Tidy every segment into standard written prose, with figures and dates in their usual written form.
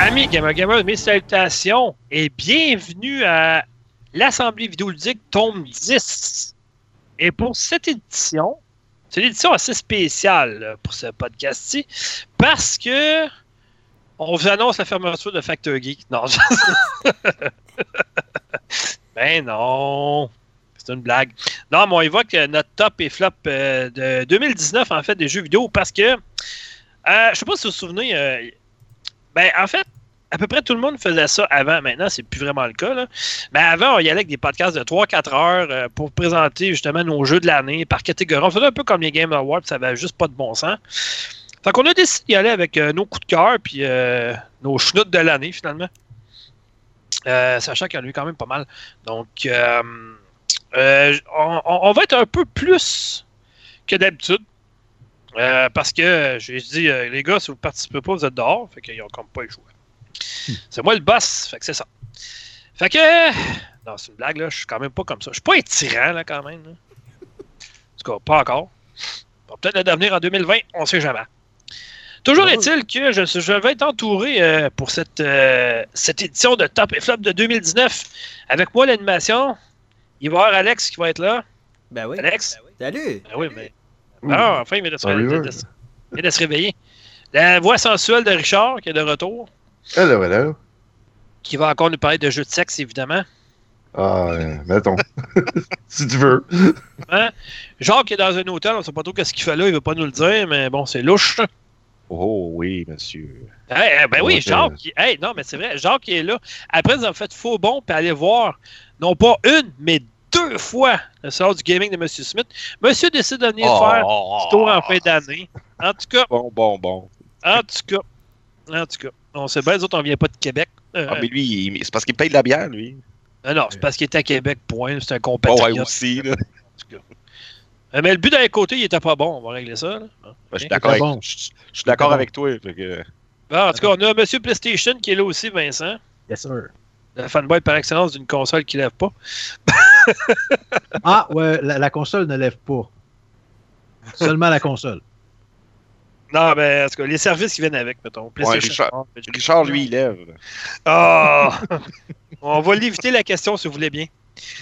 Amis Gamer, mes salutations et bienvenue à l'Assemblée vidéoludique tome 10. Et pour cette édition, c'est une édition assez spéciale pour ce podcast-ci parce que on vous annonce la fermeture de Factor Geek. Non, ben non, c'est une blague. Non, mais on évoque notre top et flop de 2019 en fait des jeux vidéo parce que je sais pas si vous vous souvenez. Ben, en fait, à peu près tout le monde faisait ça avant. Maintenant, c'est plus vraiment le cas. Là. Mais avant, on y allait avec des podcasts de 3-4 heures pour présenter justement nos jeux de l'année par catégorie. On faisait un peu comme les Game Awards, ça avait juste pas de bon sens. Fait qu'on a décidé d'y aller avec nos coups de cœur puis nos schnoutes de l'année, finalement. Sachant qu'il y en a eu quand même pas mal. Donc, on va être un peu plus que d'habitude. Parce que j'ai dit, les gars, si vous ne participez pas, vous êtes dehors. Fait qu'ils n'ont comme pas le choix. C'est moi le boss, fait que c'est ça. Fait que. Non, c'est une blague, là. Je suis quand même pas comme ça. Je suis pas un tyran, là, quand même. Là. En tout cas, pas encore. On va peut-être le devenir en 2020, on sait jamais. Toujours est-il que je vais être entouré pour cette édition de Top et Flop de 2019. Avec moi, l'animation. Il va y avoir Alex qui va être là. Ben oui. Alex. Ben oui. Salut. Ben oui, mais. Non, enfin, il vient de se réveiller. La voix sensuelle de Richard, qui est de retour. Hello. Qui va encore nous parler de jeux de sexe, évidemment. Ah, mettons. Si tu veux. Hein? Jacques est dans un hôtel, on ne sait pas trop ce qu'il fait là, il ne veut pas nous le dire, mais bon, c'est louche. Oh oui, monsieur. Ben oui, Jacques. Non, mais c'est vrai, Jacques est là. Après, nous avons fait faux bon, puis aller voir, non pas une, mais 2 fois le salon du gaming de M. Smith. Monsieur décide de venir faire un petit tour en fin d'année. En tout cas. Bon. En tout cas. On sait bien, les autres, on vient pas de Québec. Mais lui, c'est parce qu'il paye de la bière, lui. Non, c'est parce qu'il était à Québec, point. C'est un compatriote. Ouais, aussi, là. En tout cas. Mais le but d'un côté, il était pas bon. On va régler ça. Là. Je suis d'accord, je suis d'accord avec toi. Que... En tout cas, on a M. PlayStation qui est là aussi, Vincent. Yes, sir. Le fanboy par excellence d'une console qui lève pas. Ah, ouais, la console ne lève pas. Seulement la console. Non, mais en tout cas, les services qui viennent avec, mettons. PlayStation. Richard, lui, il lève. Oh! On va l'éviter la question si vous voulez bien.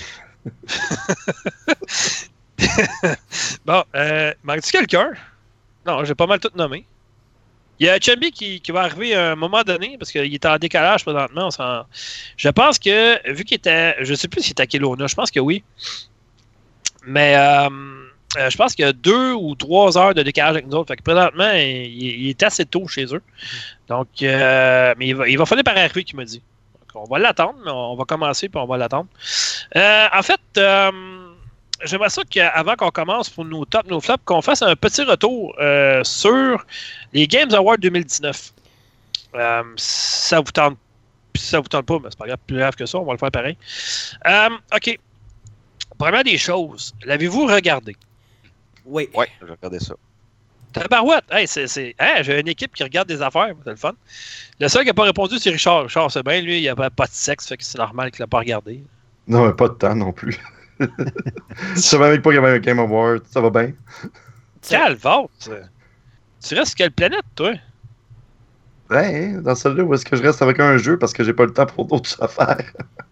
Bon, manque-tu quelqu'un? Non, j'ai pas mal tout nommé. Il y a Chambi qui va arriver à un moment donné, parce qu'il est en décalage présentement. Je pense que, vu qu'il était... Je sais plus s'il était à Kelowna, je pense que oui. Mais je pense qu'il y a 2 ou 3 heures de décalage avec nous autres. Fait que présentement, il est assez tôt chez eux. Donc, mais il va falloir par arriver, qu'il m'a dit. Donc, on va l'attendre, mais on va commencer, puis on va l'attendre. En fait... j'aimerais ça qu'avant qu'on commence pour nos tops, nos flops, qu'on fasse un petit retour sur les Games Awards 2019. Si ça vous tente pas, mais c'est pas grave, plus grave que ça, on va le faire pareil. OK. Première des choses, l'avez-vous regardé? Oui. Ouais, j'ai regardé ça. Tabarouette! Hey, j'ai une équipe qui regarde des affaires, c'est le fun. Le seul qui n'a pas répondu, c'est Richard. Richard, c'est bien, lui, il n'a pas de sexe, fait que c'est normal qu'il l'a pas regardé. Non, mais pas de temps non plus. Je savais même pas qu'il y avait un Game Award. Ça va bien? Calvaire! Tu restes sur quelle planète, toi? Ouais, dans celle-là où est-ce que je reste avec un jeu parce que j'ai pas le temps pour d'autres affaires.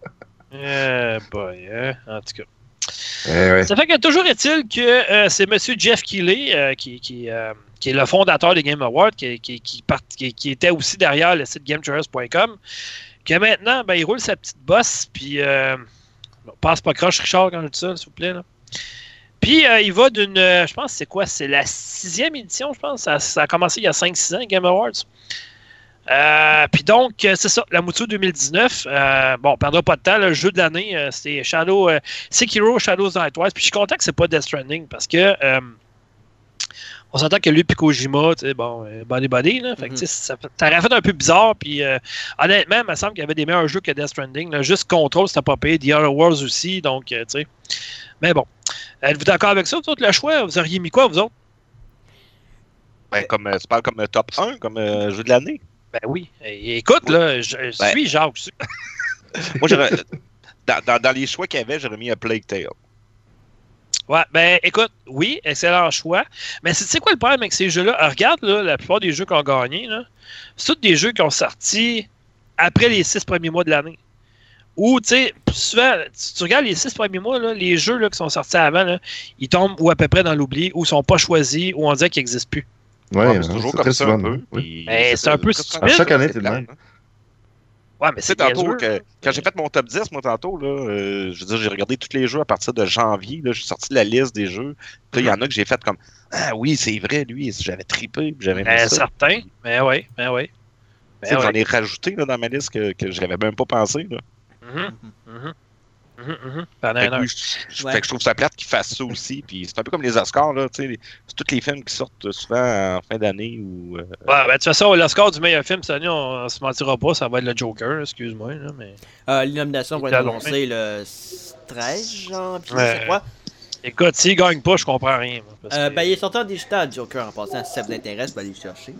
En tout cas. Ouais. Ça fait que toujours est-il que c'est M. Jeff Keighley qui est le fondateur des Game Awards, qui était aussi derrière le site GameTrailers.com, que maintenant, il roule sa petite bosse, puis passe pas croche, Richard, quand je dis ça, s'il vous plaît. Là. Puis il va d'une, je pense, c'est la 6e édition, je pense. Ça a commencé il y a 5-6 ans, Game Awards. Puis donc, c'est ça, la Moutou 2019. On perdra pas de temps. Le jeu de l'année, c'est Sekiro Shadows Die Twice. Puis je suis content que c'est pas Death Stranding parce que on s'entend que lui et Kojima, tu sais, body, là. Fait que, ça aurait fait un peu bizarre. Puis honnêtement, il me semble qu'il y avait des meilleurs jeux que Death Stranding. Là. Juste Control, c'était pas payé. The Other Worlds aussi. Donc, tu sais. Mais bon. Êtes-vous d'accord avec ça, vous autres, le choix? Vous auriez mis quoi, vous autres? Ben, tu parles comme top 1, comme jeu de l'année? Ben oui. Écoute, là, je suis Jacques. Moi, dans les choix qu'il y avait, j'aurais mis un Plague Tale. Ouais, ben écoute, oui, excellent choix. Mais tu sais quoi le problème avec ces jeux-là? Regarde, là, la plupart des jeux qu'on a gagnés, là, c'est tous des jeux qui ont sorti après les 6 premiers mois de l'année. Ou, tu sais, souvent, si tu regardes les 6 premiers mois, là, les jeux là, qui sont sortis avant, là, ils tombent ou à peu près dans l'oubli, ou sont pas choisis, ou on dirait qu'ils n'existent plus. Ouais, c'est toujours comme ça un peu. Oui. Mais c'est un peu stupide. Chaque année, c'est le même. Ouais, mais c'est tantôt, quand j'ai fait mon top 10, moi, tantôt, là, je veux dire, j'ai regardé tous les jeux à partir de janvier. J'ai sorti la liste des jeux. Puis il y en a que j'ai fait comme ah oui, c'est vrai, lui, j'avais trippé. J'avais aimé ça. Certain. Mais oui. J'en ai rajouté là, dans ma liste que je n'avais même pas pensé. Là. Pendant Fait une heure. que je trouve ça plate qu'ils fassent ça aussi. Puis c'est un peu comme les Oscars. Là, c'est tous les films qui sortent souvent en fin d'année. Ou, Ouais, ben, de toute façon, le score du meilleur film cette année, on se mentira pas, ça va être le Joker, excuse-moi. Là, mais... L'illumination va être annoncée le 13 janvier, je crois. Écoute, s'il gagne pas, je comprends rien. Moi, parce que... Ben, il est sorti en digital, Joker, en passant. Si ça vous intéresse, allez le chercher.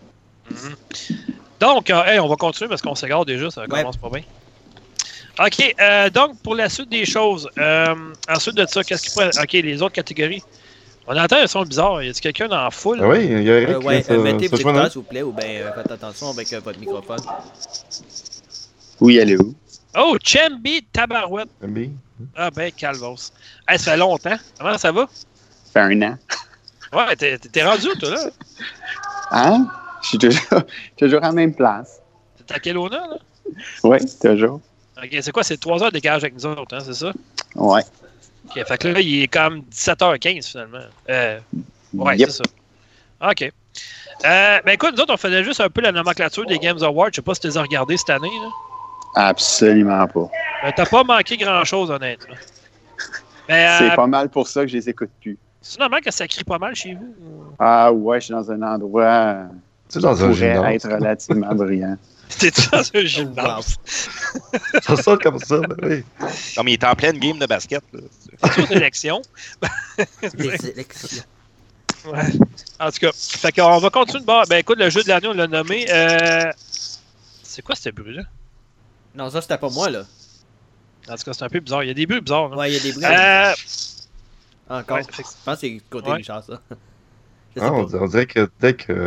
Donc, hey, on va continuer parce qu'on s'égare déjà, ça commence pas bien. OK, donc, pour la suite des choses, ensuite de ça, qu'est-ce qu'il pourrait... OK, les autres catégories. On entend un son bizarre. Y a-t-il quelqu'un dans la foule? Ah oui, il y a Eric. Mettez vos écouteurs, s'il vous plaît, ou bien faites attention avec votre microphone. Oui, allô? Oh, Chambi Tabarouette. Chambi. Ah ben, Calvos. Hey, ça fait longtemps. Comment ça va? Ça fait 1 an. Ouais, t'es rendu où, toi, là? Hein? Je suis toujours à la même place. T'es à quel honneur, là? Oui, toujours. OK, c'est quoi? C'est 3 heures de décalage avec nous autres, hein, c'est ça? Ouais. OK, fait que là, il est comme 17h15, finalement. Ouais, Yep. c'est ça. OK. Ben écoute, nous autres, on faisait juste un peu la nomenclature des Games Awards. Je sais pas si tu les as regardés cette année, là. Absolument pas. T'as pas manqué grand-chose, honnêtement. Mais, c'est pas mal pour ça que je les écoute plus. c'est normal que ça crie pas mal chez vous? Ah ouais, je suis dans un endroit C'est dans un pourrait gymnase. être relativement brillant. T'es-tu dans un gymnase? Ça sonne comme ça, ben oui. Non, mais il est en pleine game de basket. C'est aux élections. Les élections. Ouais. En tout cas, fait qu'on va continuer de bord. Ben écoute, le jeu de l'année, on l'a nommé. C'est quoi ce bruit-là? Non, ça, c'était pas moi, là. En tout cas, c'est un peu bizarre. Il y a des bruits bizarres. Là. Ouais, il y a des bruits. Encore. Ouais, Je pense que c'est côté ouais. Richard, ça. Je sais Ah, pas. on dirait que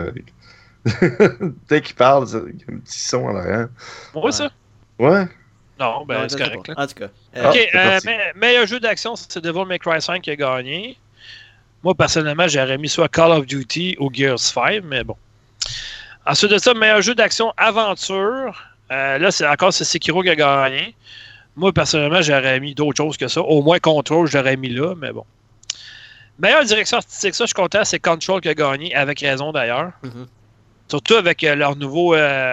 dès qu'il parle, il y a un petit son en arrière. Ouais, ça? Ouais. Non, ben Non, je c'est sais correct. pas. Là. En tout cas. Ah. Ok, c'est parti. meilleur jeu d'action, c'est Devil May Cry 5 qui a gagné. Moi, personnellement, j'aurais mis soit Call of Duty ou Gears 5, mais bon. Ensuite de ça, meilleur jeu d'action aventure. Là, c'est Sekiro qui a gagné. Moi, personnellement, j'aurais mis d'autres choses que ça. Au moins, Control, j'aurais mis là, mais bon. Meilleure direction artistique, ça, je suis content, c'est Control qui a gagné, avec raison d'ailleurs. Mhm. Surtout avec leur nouveau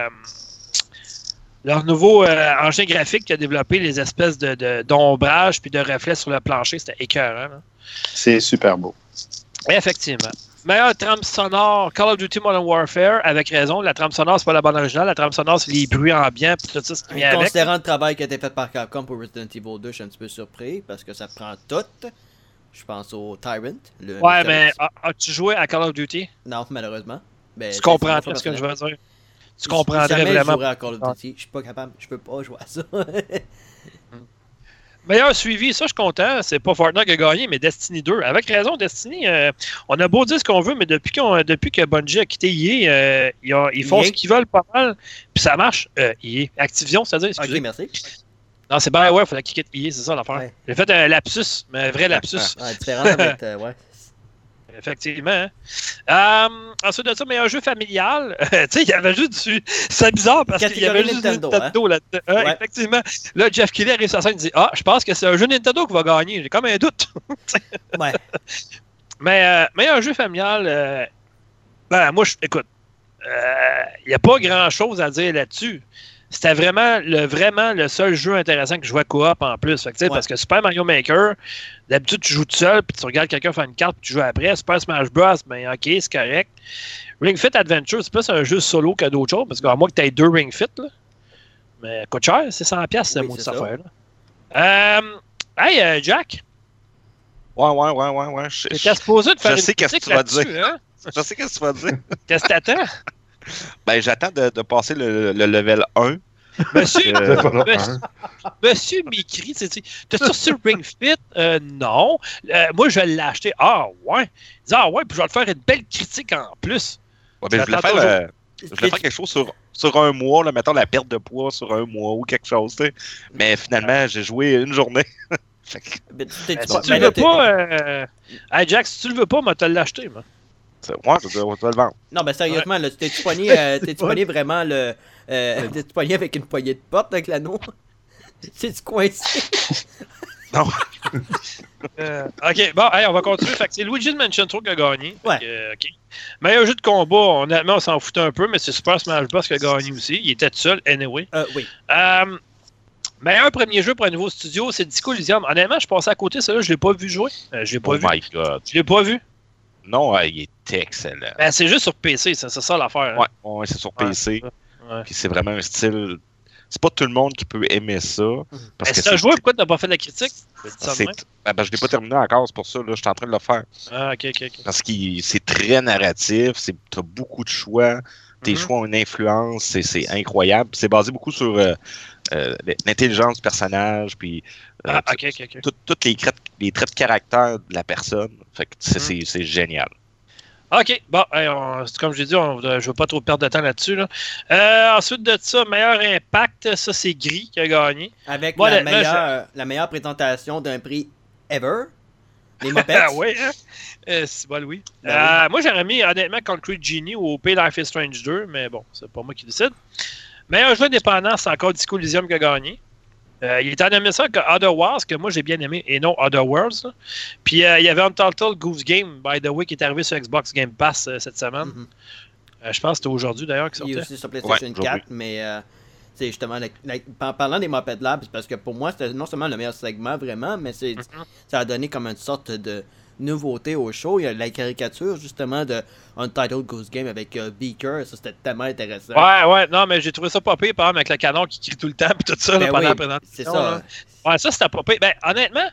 engin graphique qui a développé les espèces d'ombrage puis de reflets sur le plancher. C'était écœurant. Là. C'est super beau. Et effectivement. Meilleure trame sonore, Call of Duty Modern Warfare, avec raison. La trame sonore, c'est pas la bande originale. La trame sonore, c'est les bruits ambiants puis tout ça, ce qui vient avec. Considérant le travail qui a été fait par Capcom pour Resident Evil 2, je suis un petit peu surpris parce que ça prend tout. Je pense au Tyrant. Ouais, mais as-tu joué à Call of Duty? Non, malheureusement. Ben, Tu comprends ce que je veux dire. Tu comprendrais jamais vraiment. Je jouerais à Call of Duty. Je suis pas capable. Je peux pas jouer à ça. Meilleur suivi, ça je suis content. C'est pas Fortnite qui a gagné, mais Destiny 2. Avec raison, Destiny, on a beau dire ce qu'on veut, mais depuis que Bungie a quitté EA, ils font ce qu'ils veulent pas mal. Puis ça marche. EA. Activision, c'est-à-dire, excusez. Ok, merci. Non, c'est BioWare, il fallait qu'ils quittent EA, c'est ça l'affaire. Ouais. J'ai fait un lapsus, mais un vrai lapsus. Ouais, différent avec. Ouais. Effectivement. Ensuite de ça, meilleur jeu familial. Tu sais, il y avait juste du. C'est bizarre parce qu'il y avait juste Nintendo, Nintendo là-dedans. Ouais. Effectivement. Là, Jeff Keighley arrive sur la scène et dit ah, je pense que c'est un jeu Nintendo qui va gagner. J'ai comme un doute. Ouais. Mais meilleur jeu familial. Ben, moi, écoute, il n'y a pas grand-chose à dire là-dessus. C'était vraiment le seul jeu intéressant que je jouais coop en plus. Fait que, Ouais. parce que Super Mario Maker, d'habitude, tu joues tout seul, puis tu regardes quelqu'un faire une carte, puis tu joues après. Super Smash Bros, ben ok, c'est correct. Ring Fit Adventure, c'est plus un jeu solo que d'autres choses, parce qu'à moins que tu aies 2 Ring Fit, là. Mais ça coûte cher, c'est 100$, cette Oui, maudite c'est ça. affaire-là. Hey, Jack, Ouais. t'étais supposé de faire Je une sais qu'est-ce que critique tu vas là-dessus, dire. hein? Je sais qu'est-ce que tu vas dire. Qu'est-ce que t'attends? Ben, j'attends de passer le level 1. Monsieur, C'est pas long, monsieur, hein. monsieur m'écrit, t'as-tu sur Ring Fit? Non. Moi, je vais l'acheter. Ah, ouais. Il dit, ah, ouais, puis je vais te faire une belle critique en plus. Ouais, ben, je voulais J'attends faire Je voulais faire quelque chose sur un mois, là, mettons la perte de poids sur un mois ou quelque chose, tu sais. Mais finalement, j'ai joué une journée. Si tu le veux pas, hey Jack, si tu le veux pas, moi, te l'acheter, moi. Ouais, je dois le vendre. Non, mais sérieusement, là, t'es-tu pogné vraiment le. T'es-tu pogné avec une poignée de porte avec l'anneau? C'est-tu coincé? Non. Ok, bon, hey, on va continuer. Fait que c'est Luigi's Mansion 3 qui a gagné. Ouais. Ok. Meilleur jeu de combat, honnêtement, on s'en foutait un peu, mais c'est Super Smash Bros qui a gagné aussi. Il était tout seul, anyway. Oui. Meilleur premier jeu pour un nouveau studio, c'est Disco Elysium. Honnêtement, je passais à côté, celui-là, je l'ai pas vu jouer. Je l'ai pas vu. Oh my God. Je l'ai pas vu. Non, il est excellent. Ben, c'est juste sur PC, c'est ça l'affaire. Hein. Ouais, c'est sur PC. Ouais. Puis c'est vraiment un style. C'est pas tout le monde qui peut aimer ça. Parce que si t'as joué, pourquoi t'as pas fait de la critique? je l'ai pas terminé encore, c'est pour ça. Là, je suis en train de le faire. Ah, ok. Parce que c'est très narratif, t'as beaucoup de choix. Tes choix ont une influence, c'est incroyable. Puis c'est basé beaucoup sur l'intelligence du personnage, puis tous les traits de caractère de la personne. Fait que c'est génial. OK. Bon, comme je l'ai dit, je ne veux pas trop perdre de temps là-dessus. Là. Ensuite de ça, meilleur impact, ça c'est Gris qui a gagné. Avec la meilleure présentation d'un prix ever. Les Muppets. Ah oui, hein? C'est bon, oui. Moi, j'aurais mis honnêtement Concrete Genie ou P Life is Strange 2, mais bon, c'est pas moi qui décide. Meilleur jeu indépendant, c'est encore Disco Elysium qui a gagné. Il était nommé ça que Other Wars, que moi j'ai bien aimé, et non Other Worlds. Là. Puis il y avait Untitled Goose Game, by the way, qui est arrivé sur Xbox Game Pass cette semaine. Je pense que c'était aujourd'hui d'ailleurs qui sortait. Il est aussi sur PlayStation 4, mais c'est justement, parlant des Muppet Labs, parce que pour moi c'était non seulement le meilleur segment vraiment, mais ça a donné comme une sorte de nouveauté au show. Il y a la caricature justement de Untitled Goose Game avec Beaker, ça c'était tellement intéressant. Ouais, non, mais j'ai trouvé ça pas pire, par exemple, avec le canon qui crie tout le temps et tout ça pendant la présentation. C'est ça. Ouais, ça c'était pas pire. Ben, honnêtement,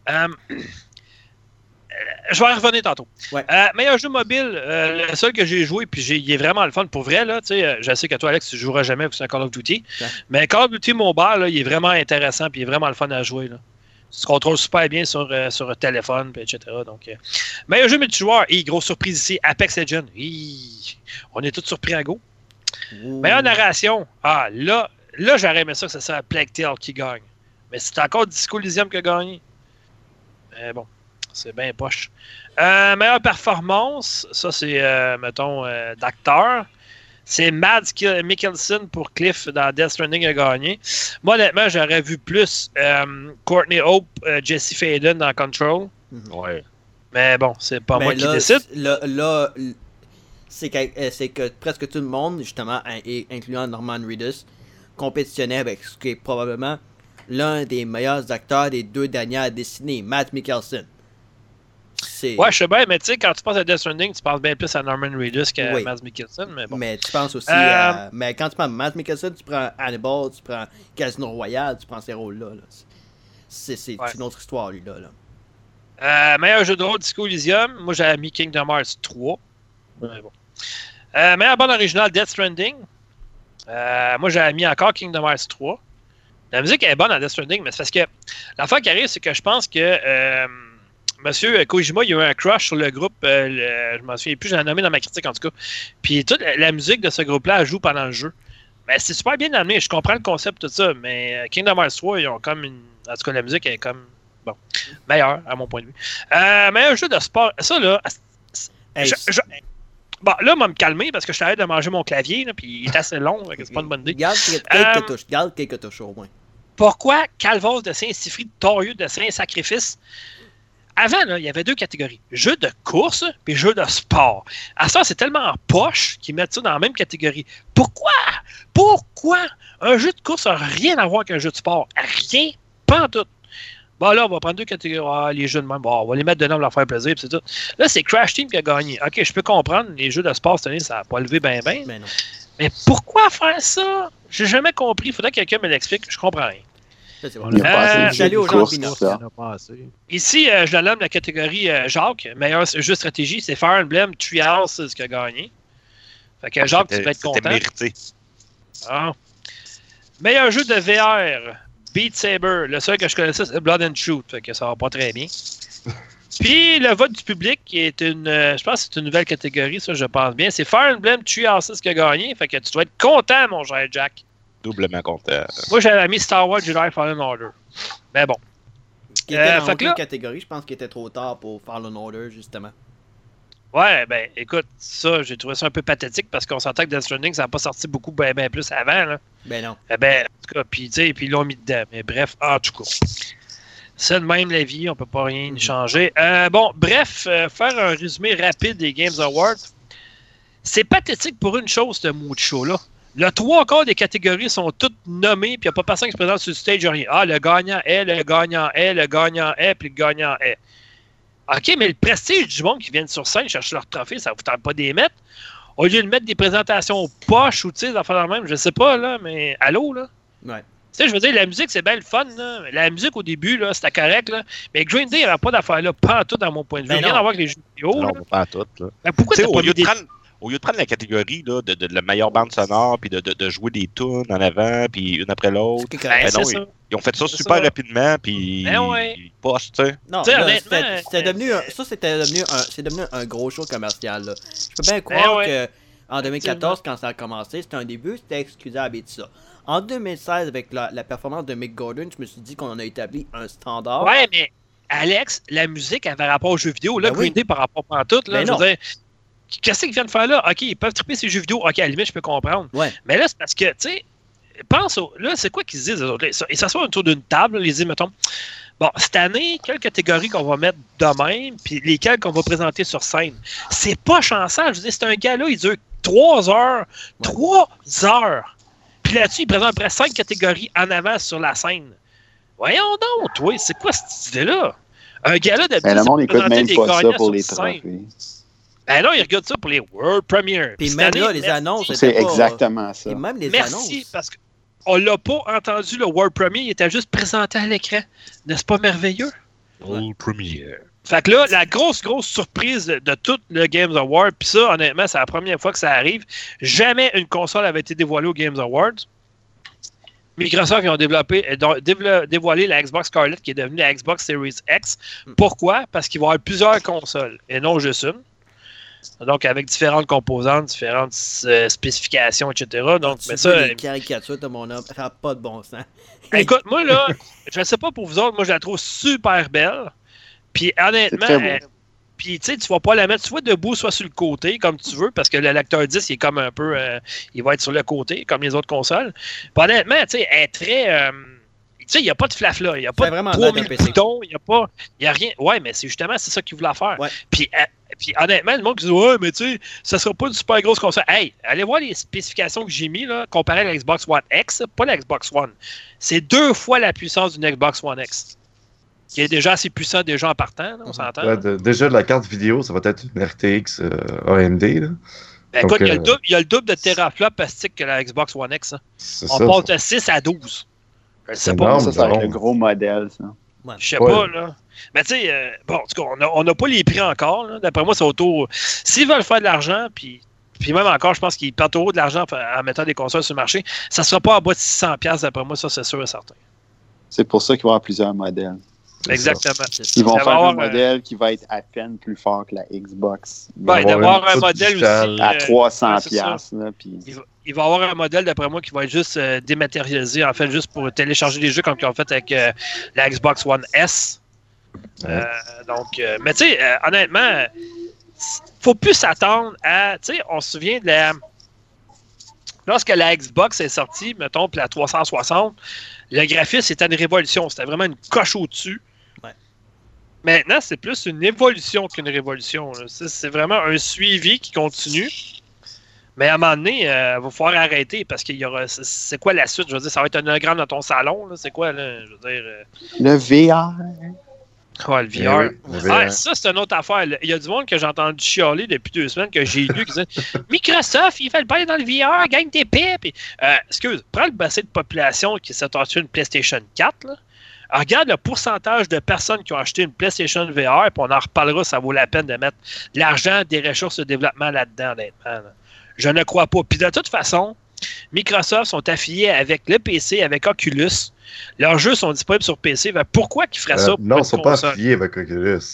je vais y revenir tantôt. Ouais. Meilleur jeu mobile, le seul que j'ai joué, puis il est vraiment le fun pour vrai, là, tu sais, je sais que toi, Alex, tu ne joueras jamais avec un Call of Duty, mais Call of Duty Mobile, là, il est vraiment intéressant, puis il est vraiment le fun à jouer, là. Tu te contrôles super bien sur un téléphone, puis etc. Donc, meilleur jeu multijoueur, grosse surprise ici, Apex Legends. On est tous surpris à go. Meilleure narration, là j'aurais aimé ça que ce soit Plague Tale qui gagne. Mais c'est encore Disco Elysium qui a gagné. Mais bon, c'est bien poche. Meilleure performance, ça c'est, mettons, d'acteur. C'est Mads Mikkelsen pour Cliff dans Death Stranding a gagné. Moi, honnêtement, j'aurais vu plus Courtney Hope, Jesse Faden dans Control. Ouais. Mais bon, c'est pas moi qui décide. Là, c'est que presque tout le monde, justement, incluant Norman Reedus, compétitionnait avec ce qui est probablement l'un des meilleurs acteurs des 2 dernières décennies, Mads Mikkelsen. Ouais, je sais bien, mais tu sais, quand tu penses à Death Stranding, tu penses bien plus à Norman Reedus qu'à Mads Mikkelsen, mais bon. Mais tu penses aussi mais quand tu prends Mads Mikkelsen, tu prends Hannibal, tu prends Casino Royale, tu prends ces rôles-là. Là. C'est une autre histoire, lui, là. Meilleur jeu de rôle, Disco Elysium. Moi, j'avais mis Kingdom Hearts 3. Mais bon. Meilleure bande originale, Death Stranding. Moi, j'avais mis encore Kingdom Hearts 3. La musique est bonne à Death Stranding, mais c'est parce que l'affaire qui arrive, c'est que je pense que Monsieur Kojima, il y a eu un crush sur le groupe, je m'en souviens plus, je l'ai nommé dans ma critique en tout cas. Puis toute la musique de ce groupe-là, elle joue pendant le jeu. Mais c'est super bien amené, je comprends le concept, tout ça, mais Kingdom Hearts 3, ils ont comme une... En tout cas, la musique est comme... Bon, meilleure, à mon point de vue. Meilleur jeu de sport, ça là... Bon, là, on va me calmer parce que je suis arrêté de manger mon clavier, là, puis il est assez long, c'est pas une bonne idée. Garde quelques touches au moins. Pourquoi Calvos de Saint-Sifri, Torieux de Saint-Sacrifice? Avant, là, il y avait 2 catégories. Jeux de course et jeux de sport. À ça, c'est tellement en poche qu'ils mettent ça dans la même catégorie. Pourquoi? Pourquoi? Un jeu de course n'a rien à voir qu'un jeu de sport. Rien. Pas en tout. Bon, là, on va prendre 2 catégories. Les jeux de même. Bon, on va les mettre dedans pour leur faire plaisir, c'est tout. Là, c'est Crash Team qui a gagné. OK, je peux comprendre. Les jeux de sport, cette année, ça n'a pas levé bien. Mais non. Mais pourquoi faire ça? J'ai jamais compris. Il faudrait que quelqu'un me l'explique. Je comprends rien. Salut aux gens qui Ici, je la nomme la catégorie Jacques. Meilleur jeu de stratégie, c'est Fire Emblem Treehouse qui a gagné. Fait que Jacques, tu vas être content. C'était mérité. Meilleur jeu de VR, Beat Saber. Le seul que je connaissais, c'est Blood and Shoot. Fait que ça va pas très bien. Puis le vote du public, qui est je pense que c'est une nouvelle catégorie, ça je pense bien. C'est Fire Emblem Three Houses qui a gagné. Fait que tu dois être content, mon cher Jack. Doublement content. Moi, j'avais mis Star Wars Jedi Fallen Order. Mais bon. Qui était dans aucune catégorie, je pense qu'il était trop tard pour Fallen Order, justement. Ouais, ben écoute, ça, j'ai trouvé ça un peu pathétique parce qu'on s'entend que Death Stranding, ça n'a pas sorti beaucoup ben plus avant. Là. Ben non. Ben, en tout cas, puis ils l'ont mis dedans. Mais bref, en tout cas. C'est de même la vie, on peut pas rien changer. Bon, bref, faire un résumé rapide des Games Awards. C'est pathétique pour une chose, ce mot de show-là. Le 3/4 des catégories sont toutes nommées, puis il n'y a pas personne qui se présente sur le stage, rien. Ah, le gagnant est, le gagnant est, le gagnant est, puis le gagnant est. OK, mais le prestige du monde qui viennent sur scène chercher leur trophée, ça ne vous tente pas des mettre. Au lieu de mettre des présentations poches ou, tu sais, d'en même, je sais pas, là, mais allô, là? Ouais. Tu sais, je veux dire, la musique, c'est bien le fun, là. La musique, au début, là, c'était correct, là. Mais Green Day, il n'y avait pas d'affaires là, pas en tout, dans mon point de vue. Ben Rien à voir avec les jeux vidéo, Non, là. pas tout, là. Ben, pourquoi t'as pas mis des... Au lieu de prendre la catégorie là, de la meilleure bande sonore, puis de jouer des tunes en avant, puis une après l'autre, Ben, non, ils ont fait ça super rapidement, puis ils postent, tu sais. Non, c'était devenu un gros show commercial. Là. Je peux bien croire qu'en 2014, quand ça a commencé, c'était un début, c'était excusable et tout ça. En 2016, avec la performance de Mick Gordon, je me suis dit qu'on a établi un standard. Ouais, mais Alex, la musique avait rapport aux jeux vidéo. Là, Green Day par rapport à tout, là, je veux dire... Qu'est-ce qu'ils viennent faire là? OK, ils peuvent triper ces jeux vidéo. OK, à la limite, je peux comprendre. Ouais. Mais là, c'est parce que, tu sais, pense au... Là, c'est quoi qu'ils se disent, les autres? Ils s'assoient autour d'une table, ils disent, mettons, bon, cette année, quelle catégorie qu'on va mettre de même, puis lesquelles qu'on va présenter sur scène. C'est pas chanceux. Je veux dire, c'est un gars-là, il dure 3 heures. Ouais. 3 heures! Puis là-dessus, il présente après 5 catégories en avant sur la scène. Voyons donc, toi, c'est quoi cette idée-là? Un gars-là, d'habitude, le monde n'écoute même pas ça pour les trophées. Ben là, ils regardent ça pour les World Premiere. Puis même là, les annonces, c'est exactement ça. Et même les annonces. Merci, parce qu'on l'a pas entendu, le World Premiere, il était juste présenté à l'écran. N'est-ce pas merveilleux? World Premiere. Fait que là, la grosse surprise de tout le Games Award, puis ça, honnêtement, c'est la première fois que ça arrive. Jamais une console avait été dévoilée aux Games Awards. Microsoft, ils ont dévoilé la Xbox Scarlett, qui est devenue la Xbox Series X. Pourquoi? Parce qu'il va y avoir plusieurs consoles, et non juste une. Donc, avec différentes composantes, différentes spécifications, etc. Donc, mais ça. Les caricatures de mon homme, ça n'a pas de bon sens. Écoute, moi, là, je ne sais pas pour vous autres, moi, je la trouve super belle. Puis, honnêtement, puis, tu sais, tu vas pas la mettre soit debout, soit sur le côté, comme tu veux, parce que le lecteur 10, il est comme un peu. Il va être sur le côté, comme les autres consoles. Puis, honnêtement, tu sais, elle est très. Tu sais, il n'y a pas de flafla, il n'y a pas de 3000 boutons, il n'y a rien. Ouais, mais c'est justement, c'est ça qu'il voulait faire. Ouais. Puis honnêtement, le monde qui dit, ouais, mais tu sais, ça sera pas une super grosse console. Hey, allez voir les spécifications que j'ai mis, là, comparé à la Xbox One X, pas la Xbox One. C'est 2 fois la puissance d'une Xbox One X. Qui est déjà assez puissant déjà en partant, là, on s'entend. Ouais, déjà, la carte vidéo, ça va être une RTX AMD. Là. Ben, écoute, il y a le double de teraflops plastique que la Xbox One X. Hein. On passe de 6 à 12. Je sais pas. Ça va être le gros modèle, ça. Ouais. Je sais pas, là. Mais tu sais, bon, en tout cas, on n'a pas les prix encore. Là. D'après moi, c'est autour. S'ils veulent faire de l'argent, puis même encore, je pense qu'ils perdent trop de l'argent en mettant des consoles sur le marché, ça ne sera pas en bas de 600$, d'après moi, ça, c'est sûr et certain. C'est pour ça qu'il va y avoir plusieurs modèles. Exactement. Ils vont faire un modèle qui va être à peine plus fort que la Xbox. Ben, d'avoir un modèle aussi. À 300$. Là, puis... Il va y avoir un modèle, d'après moi, qui va être juste dématérialisé, en fait, juste pour télécharger les jeux comme ils ont fait avec la Xbox One S. Donc, mais tu sais, honnêtement, faut plus s'attendre à. Tu sais, on se souvient de la. Lorsque la Xbox est sortie, mettons, puis la 360, le graphisme c'était une révolution. C'était vraiment une coche au-dessus. Ouais. Maintenant, c'est plus une évolution qu'une révolution. C'est vraiment un suivi qui continue. Mais à un moment donné, il va falloir arrêter parce qu'il y aura. C'est quoi la suite? Je veux dire, ça va être un hologramme dans ton salon. Là. C'est quoi, là? Je veux dire. Le VR. Ouais, le VR. Ah, ça, c'est une autre affaire. Il y a du monde que j'ai entendu chialer depuis 2 semaines que j'ai lu qui disait Microsoft, il fait le bail dans le VR, gagne tes pipes. Excuse, prends le bassin de population qui s'est acheté une PlayStation 4. Là. Alors, regarde le pourcentage de personnes qui ont acheté une PlayStation VR, puis on en reparlera, ça vaut la peine de mettre de l'argent, des ressources de développement là-dedans, honnêtement. Là. Je ne crois pas. Puis de toute façon, Microsoft sont affiliés avec le PC, avec Oculus. Leurs jeux sont disponibles sur PC. Pourquoi qu'ils feraient ça? Non, ils ne sont pas affiliés avec Oculus.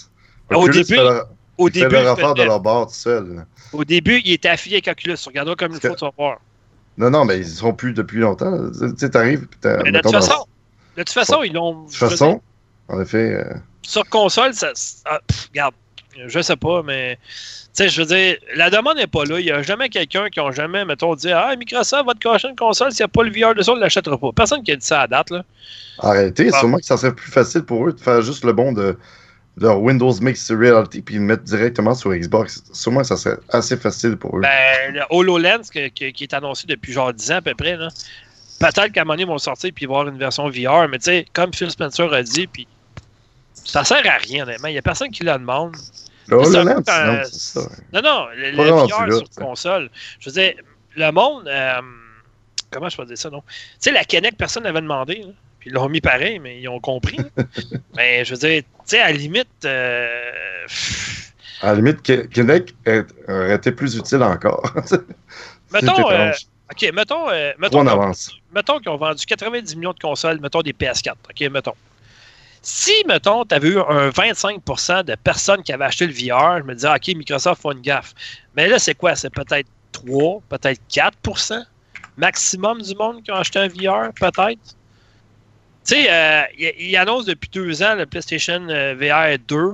Au début, il fait leur affaire de leur bord tout seul. Au début, il était affilié avec Oculus. Regarde-toi comme il faut, tu vas voir. Non, mais ils sont plus depuis longtemps. Tu sais, t'arrives... De toute façon, ils l'ont... De toute façon, en effet... Sur console, regarde, je sais pas, mais... Tu sais, je veux dire, la demande n'est pas là. Il n'y a jamais quelqu'un qui a jamais, mettons, dit « Ah, Microsoft, votre prochaine console, s'il n'y a pas le VR de ça, on ne l'achètera pas. » Personne qui a dit ça à date, là. Arrêtez, sûrement que ça serait plus facile pour eux de faire juste le bon de leur Windows Mixed Reality puis le mettre directement sur Xbox. Sûrement que ça serait assez facile pour eux. Ben, le HoloLens qui est annoncé depuis genre 10 ans à peu près, là. Peut-être qu'à un moment donné, ils vont sortir puis avoir une version VR, mais tu sais, comme Phil Spencer a dit, puis ça sert à rien, honnêtement. Il n'y a personne qui la demande. Le HoloLens, non, c'est ça. Non, le VR sur console. Je veux dire, le monde... comment je peux dire ça, non? Tu sais, la Kinect, personne n'avait demandé, là. Puis ils l'ont mis pareil, mais ils ont compris. Mais je veux dire, tu sais, à la limite... À la limite, Kinect aurait été plus utile encore. mettons, on avance. Mettons qu'ils ont vendu 90 millions de consoles, mettons des PS4. OK, mettons. Si, mettons, tu avais eu un 25% de personnes qui avaient acheté le VR, je me disais, OK, Microsoft fait une gaffe. Mais là, c'est quoi? C'est peut-être 3, peut-être 4% maximum du monde qui a acheté un VR, peut-être. Tu sais, il annonce depuis 2 ans le PlayStation VR 2.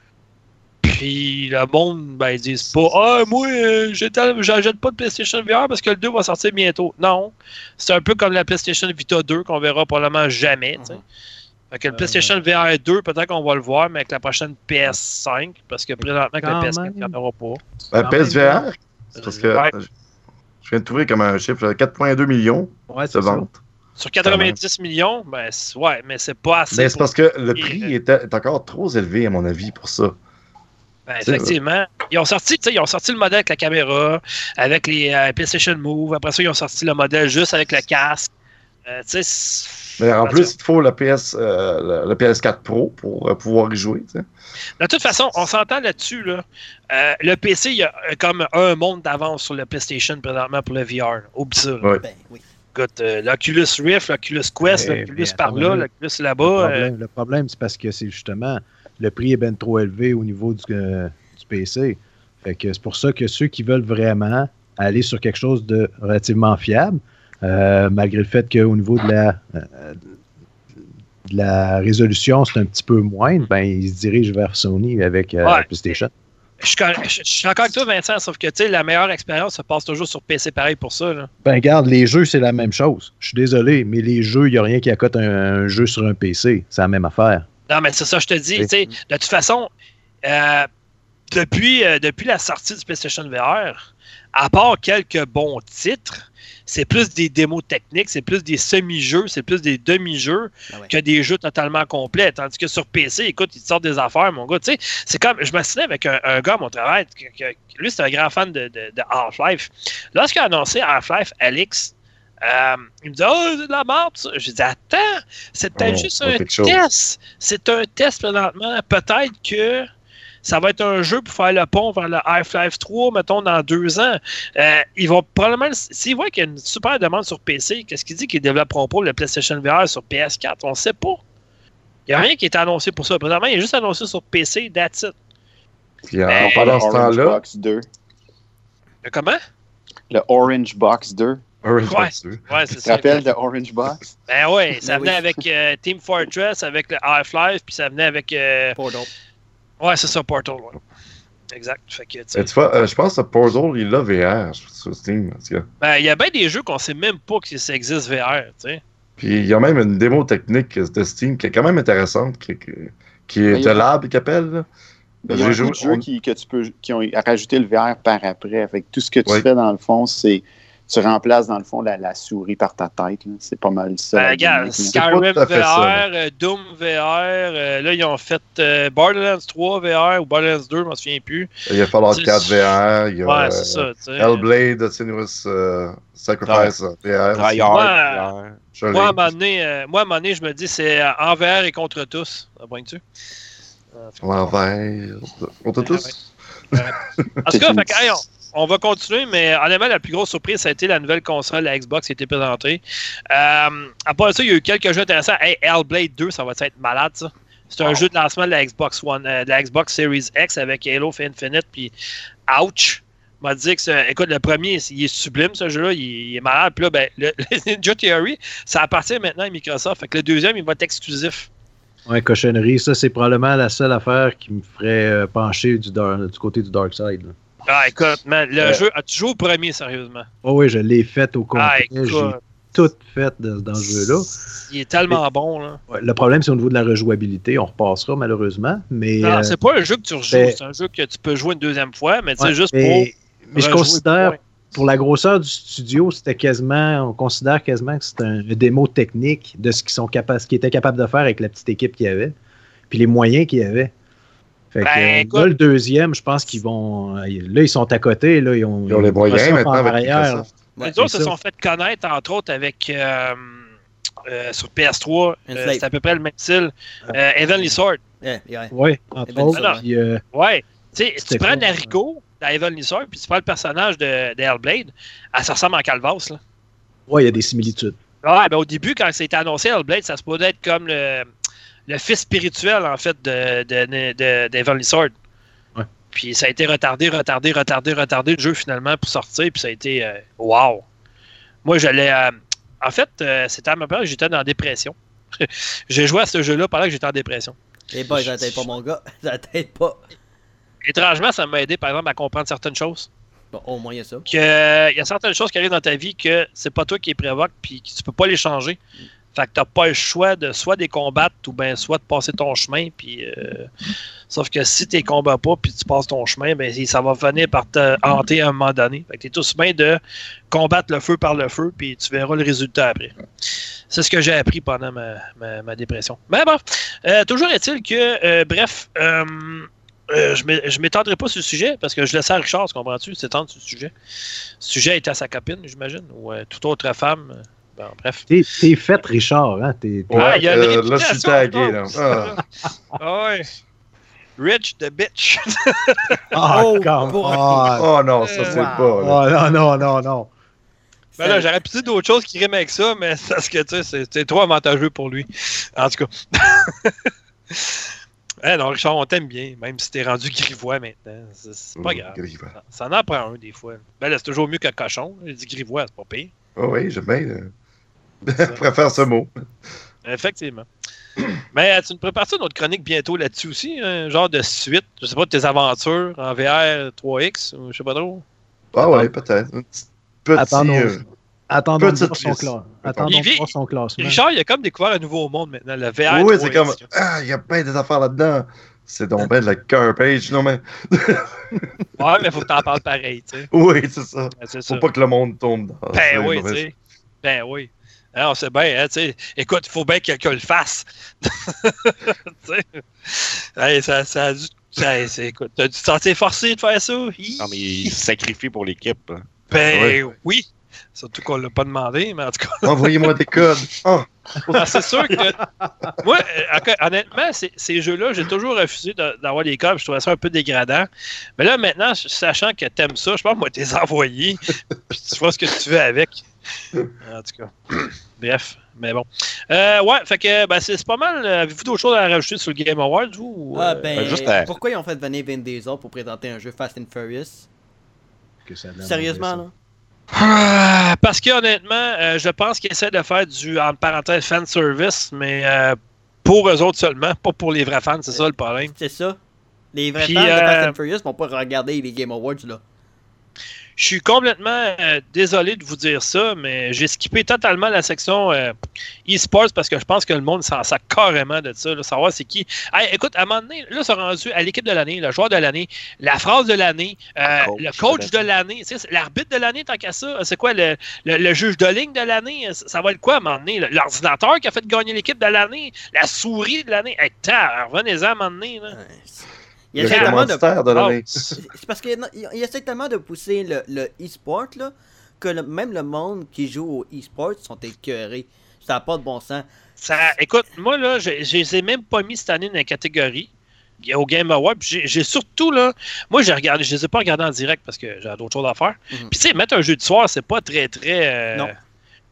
Puis le monde, ben, ils disent pas « Ah, moi, j'achète pas de PlayStation VR parce que le 2 va sortir bientôt. » Non. C'est un peu comme la PlayStation Vita 2 qu'on verra probablement jamais. Fait que le PlayStation VR 2, peut-être qu'on va le voir, mais avec la prochaine PS5, parce que présentement, avec la PS4, il n'y en aura pas. PSVR, parce que je viens de trouver comme un chiffre 4,2 millions de ventes. Sur 90 millions, ben, ouais, mais c'est pas assez. Mais c'est parce que le prix est encore trop élevé, à mon avis, pour ça. Ben, effectivement. Ils ont sorti le modèle avec la caméra, avec les PlayStation Move. Après ça, ils ont sorti le modèle juste avec le casque. Mais en plus, il te faut le PS4 Pro pour pouvoir y jouer. T'sais. De toute façon, on s'entend là-dessus. Là. Le PC, il y a comme un monde d'avance sur le PlayStation présentement pour le VR. Oublie ça. Oui. Ben, oui. Écoute, l'Oculus Rift, l'Oculus Quest, l'Oculus par là, l'Oculus là-bas. Le problème, c'est parce que c'est justement le prix est bien trop élevé au niveau du PC. Fait que c'est pour ça que ceux qui veulent vraiment aller sur quelque chose de relativement fiable, malgré le fait qu'au niveau de la résolution, c'est un petit peu moindre, ben, ils se dirigent vers Sony avec PlayStation. Je suis encore avec toi, Vincent, sauf que la meilleure expérience se passe toujours sur PC pareil pour ça. Là. Ben, regarde, les jeux, c'est la même chose. Je suis désolé, mais les jeux, il n'y a rien qui accote un jeu sur un PC. C'est la même affaire. Non, mais c'est ça, je te dis. De toute façon, depuis la sortie du PlayStation VR, à part quelques bons titres, c'est plus des démos techniques, c'est plus des semi-jeux, c'est plus des demi-jeux que des jeux totalement complets. Tandis que sur PC, écoute, ils te sortent des affaires, mon gars. Tu sais, c'est comme, je me souviens avec un gars à mon travail, lui, c'était un grand fan de Half-Life. Lorsqu'il a annoncé Half-Life Alyx, il me dit « Oh, c'est de la merde! » Je dis « Attends, c'est peut-être juste un test. C'est un test présentement. Peut-être que ça va être un jeu pour faire le pont vers le Half-Life 3, mettons, dans 2 ans. Ils vont probablement... S'ils voient qu'il y a une super demande sur PC, qu'est-ce qu'ils disent qu'ils développeront pas le PlayStation VR sur PS4? On ne sait pas. Il n'y a rien qui est annoncé pour ça. Présentement, il est juste annoncé sur PC, that's it. Puis pendant ce temps-là... Box 2. Comment? Le Orange Box 2. Box 2. Ouais, tu te rappelles de Orange Box? Ben oui, ça venait avec Team Fortress, avec le Half-Life, puis ça venait avec... Portal. Ouais, c'est ça, Portal. Ouais. Exact. Fait que, tu vois, je pense que Portal, il a VR sur Steam. Ben, il y a bien des jeux qu'on sait même pas que ça existe VR, tu sais. Puis il y a même une démo technique de Steam qui est quand même intéressante, qui est de Lab, qui appelle. Il y a beaucoup de jeux qui ont rajouté le VR par après. Fait que tout ce que tu fais, dans le fond, c'est... Tu remplaces, dans le fond, la souris par ta tête. Là. C'est pas mal ça. Ben, regarde, Skyrim VR, Doom VR, là, ils ont fait Borderlands 3 VR ou Borderlands 2, je m'en souviens plus. Il y a Fallout 4 VR, il y a c'est ça, Hellblade, Senua's Sacrifice VR. Moi, à un moment donné, je me dis, c'est envers et contre tous. Ça pointe-tu? Envers contre tous? En tout cas, on va continuer, mais honnêtement, la plus grosse surprise, ça a été la nouvelle console, la Xbox, qui a été présentée. À part ça, il y a eu quelques jeux intéressants. Hey, Hellblade 2, ça va être malade, ça. C'est un jeu de lancement de la Xbox One, de la Xbox Series X avec Halo Infinite, puis ouch! M'a dit que, écoute, le premier, il est sublime, ce jeu-là, il est malade. Puis là, ben, le Ninja Theory, ça appartient maintenant à Microsoft. Fait que le deuxième, il va être exclusif. Ouais, cochonnerie. Ça, c'est probablement la seule affaire qui me ferait pencher du côté du Dark Side. Là. Ah, écoute, man, le jeu, as-tu joué au premier, sérieusement? Oh oui, je l'ai fait au complet. J'ai tout fait dans ce jeu-là. Il est tellement bon, là. Ouais, le problème, c'est au niveau de la rejouabilité. On repassera, malheureusement. Mais, non, c'est pas un jeu que tu rejoues. C'est un jeu que tu peux jouer une deuxième fois, mais c'est juste pour... Mais je considère, pour la grosseur du studio, on considère quasiment que c'est un démo technique de ce qu'ils étaient capables de faire avec la petite équipe qu'il y avait, puis les moyens qu'il y avait. Fait que, là, le deuxième, je pense qu'ils vont... Là, ils sont à côté. Là, ils ont les moyens maintenant avec Microsoft. Les autres se sont fait connaître, entre autres, avec... sur PS3, c'est à peu près le même style. Heavenly Sword. Oui, entre autres. Ouais. Tu sais, tu prends Nariko dans Heavenly Sword, puis tu prends le personnage de Hellblade, ça ressemble en calvasse, là. Ouais, il y a des similitudes. Ouais, ben au début, quand ça a été annoncé, Hellblade, ça se pourrait être comme le fils spirituel, en fait, de Heavenly Sword. Ouais. Puis ça a été retardé, le jeu, finalement, pour sortir, puis ça a été wow. Moi, j'allais... en fait, c'était à ma période que j'étais dans la dépression. J'ai joué à ce jeu-là pendant que j'étais en dépression. Eh ben, ça t'aide pas, mon gars. Ça t'aide pas. Étrangement, ça m'a aidé, par exemple, à comprendre certaines choses. Bon, au moins, il y a ça. Il y a certaines choses qui arrivent dans ta vie que c'est pas toi qui les provoques, puis que tu peux pas les changer. Fait que t'as pas le choix de soit les combattre ou bien soit de passer ton chemin. Puis, sauf que si tu les combats pas puis tu passes ton chemin, ben ça va venir par te hanter à un moment donné. Fait que t'es tout bien de combattre le feu par le feu, puis tu verras le résultat après. C'est ce que j'ai appris pendant ma dépression. Mais bon, toujours est-il que, bref, je m'étendrai pas sur le sujet parce que je laisse à Richard, tu comprends-tu, s'étendre sur le sujet. Le sujet était à sa copine, j'imagine, ou toute autre femme. Bon, bref. T'es fait, Richard, hein? Ouais, là, je suis tagué, là. Ouais. Rich the bitch. Oh non, ça c'est pas. Oh, non. Ben là, j'aurais pu dire d'autres choses qui riment avec ça, mais c'est parce que, tu sais, c'est trop avantageux pour lui. En tout cas. Non, Richard, on t'aime bien, même si t'es rendu grivois maintenant. C'est pas grave. Grivois. Ça en prend un, des fois. Ben là, c'est toujours mieux que cochon. J'ai dit grivois, c'est pas pire. Oh oui, j'aime bien. Je préfère ce mot. Effectivement. Mais tu nous prépares-tu notre chronique bientôt là-dessus aussi? Un genre de suite, je sais pas, de tes aventures en VR 3X, ou je sais pas trop. Ah ouais, peut-être. Un petit... Attendons de voir son classement. Richard, il a comme découvert un nouveau monde maintenant, le VR 3X. Oui, c'est comme, il y a plein des affaires là-dedans. C'est donc bien de la garbage, non mais... Ouais, mais faut que t'en parles pareil, tu sais. Oui, c'est ça. C'est faut pas que le monde tombe dans... Ben oui, tu sais. Ben oui. Alors, c'est bien, hein, tu sais. Écoute, il faut bien que quelqu'un le fasse. Tu sais. Écoute, t'as dû te sentir forcé de faire ça? Non, mais il se sacrifie pour l'équipe. Ben oui. Surtout qu'on ne l'a pas demandé, mais en tout cas... Envoyez-moi des codes. Oh. C'est sûr que... Moi, honnêtement, ces jeux-là, j'ai toujours refusé d'avoir des codes. Je trouvais ça un peu dégradant. Mais là, maintenant, sachant que t'aimes ça, je pense que moi, t'es envoyé. Puis tu vois ce que tu veux avec. En tout cas. Bref. Mais bon. Ouais, fait que c'est pas mal. Avez-vous d'autres choses à rajouter sur le Game Awards, vous? Pourquoi ils ont fait venir Vin Diesel pour présenter un jeu Fast and Furious? Sérieusement, là? Parce que honnêtement, je pense qu'ils essaient de faire du, entre parenthèses, fan service, mais pour eux autres seulement, pas pour les vrais fans, c'est ça le problème. C'est ça. Les vrais fans de Fast and Furious vont pas regarder les Game Awards, là. Je suis complètement désolé de vous dire ça, mais j'ai skippé totalement la section e-sports parce que je pense que le monde s'en sac carrément de ça, là, savoir c'est qui. Hey, écoute, à un moment donné, là, c'est rendu à l'équipe de l'année, le joueur de l'année, la phrase de l'année, le coach de l'année, l'arbitre de l'année, tant qu'à ça. C'est quoi le juge de ligne de l'année? Ça va être quoi à un moment donné? L'ordinateur qui a fait gagner l'équipe de l'année, la souris de l'année. Hey, revenez-en à un moment donné. Là. Il y a tellement de... C'est parce qu'il essaie tellement de pousser le e-sport là, que même le monde qui joue au e-sport sont écœurés. Ça n'a pas de bon sens. Écoute, moi, là, je les ai même pas mis cette année dans la catégorie au Game Awards. J'ai surtout, là, moi, je les ai pas regardés en direct parce que j'ai d'autres choses à faire. Puis, tu sais, mettre un jeu de soir, c'est pas très, très... Non.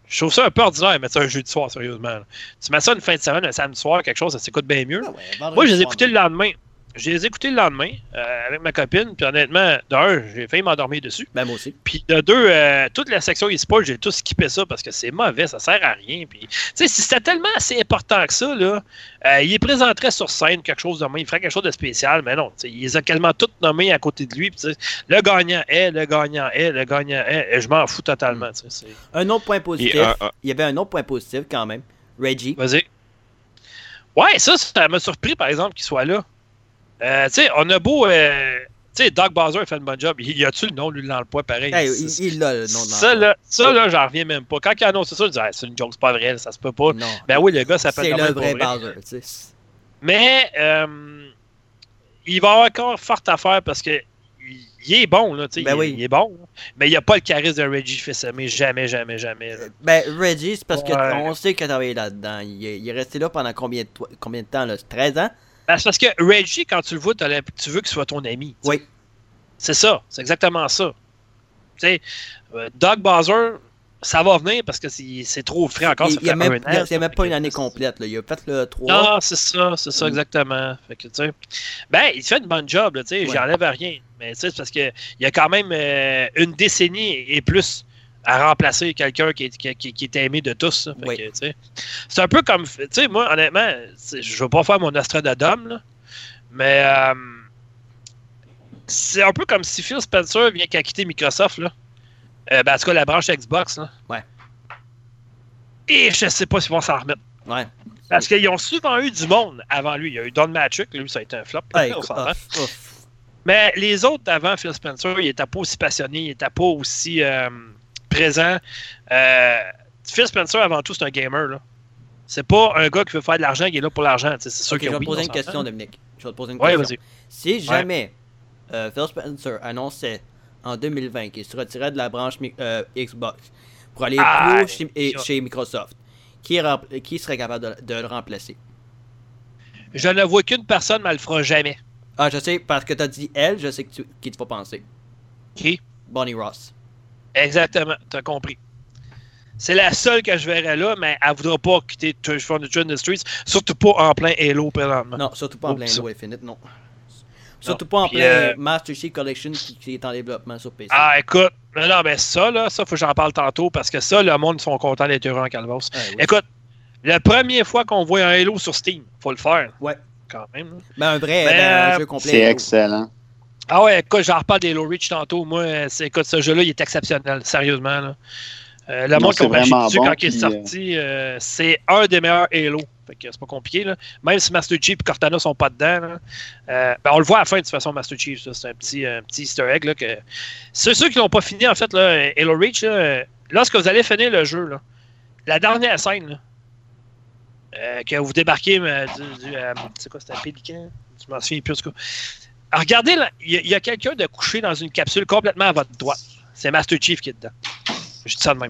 Je trouve ça un peu ordinaire, mettre ça un jeudi soir, sérieusement. Là. Tu mets ça une fin de semaine, un samedi soir, quelque chose, ça s'écoute bien mieux. Moi, je les ai écoutés le lendemain. Je les ai écoutés le lendemain avec ma copine, puis honnêtement, d'un, j'ai failli m'endormir dessus. Ben, moi aussi. Puis de deux, toute la section e-sport, j'ai tout skippé ça parce que c'est mauvais, ça sert à rien. Puis, tu sais, si c'était tellement assez important que ça, là, il les présenterait sur scène quelque chose de même, il ferait quelque chose de spécial, mais non, il les a quasiment tous nommés à côté de lui. Puis, le gagnant est, le gagnant est, le gagnant est, et je m'en fous totalement. Un autre point positif, il y avait un autre point positif quand même, Reggie. Vas-y. Ouais, ça m'a surpris, par exemple, qu'il soit là. Tu sais, on a beau. Tu sais, Doug Bowser fait un bon job. Il a-tu le nom, lui, dans le poids, pareil? Hey, il a le nom dans le poids. Ça, là, j'en reviens même pas. Quand il annonce ça, je dis, c'est une joke, c'est pas vrai, ça se peut pas. Non. Ben oui, le gars, ça s'appelle c'est le vrai Bowser, tu sais. Mais, il va avoir encore fort à faire parce que il est bon, là, tu sais. Ben oui. Il est bon. Mais il n'a pas le charisme de Reggie Fils-Aimé. Jamais, jamais, jamais. Là. Ben, Reggie, c'est parce qu'on sait qu'il a travaillé là-dedans. Il est resté là pendant combien de temps, là? 13 ans? Ben, c'est parce que Reggie, quand tu le vois, tu veux qu'il soit ton ami. T'sais. Oui. C'est ça. C'est exactement ça. Tu sais, Doug Bowser, ça va venir parce que c'est trop frais encore. Il n'y a même pas une année complète. Là. Il a fait le 3. Non, c'est ça, exactement. Fait que, ben, il fait une bonne job, là, j'enlève rien. Mais c'est parce qu'il y a quand même une décennie et plus à remplacer quelqu'un qui est aimé de tous. Fait oui. que, c'est un peu comme, tu sais, moi, honnêtement, je veux pas faire mon Nostradamus, là, mais c'est un peu comme si Phil Spencer vient qu'à quitter Microsoft, là. Ben, en tout cas, la branche Xbox, là. Ouais. Et je sais pas s'ils vont s'en remettre. Ouais. Parce qu'ils ont souvent eu du monde avant lui. Il y a eu Don Matrick, lui, ça a été un flop. Ouais, on s'entend. Mais les autres avant Phil Spencer, ils n'étaient pas aussi passionnés, ils n'étaient pas aussi présents. Phil Spencer, avant tout, c'est un gamer, là. C'est pas un gars qui veut faire de l'argent, qui est là pour l'argent. C'est sûr que je vais oui, te poser une question, Dominique. Je vais te poser une question. Vas-y. Si jamais Phil Spencer annonçait en 2020 qu'il se retirait de la branche Xbox pour aller chez Microsoft, qui serait capable de le remplacer? Je ne vois qu'une personne, mais elle le fera jamais. Ah, je sais, parce que tu as dit elle, je sais qui te va penser. Qui? Bonnie Ross. Exactement, tu as compris. C'est la seule que je verrais là, mais elle ne voudra pas quitter Furniture Industries, surtout pas en plein Halo présentement. Non, surtout pas en plein Halo Infinite, non. Surtout pas en plein Master Chief Collection qui est en développement sur PC. Ah, écoute, non, mais ça, faut que j'en parle tantôt, parce que ça, le monde sont contents d'être heureux en Calvas. Oui. Écoute, la première fois qu'on voit un Halo sur Steam, faut le faire. Ouais. Quand même. Mais un vrai jeu complet. C'est excellent. Ah ouais, écoute, j'en reparle des Halo Reach tantôt. Moi, écoute, ce jeu-là, il est exceptionnel, sérieusement. Là. Le monde qui a marché dessus quand il est sorti, c'est un des meilleurs Halo. Fait que c'est pas compliqué. Là. Même si Master Chief et Cortana sont pas dedans, là, ben on le voit à la fin de toute façon, Master Chief. Ça, c'est un petit easter egg. Là, que... Ceux qui l'ont pas fini, en fait, là, Halo Reach, là, lorsque vous allez finir le jeu, là, la dernière scène, là, que vous débarquez c'est quoi, c'était un pélican? Je m'en souviens plus, en tout cas. Alors, regardez, il y a quelqu'un de couché dans une capsule complètement à votre droite. C'est Master Chief qui est dedans. Je dis ça de même.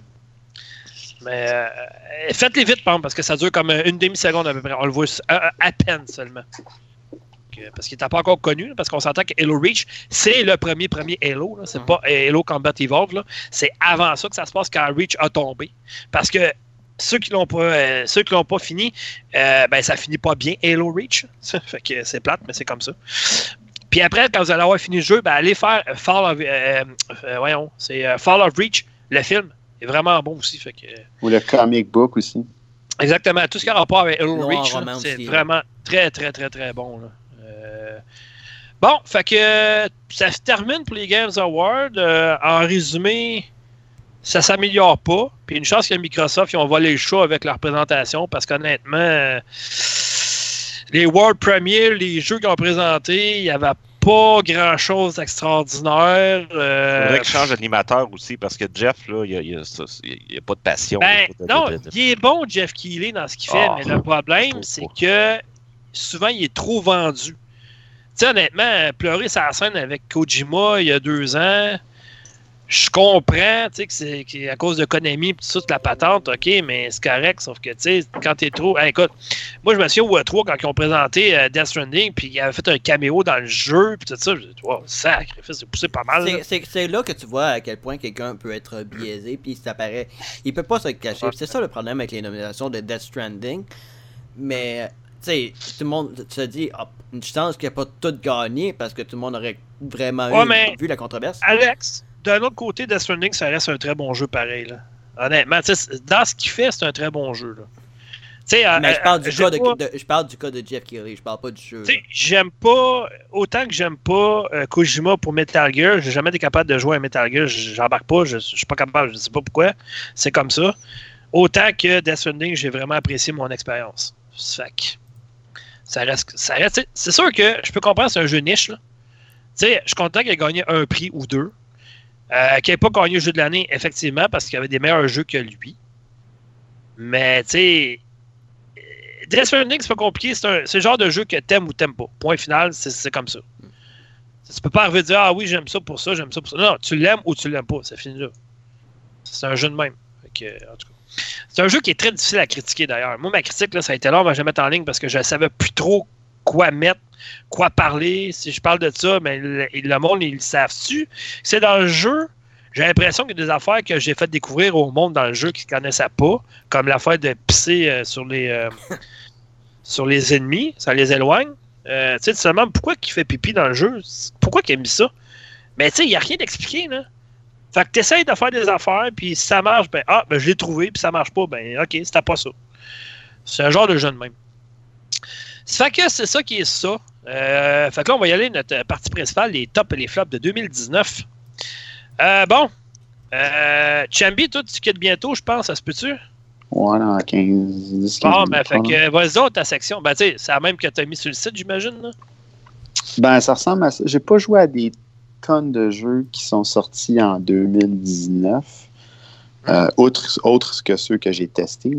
Mais faites-les vite, parce que ça dure comme une demi-seconde à peu près. On le voit à peine seulement. Parce qu'il n'était pas encore connu, parce qu'on s'entend que Halo Reach, c'est le premier Halo. Là. C'est pas Halo Combat Evolved. Là. C'est avant ça que ça se passe quand Reach a tombé. Parce que ceux qui l'ont pas fini, ben ça finit pas bien Halo Reach. Fait que c'est plate, mais c'est comme ça. Puis après, quand vous allez avoir fini le jeu, ben allez faire Fall of Reach, le film. est vraiment bon aussi. Fait que... Ou le comic book aussi. Exactement. Tout ce qui a rapport avec Halo Reach, c'est vraiment très, très, très, très bon. Là. Bon, fait que ça se termine pour les Games Awards. En résumé, ça s'améliore pas. Puis une chance que Microsoft, ils ont volé le show avec leur présentation parce qu'honnêtement, les World Premiere, les jeux qu'ils ont présentés, il n'y avait pas grand-chose d'extraordinaire. Il faudrait qu'ils changent d'animateur aussi parce que Jeff, là, il n'y a pas de passion. Il est bon, Jeff Keighley, dans ce qu'il fait, mais le problème, c'est que souvent, il est trop vendu. Tu sais, honnêtement, pleurer sa scène avec Kojima il y a 2 ans, je comprends, tu sais, que c'est à cause de Konami et tout ça, la patente, OK, mais c'est correct, sauf que, tu sais, quand t'es trop... écoute, moi, je me souviens au E3, quand ils ont présenté Death Stranding, puis ils avaient fait un caméo dans le jeu, puis tout ça, je me dis, wow, sacrifice, c'est poussé pas mal. C'est là que tu vois à quel point quelqu'un peut être biaisé, puis ça paraît... Il peut pas se cacher. C'est ça le problème avec les nominations de Death Stranding, mais... Tu sais, tout le monde se dit une chance qu'il n'y a pas tout gagné parce que tout le monde aurait vraiment vu la controverse. Alex, d'un autre côté, Death Stranding, ça reste un très bon jeu pareil. Là. Honnêtement, dans ce qu'il fait, c'est un très bon jeu. Là. Mais je parle du cas de Jeff Keighley, je parle pas du jeu. J'aime pas, autant que j'aime pas Kojima pour Metal Gear, j'ai jamais été capable de jouer à Metal Gear, j'embarque pas, je suis pas capable, je sais pas pourquoi, c'est comme ça. Autant que Death Stranding, j'ai vraiment apprécié mon expérience. Ça reste, c'est sûr que je peux comprendre, c'est un jeu niche. Là. Je suis content qu'il ait gagné un prix ou deux. Qu'il n'ait pas gagné le jeu de l'année, effectivement, parce qu'il y avait des meilleurs jeux que lui. Mais, tu sais, Death Stranding, c'est pas compliqué. C'est le genre de jeu que t'aimes ou t'aimes pas. Point final, c'est comme ça. Tu peux pas arriver à dire, ah oui, j'aime ça pour ça, j'aime ça pour ça. Non, tu l'aimes ou tu l'aimes pas. C'est fini là. C'est un jeu de même. En tout cas. C'est un jeu qui est très difficile à critiquer d'ailleurs. Moi, ma critique, là, ça a été long avant que je la mette en ligne parce que je ne savais plus trop quoi mettre, quoi parler. Si je parle de ça, mais le monde, ils le savent-tu. C'est dans le jeu, j'ai l'impression qu'il y a des affaires que j'ai fait découvrir au monde dans le jeu qu'ils ne connaissaient pas, comme l'affaire de pisser sur les ennemis, ça les éloigne. Tu sais, seulement pourquoi il fait pipi dans le jeu? Pourquoi il a mis ça? Mais tu sais, il n'y a rien d'expliqué, là. Fait que tu essaies de faire des affaires, puis si ça marche, ben je l'ai trouvé, puis ça marche pas, ben OK, c'était pas ça. C'est un genre de jeu de même. Ça fait que c'est ça qui est ça. Fait que là, on va y aller notre partie principale, les tops et les flops de 2019. Chambi, toi, tu quittes bientôt, je pense, ça se peut-tu? Ouais, dans 15 Bon, ben, fait que vas-y, ta section. Ben, tu sais, c'est la même que tu as mis sur le site, j'imagine, là? Ben, ça ressemble à ça. J'ai pas joué à des tonnes de jeux qui sont sortis en 2019, autres que ceux que j'ai testés.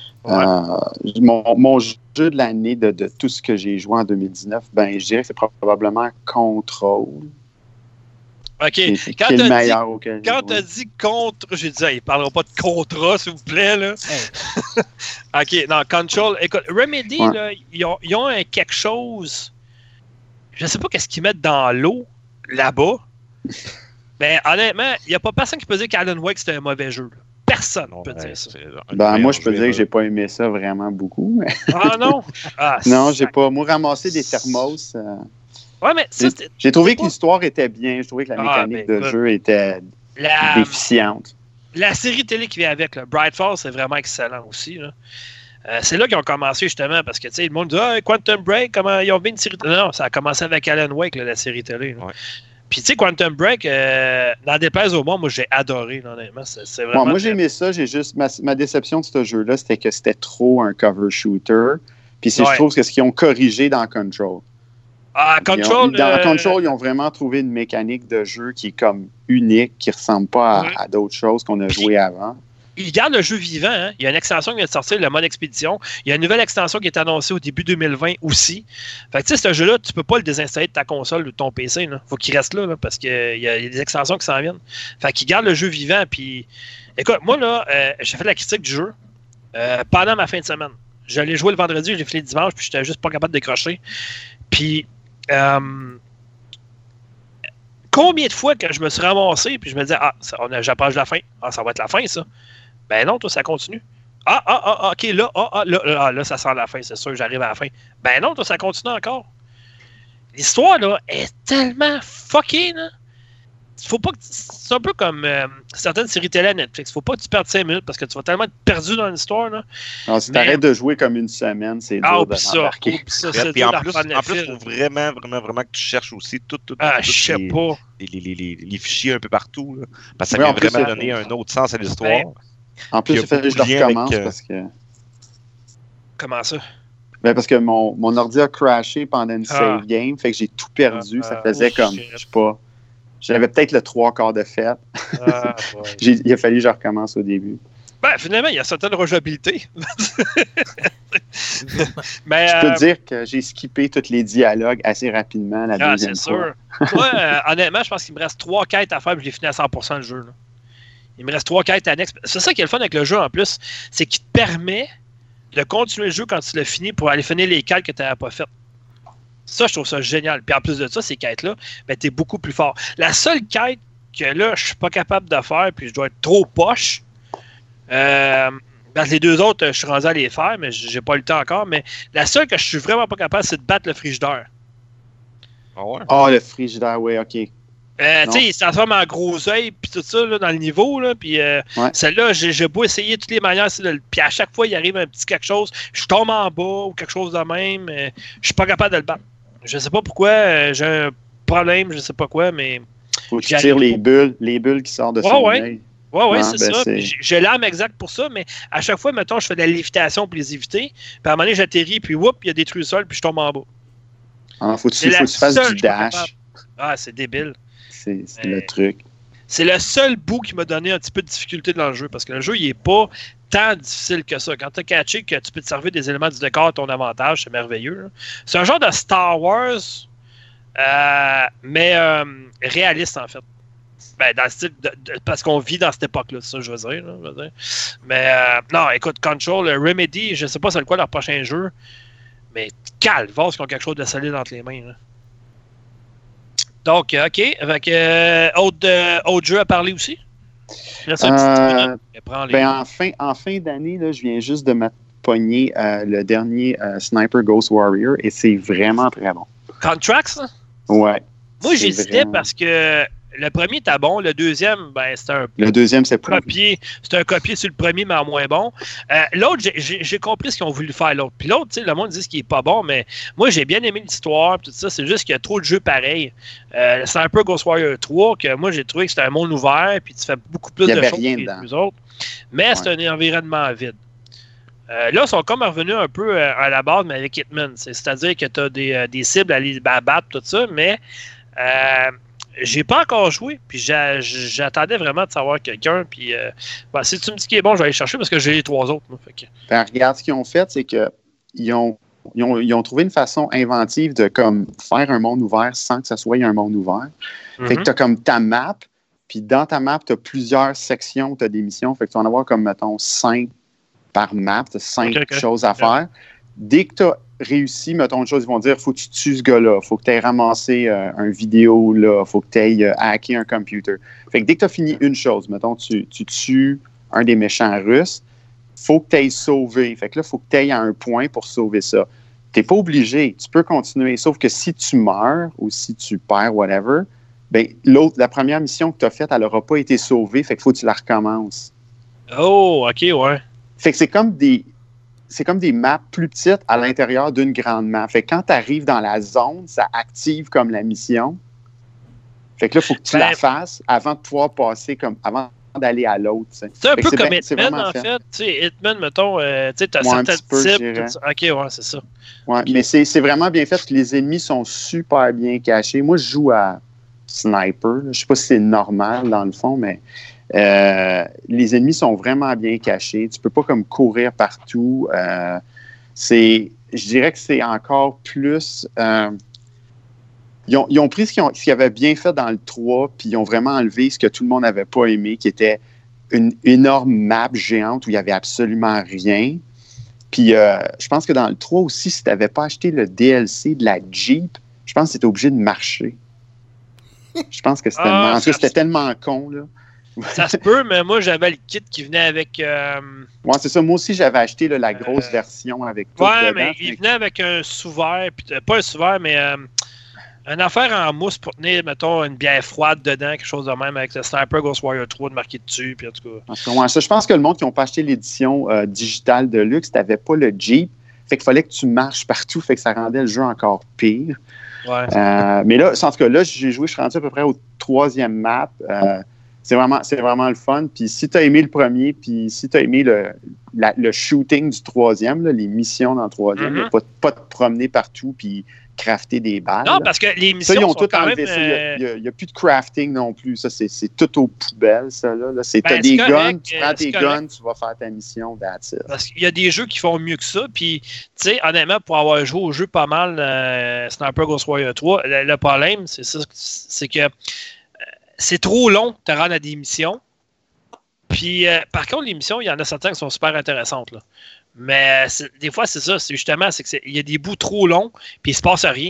Mon jeu de l'année de tout ce que j'ai joué en 2019, ben, je dirais que c'est probablement Control. OK. Quand tu as dit contre, j'ai dit, il ne parlera pas de contrat, s'il vous plaît. Là. OK, non, Control. Écoute, Remedy, là, ils ont quelque chose. Je ne sais pas qu'est-ce qu'ils mettent dans l'eau là-bas. Mais honnêtement, il n'y a pas personne qui peut dire qu'Alan Wake c'était un mauvais jeu. Là. Personne ne peut dire ça. Ben, moi, je peux dire que j'ai pas aimé ça vraiment beaucoup. Mais... Ah non? Non, j'ai pas. Moi, ramasser des thermos. Ouais, mais ça, j'ai trouvé que l'histoire était bien. Je trouvais que la mécanique de jeu était déficiente. La série télé qui vient avec, là, Bright Falls, c'est vraiment excellent aussi. Là. C'est là qu'ils ont commencé justement parce que le monde dit Quantum Break, comment ils ont fait une série télé? Non, ça a commencé avec Alan Wake, là, la série télé. Ouais. Puis tu sais, Quantum Break, dans Déplaise au monde, moi j'ai adoré, honnêtement. C'est vraiment moi j'ai aimé ça, j'ai juste ma déception de ce jeu-là, c'était que c'était trop un cover shooter. Puis je trouve que ce qu'ils ont corrigé dans Control. Control, dans Control, ils ont vraiment trouvé une mécanique de jeu qui est comme unique, qui ressemble pas à d'autres choses qu'on a joué avant. Ils gardent le jeu vivant. Hein? Il y a une extension qui vient de sortir, le mode expédition. Il y a une nouvelle extension qui est annoncée au début 2020 aussi. Fait que tu sais, ce jeu-là, tu peux pas le désinstaller de ta console ou de ton PC. Là. Faut qu'il reste là, parce qu'il y a des extensions qui s'en viennent. Fait qu'ils gardent le jeu vivant. Puis, écoute, moi, là, j'ai fait la critique du jeu pendant ma fin de semaine. Je l'ai joué le vendredi, j'ai fait le dimanche, puis j'étais juste pas capable de décrocher. Puis, combien de fois que je me suis ramassé, puis je me disais, j'approche de la fin. Ça va être la fin, ça. Ben non, toi, ça continue. OK, là, ça sent la fin, c'est sûr, j'arrive à la fin. Ben non, toi, ça continue encore. L'histoire, là, est tellement fuckée, là. Faut pas que c'est un peu comme certaines séries télé à Netflix. Faut pas que tu perdes 5 minutes parce que tu vas tellement être perdu dans l'histoire, là. Non, si t'arrêtes de jouer comme une semaine, c'est dur de s'embarquer. Puis en plus, il faut vraiment que tu cherches aussi les fichiers un peu partout, là, parce que ça vient vraiment donner un autre sens à l'histoire. En plus, il fallait que je le recommence parce que... Comment ça? Ben parce que mon ordi a crashé pendant une save game, fait que j'ai tout perdu. Ça faisait comme, je sais pas, j'avais peut-être le 3/4 de fait. Il a fallu que je recommence au début. Ben, finalement, il y a certaines rejouabilités. Mais, je peux te dire que j'ai skippé tous les dialogues assez rapidement la deuxième fois. C'est sûr. Moi, honnêtement, je pense qu'il me reste 3 quêtes à faire et je l'ai fini à 100% le jeu. Là. Il me reste 3 quêtes annexes. C'est ça qui est le fun avec le jeu en plus, c'est qu'il te permet de continuer le jeu quand tu l'as fini pour aller finir les quêtes que tu n'avais pas faites. Ça, je trouve ça génial. Puis en plus de ça, ces quêtes-là, ben, tu es beaucoup plus fort. La seule quête que là, je suis pas capable de faire, puis je dois être trop poche. Les 2 autres, je suis rendu à les faire, mais j'ai pas eu le temps encore. Mais la seule que je suis vraiment pas capable, c'est de battre le frigidaire. Ah ouais? Ah, le frigidaire, oui, ok. Tu sais, il se transforme en gros œil, puis tout ça, là, dans le niveau, là, puis celle-là, j'ai beau essayer de toutes les manières, puis à chaque fois, il arrive un petit quelque chose, je tombe en bas, ou quelque chose de même, je suis pas capable de le battre. Je sais pas pourquoi, j'ai un problème, je sais pas quoi, mais... Faut que tu tires les bulles qui sortent de son œil. Oui, c'est ça. J'ai l'âme exacte pour ça, mais à chaque fois, mettons, je fais de la lévitation pour les éviter, puis à un moment donné, j'atterris, puis whoop, il y a détruit le sol, puis je tombe en bas. Faut que tu fasses du dash. Ah, c'est débile. C'est le truc. C'est le seul bout qui m'a donné un petit peu de difficulté dans le jeu, parce que le jeu, il n'est pas tant difficile que ça. Quand tu as catché que tu peux te servir des éléments du décor à ton avantage, c'est merveilleux. Là. C'est un genre de Star Wars, mais réaliste, en fait. Ben, dans le style parce qu'on vit dans cette époque-là, c'est ça que je veux dire. Là. Mais non, écoute, Control, Remedy, je sais pas c'est quoi leur prochain jeu, mais calvaire qu'ils ont quelque chose de solide entre les mains. Là. Donc, OK. Avec autre jeu à parler aussi? Là, en fin d'année, là, je viens juste de me pogner le dernier Sniper Ghost Warrior et c'est vraiment très bon. Contracts? Ouais. Moi, j'hésitais parce que le premier était bon, le deuxième, ben, c'était un copier. C'était un copier sur le premier, mais en moins bon. L'autre, j'ai compris ce qu'ils ont voulu faire l'autre. Puis l'autre, tu sais, le monde dit qu'il est pas bon, mais moi, j'ai bien aimé l'histoire, tout ça. C'est juste qu'il y a trop de jeux pareils. C'est un peu Ghost Warrior 3, que moi, j'ai trouvé que c'était un monde ouvert, puis tu fais beaucoup plus de choses que les autres. Mais c'est un environnement vide. Là, ils sont comme revenus un peu à la base, mais avec Hitman. C'est-à-dire que tu as des cibles à aller battre, tout ça, mais j'ai pas encore joué, puis j'attendais vraiment de savoir quelqu'un, puis si tu me dis qu'il est bon, je vais aller chercher parce que j'ai les 3 autres. Moi, regarde, ce qu'ils ont fait, c'est qu'ils ont trouvé une façon inventive de comme faire un monde ouvert sans que ça soit un monde ouvert. Fait que tu as comme ta map, puis dans ta map, tu as plusieurs sections, tu as des missions, fait que tu vas en avoir comme, mettons, 5 par map, tu as 5 choses à faire. Dès que tu as réussi, mettons une chose, ils vont dire faut que tu tues ce gars-là, faut que tu aies ramassé un vidéo là, faut que tu aies hacké un computer. Fait que dès que tu as fini une chose, mettons tu tues un des méchants russes, faut que tu aies sauvé. Fait que là, faut que tu ailles à un point pour sauver ça. Tu n'es pas obligé, tu peux continuer, sauf que si tu meurs ou si tu perds, whatever, ben la première mission que tu as faite, elle n'aura pas été sauvée, fait qu'il faut que tu la recommences. Oh, OK, ouais. Fait que c'est comme des maps plus petites à l'intérieur d'une grande map. Fait que quand tu arrives dans la zone, ça active comme la mission. Fait que là, il faut que tu la fasses avant de pouvoir passer avant d'aller à l'autre. T'sais. C'est un peu comme Hitman, en fait. Tu sais, Hitman, mettons, tu as certaines types. OK, ouais, c'est ça. Ouais, okay. Mais c'est vraiment bien fait parce que les ennemis sont super bien cachés. Moi, je joue à Sniper. Je sais pas si c'est normal dans le fond, mais les ennemis sont vraiment bien cachés. Tu peux pas comme courir partout. Je dirais que c'est encore plus... Ils ont pris ce qu'ils avaient bien fait dans le 3, puis ils ont vraiment enlevé ce que tout le monde n'avait pas aimé, qui était une énorme map géante où il n'y avait absolument rien. Puis je pense que dans le 3 aussi, si tu n'avais pas acheté le DLC de la Jeep, je pense que tu étais obligé de marcher. Je pense que c'était tellement con, là. Ça se peut, mais moi, j'avais le kit qui venait avec... Ouais, c'est ça. Moi aussi, j'avais acheté la grosse version avec tout dedans. Mais il venait avec un sous-verre, pas un sous-verre, mais une affaire en mousse pour tenir, mettons, une bière froide dedans, quelque chose de même, avec le Sniper Ghost Warrior 3 de marqué dessus, puis en tout cas... Ça, je pense que le monde qui n'a pas acheté l'édition digitale de luxe, t'avais pas le Jeep, fait qu'il fallait que tu marches partout, fait que ça rendait le jeu encore pire. Ouais. Mais là, en tout cas, là, j'ai joué, je suis rendu à peu près au 3e map. C'est vraiment le fun. Puis si tu as aimé le premier, puis si tu as aimé le shooting du 3e, là, les missions dans le 3e, pas te promener partout puis crafter des balles. Non, parce que les missions ça, ils ont sont tout quand enlevé même... ça. Il n'y a plus de crafting non plus. Ça, c'est tout aux poubelles, ça. Là. T'as des correct, guns, tu prends tes guns, tu vas faire ta mission, that's it. Parce qu'il y a des jeux qui font mieux que ça. Puis, tu sais, honnêtement, pour avoir joué au jeu pas mal, Sniper Ghost Warrior 3, le problème, c'est que c'est trop long de te rendre à des missions. Puis, par contre, les missions, il y en a certaines qui sont super intéressantes, là. Mais des fois, c'est ça. C'est justement, il y a des bouts trop longs, puis il se passe rien.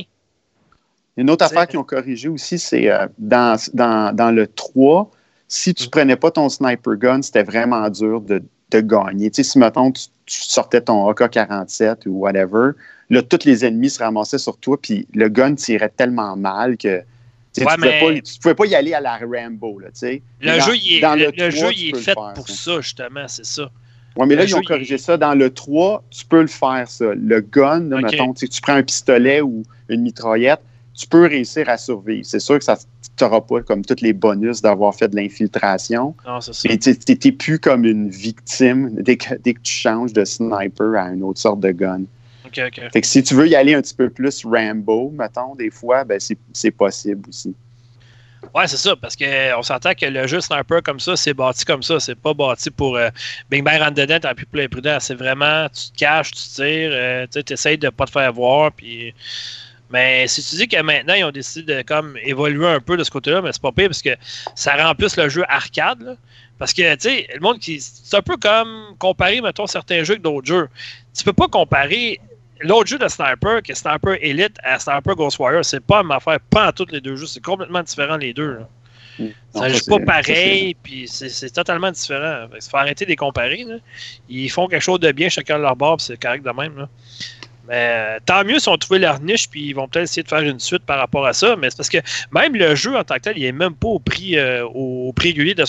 Une autre affaire qu'ils ont corrigé aussi, c'est dans le 3, si tu ne prenais pas ton sniper gun, c'était vraiment dur de gagner. Tu sais, si, mettons, tu sortais ton AK-47 ou whatever, là, tous les ennemis se ramassaient sur toi, puis le gun tirait tellement mal que tu ne pouvais pas y aller à la Rambo. Là, le jeu, il est fait pour ça, justement, c'est ça. Oui, mais là, ils ont corrigé ça. Dans le 3, tu peux le faire, ça. Le gun, là, mettons, tu prends un pistolet ou une mitraillette, tu peux réussir à survivre. C'est sûr que tu n'auras pas comme tous les bonus d'avoir fait de l'infiltration. Non, c'est ça. Mais tu n'es plus comme une victime dès que tu changes de sniper à une autre sorte de gun. OK. Fait que si tu veux y aller un petit peu plus Rambo, mettons, des fois, ben c'est possible aussi. Ouais, c'est ça, parce qu'on s'entend que le jeu Sniper comme ça, c'est bâti comme ça. C'est pas bâti pour Bing Bang rentre dedans, t'as plus pour l'imprudent. C'est vraiment, tu te caches, tu tires, tu essaies de pas te faire voir. Puis... Mais si tu dis que maintenant, ils ont décidé de comme évoluer un peu de ce côté-là, mais c'est pas pire parce que ça rend plus le jeu arcade. Là. Parce que, tu sais, le monde qui. C'est un peu comme comparer, mettons, certains jeux avec d'autres jeux. Tu peux pas comparer l'autre jeu de Sniper, qui est Sniper Elite, à Sniper Ghost Warrior. C'est pas une affaire, pas en tous les deux jeux. C'est complètement différent, les deux. Ça joue pas pareil, puis c'est totalement différent. Il faut arrêter de les comparer. Là. Ils font quelque chose de bien, chacun de leur bord, puis c'est correct de même. Là. Mais tant mieux si on trouvé leur niche, puis ils vont peut-être essayer de faire une suite par rapport à ça. Mais c'est parce que même le jeu en tant que tel, il n'est même pas au prix régulier de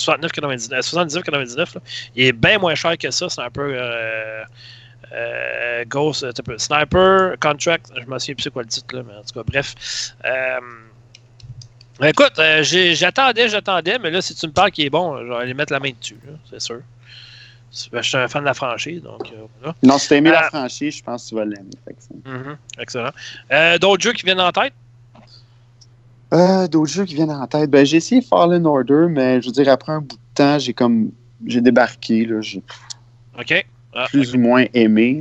79,99. Il est bien moins cher que ça. C'est un peu Ghost, Sniper, Contract. Je me souviens plus c'est quoi le titre, là, mais en tout cas, bref. Écoute, j'attendais, mais là, si tu me parles qu'il est bon, je vais aller mettre la main dessus, là, c'est sûr. Je suis un fan de la franchise, donc voilà. Non, si tu as aimé la franchise, je pense que tu vas l'aimer. Excellent. D'autres jeux qui viennent en tête? D'autres jeux qui viennent en tête. Ben, j'ai essayé Fallen Order, mais je veux dire, après un bout de temps, j'ai débarqué. Là, OK. Plus ou moins aimé.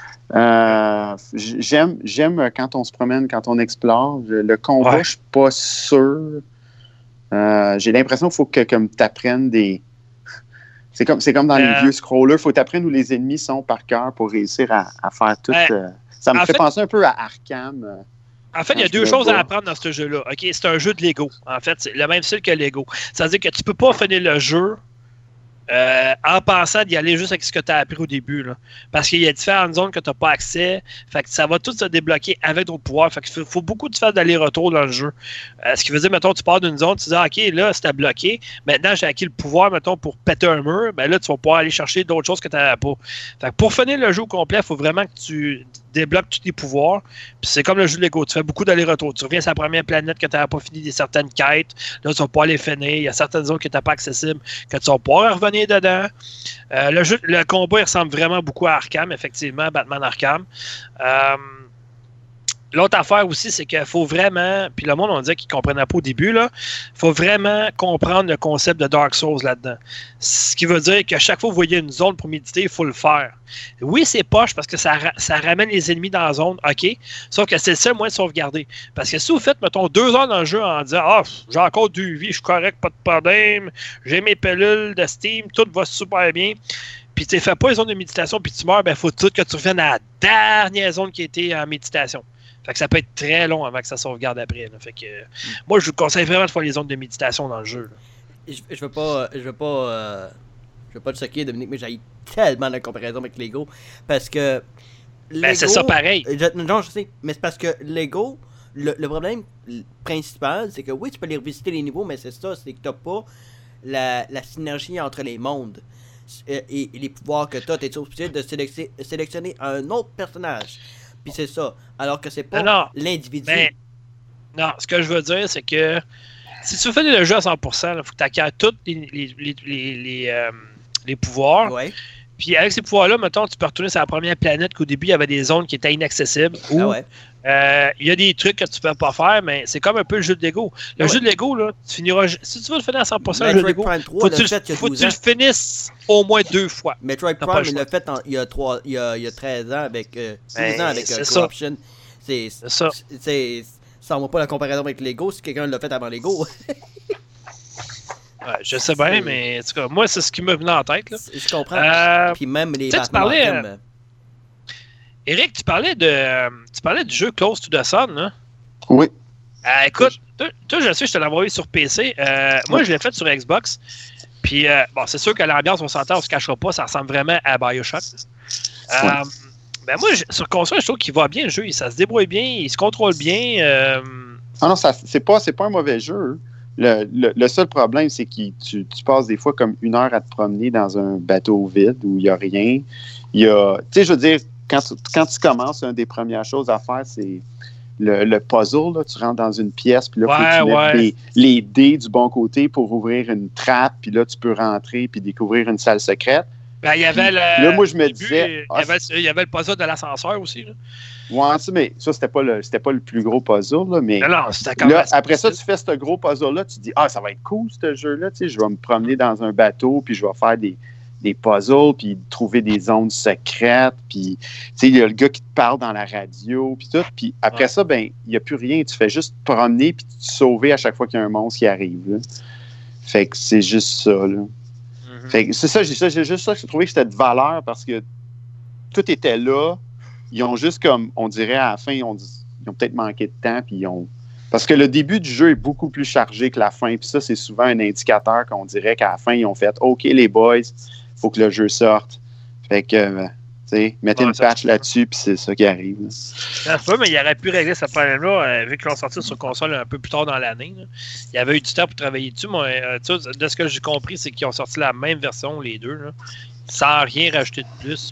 J'aime quand on se promène, quand on explore. Le combat, je suis pas sûr. J'ai l'impression qu'il faut que tu apprennes des... C'est comme dans les vieux scrollers. Il faut t'apprendre où les ennemis sont par cœur pour réussir à faire tout. Ça me fait penser un peu à Arkham. En fait, il y a deux choses à apprendre dans ce jeu-là. OK, c'est un jeu de Lego. En fait, c'est le même style que Lego. C'est-à-dire que tu ne peux pas finir le jeu en pensant d'y aller juste avec ce que tu as appris au début. Là. Parce qu'il y a différentes zones que tu n'as pas accès. Fait que ça va tout se débloquer avec d'autres pouvoirs. Fait qu'il faut beaucoup de faire d'aller-retour dans le jeu. Ce qui veut dire, mettons, tu pars d'une zone, tu dis, OK, là, c'était bloqué. Maintenant, j'ai acquis le pouvoir, mettons, pour péter un mur. Ben là, tu vas pouvoir aller chercher d'autres choses que tu n'avais pas. Fait que pour finir le jeu au complet, il faut vraiment que tu débloques tous tes pouvoirs. Puis c'est comme le jeu de Lego. Tu fais beaucoup d'aller-retour. Tu reviens sur la première planète que tu n'avais pas fini certaines quêtes. Là, tu vas pouvoir les finir. Il y a certaines zones qui n'étaient pas accessibles que tu vas pouvoir revenir dedans. Le combat, il ressemble vraiment beaucoup à Arkham, effectivement, Batman Arkham. L'autre affaire aussi, c'est qu'il faut vraiment, puis le monde, on disait qu'il ne comprenait pas au début, il faut vraiment comprendre le concept de Dark Souls là-dedans. Ce qui veut dire que chaque fois que vous voyez une zone pour méditer, il faut le faire. Oui, c'est poche parce que ça ramène les ennemis dans la zone, OK, sauf que c'est le seul moyen de sauvegarder. Parce que si vous faites, mettons, 2 heures dans le jeu en disant « Ah, j'ai encore 2 vies, je suis correct, pas de problème, j'ai mes pilules de Steam, tout va super bien », puis tu ne fais pas une zone de méditation puis tu meurs, ben il faut tout que tu reviennes à la dernière zone qui était en méditation. Fait que ça peut être très long avant que ça sauvegarde après. Là. Fait que moi, je vous conseille vraiment de faire les zones de méditation dans le jeu. Là. Je veux pas te choquer, Dominique, mais j'ai tellement de comparaison avec Lego. Parce que Lego, c'est ça pareil. Non, je sais, mais c'est parce que Lego, le problème principal, c'est que oui, tu peux les revisiter les niveaux, mais c'est ça, c'est que t'as pas la synergie entre les mondes. Et les pouvoirs que t'as, t'es obligé de sélectionner un autre personnage. Puis c'est ça. Alors que c'est pas l'individu. Non, ce que je veux dire, c'est que si tu veux faire le jeu à 100%, il faut que tu acquières tous les pouvoirs. Ouais. Puis avec ces pouvoirs-là, mettons, tu peux retourner sur la première planète qu'au début, il y avait des zones qui étaient inaccessibles. Ou Il y a des trucs que tu peux pas faire, mais c'est comme un peu le jeu de Lego. Le jeu de Lego, là, tu finiras. Si tu veux le finir à 100%, le jeu de Lego, faut que tu le finisses au moins 2 fois. Metroid Prime, il l'a fait il y a 13 ans avec 12 ans avec Corruption. C'est ça. Ça va pas la comparaison avec Lego si quelqu'un l'a fait avant Lego. Ouais, je sais bien, mais en tout cas, moi, c'est ce qui me venait en tête. Là. Je comprends. Puis même les Batman. Eric, tu parlais du jeu Close to the Sun, là. Oui. Écoute, toi, je sais, je te l'ai envoyé sur PC. Moi, je l'ai fait sur Xbox. Puis, bon, c'est sûr que l'ambiance, on s'entend, on se cachera pas, ça ressemble vraiment à BioShock. Ben moi, sur console, je trouve qu'il va bien le jeu. Ça se débrouille bien, il se contrôle bien. Ah non, c'est pas un mauvais jeu. Le seul problème, c'est que tu passes des fois comme 1 heure à te promener dans un bateau vide où il n'y a rien. Tu sais, je veux dire, quand tu commences, une des premières choses à faire, c'est le puzzle. Là. Tu rentres dans une pièce, puis là, faut que tu mettes les dés du bon côté pour ouvrir une trappe, puis là, tu peux rentrer puis découvrir une salle secrète. Ben, il y avait là, moi, je me disais... Il y avait le puzzle de l'ascenseur aussi. Là. Ouais, mais ça, c'était pas le plus gros puzzle, là, mais non, c'était quand là, après ça, tu fais ce gros puzzle-là, tu te dis, ça va être cool, ce jeu-là, tu sais, je vais me promener dans un bateau, puis je vais faire des puzzles, puis trouver des zones secrètes, puis, tu sais, il y a le gars qui te parle dans la radio, puis tout, puis après ça, ben, il n'y a plus rien, tu fais juste te promener, puis te sauver à chaque fois qu'il y a un monstre qui arrive, là. Fait que c'est juste ça, là. Fait que c'est ça, j'ai juste ça, j'ai trouvé que c'était de valeur, parce que tout était là. Ils ont juste comme, on dirait à la fin, ils ont peut-être manqué de temps, puis parce que le début du jeu est beaucoup plus chargé que la fin, puis ça, c'est souvent un indicateur qu'on dirait qu'à la fin, ils ont fait « OK, les boys, il faut que le jeu sorte. » Fait que, tu sais, mettez une patch là-dessus, puis c'est ça qui arrive. Ça se peut, mais il aurait pu régler ce problème-là, vu qu'ils l'ont sorti sur console un peu plus tard dans l'année. Là. Il y avait eu du temps pour travailler dessus, mais de ce que j'ai compris, c'est qu'ils ont sorti la même version, les deux, là, sans rien rajouter de plus.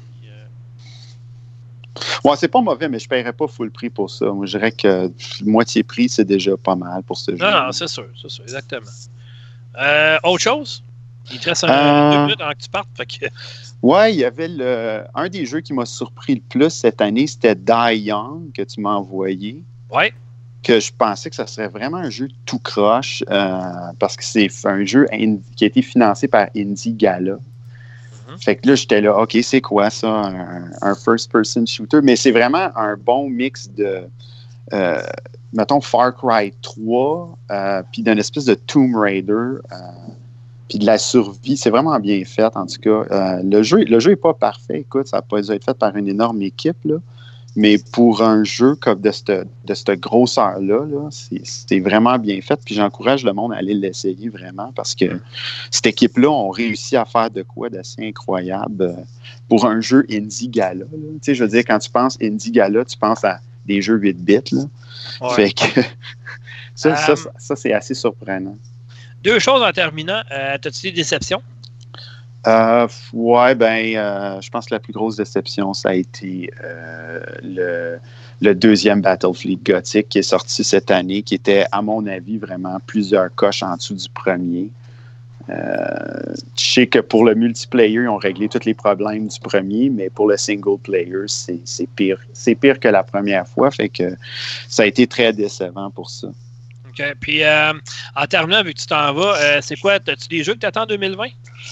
Ouais, c'est pas mauvais, mais je ne paierais pas full prix pour ça. Moi, je dirais que moitié prix, c'est déjà pas mal pour ce jeu. Non, c'est sûr, exactement. Autre chose? Il te reste 2 minutes avant que tu partes. Fait que... Ouais, il y avait un des jeux qui m'a surpris le plus cette année, c'était Die Young, que tu m'as envoyé. Ouais. Que je pensais que ça serait vraiment un jeu tout croche, parce que c'est un jeu qui a été financé par Indie Gala. Fait que là, j'étais là, OK, c'est quoi ça, un first-person shooter? Mais c'est vraiment un bon mix de, mettons, Far Cry 3, puis d'une espèce de Tomb Raider, puis de la survie. C'est vraiment bien fait, en tout cas. Le jeu n'est pas parfait. Écoute, ça n'a pas dû être fait par une énorme équipe, là. Mais pour un jeu comme de cette grosseur-là, là, c'est vraiment bien fait. Puis j'encourage le monde à aller l'essayer vraiment parce que cette équipe-là ont réussi à faire de quoi d'assez incroyable pour un jeu Indie Gala. Tu sais, je veux dire, quand tu penses Indie Gala, tu penses à des jeux 8 bits. Là. Ouais. Fait que ça, c'est assez surprenant. 2 choses en terminant. T'as-tu des déceptions? Ouais, je pense que la plus grosse déception, ça a été le deuxième Battlefleet Gothic qui est sorti cette année, qui était, à mon avis, vraiment plusieurs coches en dessous du premier. Je sais que pour le multiplayer, ils ont réglé tous les problèmes du premier, mais pour le single player, c'est pire. C'est pire que la première fois, fait que ça a été très décevant pour ça. OK. Puis, en terminant, vu que tu t'en vas, c'est quoi? As-tu des jeux que tu attends en 2020?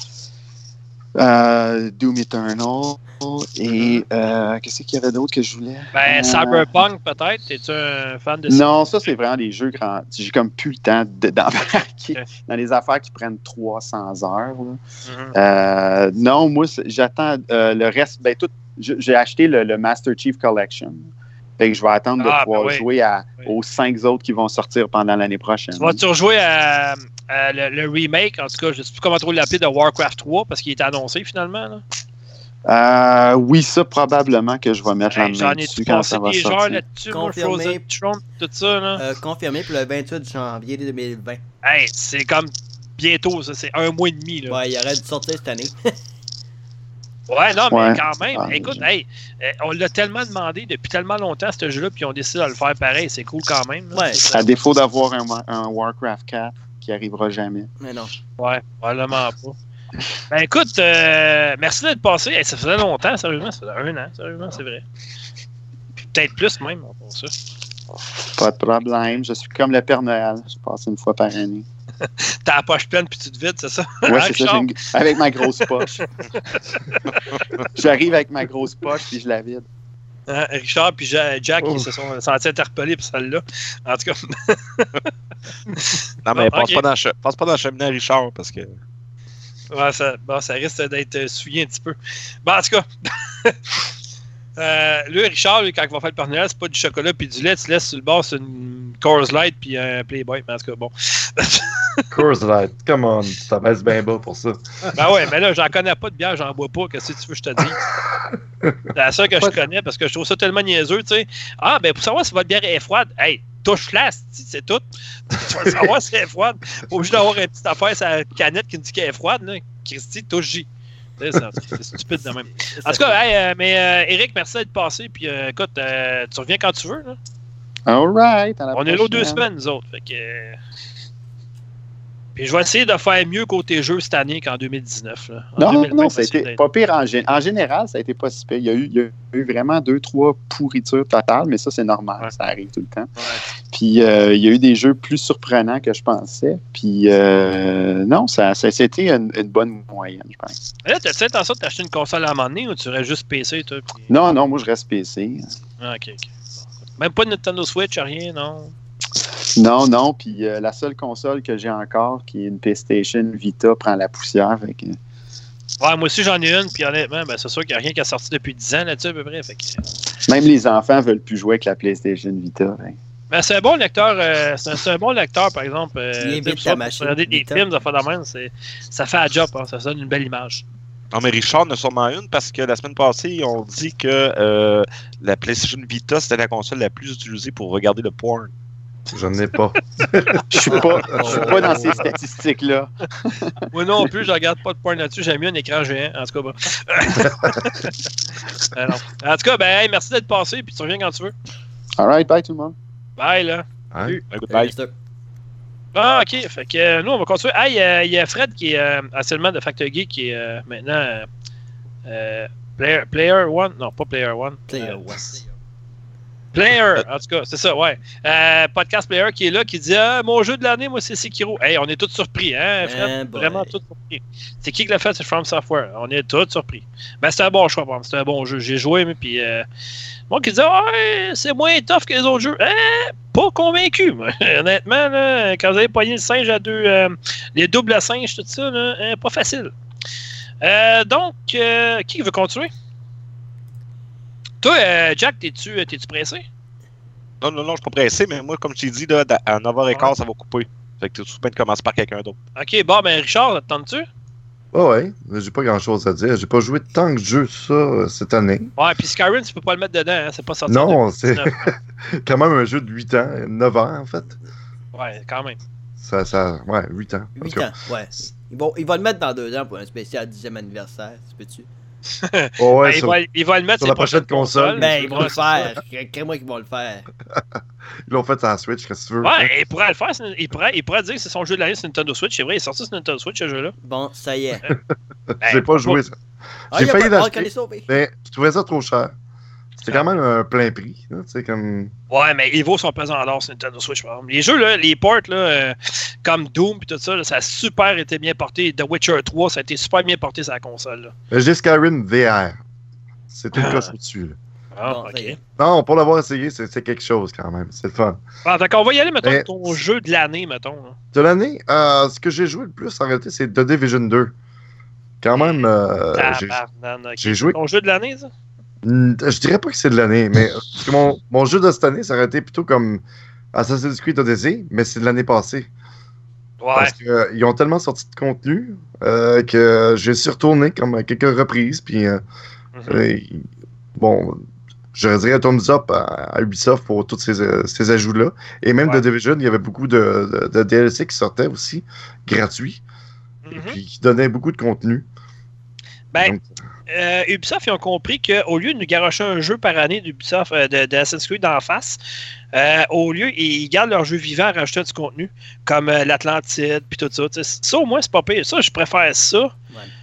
Doom Eternal et qu'est-ce qu'il y avait d'autre que je voulais? Cyberpunk peut-être? Es-tu un fan de ça? Non, ça c'est vraiment des jeux grands. J'ai comme plus le temps d'embarquer dans les affaires qui prennent 300 heures. Non, moi j'attends le reste. J'ai acheté le Master Chief Collection. Fait que je vais attendre de pouvoir jouer aux 5 autres qui vont sortir pendant l'année prochaine. Vas-tu rejouer à le remake, en tout cas, je ne sais plus comment trop l'appeler, de Warcraft 3, parce qu'il est annoncé finalement, là? Oui, ça, probablement que je vais mettre la main dessus quand ça va sortir. J'en ai des genres là-dessus, moi, Frozen Throne, tout ça, là. Confirmé pour le 28 janvier 2020. Hey, c'est comme bientôt, ça, c'est 1 mois et demi, là. Ouais, il aurait dû sortir cette année. Ouais, non, mais quand même, écoute, on l'a tellement demandé depuis tellement longtemps, ce jeu-là, puis on décide de le faire pareil, c'est cool quand même. Là, ouais. À défaut d'avoir un Warcraft 4 qui arrivera jamais. Mais non. Ouais, probablement pas. Écoute, merci d'être passé. Ça faisait longtemps, sérieusement, ça faisait 1 an, sérieusement, c'est vrai. Puis peut-être plus même, pour ça. Pas de problème. Je suis comme le Père Noël. Je passe une fois par année. T'as la poche pleine puis tu te vides, c'est ça? Oui, c'est ça. Avec ma grosse poche. J'arrive avec ma grosse poche puis je la vide. Richard puis Jack, ils se sont sentis interpellés pour celle-là. En tout cas. Non, mais passe pas dans le cheminée à Richard parce que. Ouais, ça risque d'être souillé un petit peu. Bon, en tout cas. Lui, Richard, quand il va faire le Père Noël, c'est pas du chocolat puis du lait. Tu laisses sur le bord, c'est une Coors Light puis un Playboy. Mais en tout cas, bon. Coors Light, come on, ça baisse bien bas pour ça. Ben ouais, mais là, j'en connais pas de bière, j'en bois pas. Qu'est-ce que tu veux que je te dise? C'est la seule que je connais parce que je trouve ça tellement niaiseux, tu sais. Ah, ben pour savoir si votre bière est froide, hey, touche-la, c'est tout. Tu vas le savoir si elle est froide. Pas obligé d'avoir une petite affaire sur la canette qui me dit qu'elle est froide, là. Christy, touche-J. C'est stupide de même. En tout cas, hey, mais Eric, merci d'être passé. Puis écoute, tu reviens quand tu veux. Là. All right. On est là 2 semaines, nous autres. Fait que, puis je vais essayer de faire mieux côté jeu cette année qu'en 2019. Là. Non, 2020, ça a été pas pire en général, ça a été pas si pire. Il y a eu vraiment 2-3 pourritures totales, mais ça, c'est normal. Ouais. Ça arrive tout le temps. Ouais. Puis il y a eu des jeux plus surprenants que je pensais. Puis non, c'était une bonne moyenne, je pense. Là, t'as-tu intention de t'acheter une console à un moment donné ou tu restes juste PC, toi? Puis... Non, moi, je reste PC. Ah, OK. Même pas de Nintendo Switch, rien, non? Non, puis la seule console que j'ai encore, qui est une PlayStation Vita, prend la poussière. Fait que... Ouais, moi aussi j'en ai une, puis honnêtement, ben, c'est sûr qu'il n'y a rien qui a sorti depuis 10 ans là-dessus à peu près. Fait que... Même les enfants veulent plus jouer avec la PlayStation Vita. Hein. Ben, c'est un bon lecteur, c'est un bon lecteur, par exemple. ta machine. Regarder des films, ça fait la même, ça fait un job, hein, ça donne une belle image. Non, mais Richard en a sûrement une parce que la semaine passée, ils ont dit que la PlayStation Vita, c'était la console la plus utilisée pour regarder le porn. Je n'en ai pas. Je suis pas dans ces statistiques-là. Moi non plus, je regarde pas de porn là-dessus. J'ai mis un écran géant. En tout cas, en tout cas, ben, hey, merci d'être passé. Puis tu reviens quand tu veux. All right, bye tout le monde. Bye, là. Hein? Bye. Ah, ok. Fait que nous, on va continuer. Ah, il y a Fred qui est actuellement de Factor Geek qui est maintenant Player One. Non, pas Player One. Player, en tout cas, c'est ça, ouais. Podcast Player qui est là, qui dit mon jeu de l'année, moi, c'est Sekiro. Hey, on est tous surpris, hein, Fred? Vraiment tous surpris. C'est qui l'a fait? C'est From Software. On est tous surpris. Ben, c'est un bon choix, c'est un bon jeu. J'ai joué, mais puis. Moi qui disais, c'est moins tough que les autres jeux. Pas convaincu, moi. Honnêtement, là, quand vous avez poigné le singe à deux. Les doubles singes, tout ça, là, pas facile. Donc, qui veut continuer? Toi, Jack, t'es-tu pressé? Non, je suis pas pressé, mais moi, comme je t'ai dit, là, à 9h15, ça va couper. Fait que tu peux commencer par quelqu'un d'autre. Ok, bon, ben Richard, attends-tu? Ouais, j'ai pas grand-chose à dire. J'ai pas joué tant que jeu ça cette année. Ouais, puis Skyrim, tu peux pas le mettre dedans, hein? C'est pas sorti. Non, c'est quand même un jeu de 8 ans, 9 ans, en fait. Ouais, quand même. Ouais, 8 ans. 8 ans, ouais. Il va le mettre dans 2 ans pour un spécial 10e anniversaire, tu peux-tu? Oh, ouais, il va le mettre sur la prochaine console. Ben, ils vont le faire. Crée-moi qu'ils vont le faire. Ils l'ont fait sur la Switch, qu'est-ce que tu veux? Ouais, il pourrait le faire. Il pourrait dire que c'est son jeu de l'année sur Nintendo Switch. C'est vrai, il est sorti sur Nintendo Switch, ce jeu-là. Bon, ça y est. J'ai pas joué ça. J'ai failli l'acheter, mais je trouvais ça trop cher. C'était quand même un plein prix. Là, comme... Ouais, mais il vaut son pesant d'or sur Nintendo Switch, par exemple. Les jeux, là, les ports, là, comme Doom et tout ça, là, ça a super été bien porté. The Witcher 3, ça a été super bien porté sur la console. Là. J'ai Skyrim VR. C'est une coche au-dessus. Là. Ah, bon, ok. Non, pour l'avoir essayé, c'est quelque chose quand même. C'est le fun. Ah, d'accord, on va y aller, mettons, ton jeu de l'année, mettons. Là. De l'année, ce que j'ai joué le plus, en réalité, c'est The Division 2. Quand même, j'ai joué... Ton jeu de l'année, ça? Je dirais pas que c'est de l'année, mais parce que mon jeu de cette année, ça aurait été plutôt comme Assassin's Creed Odyssey, mais c'est de l'année passée. Ouais. Parce qu'ils ont tellement sorti de contenu que j'ai suis retourné comme à quelques reprises. Puis, bon, je dirais thumbs up à Ubisoft pour tous ces ajouts-là. Et même The Division, il y avait beaucoup de DLC qui sortaient aussi, gratuits, et puis qui donnaient beaucoup de contenu. Ben, donc, Ubisoft, ils ont compris qu'au lieu de nous garocher un jeu par année d'Ubisoft, de Assassin's Creed d'en face, au lieu, ils gardent leur jeu vivant à rajouter du contenu, comme l'Atlantide, puis tout ça. Ça, au moins, c'est pas pire. Ça, je préfère ça.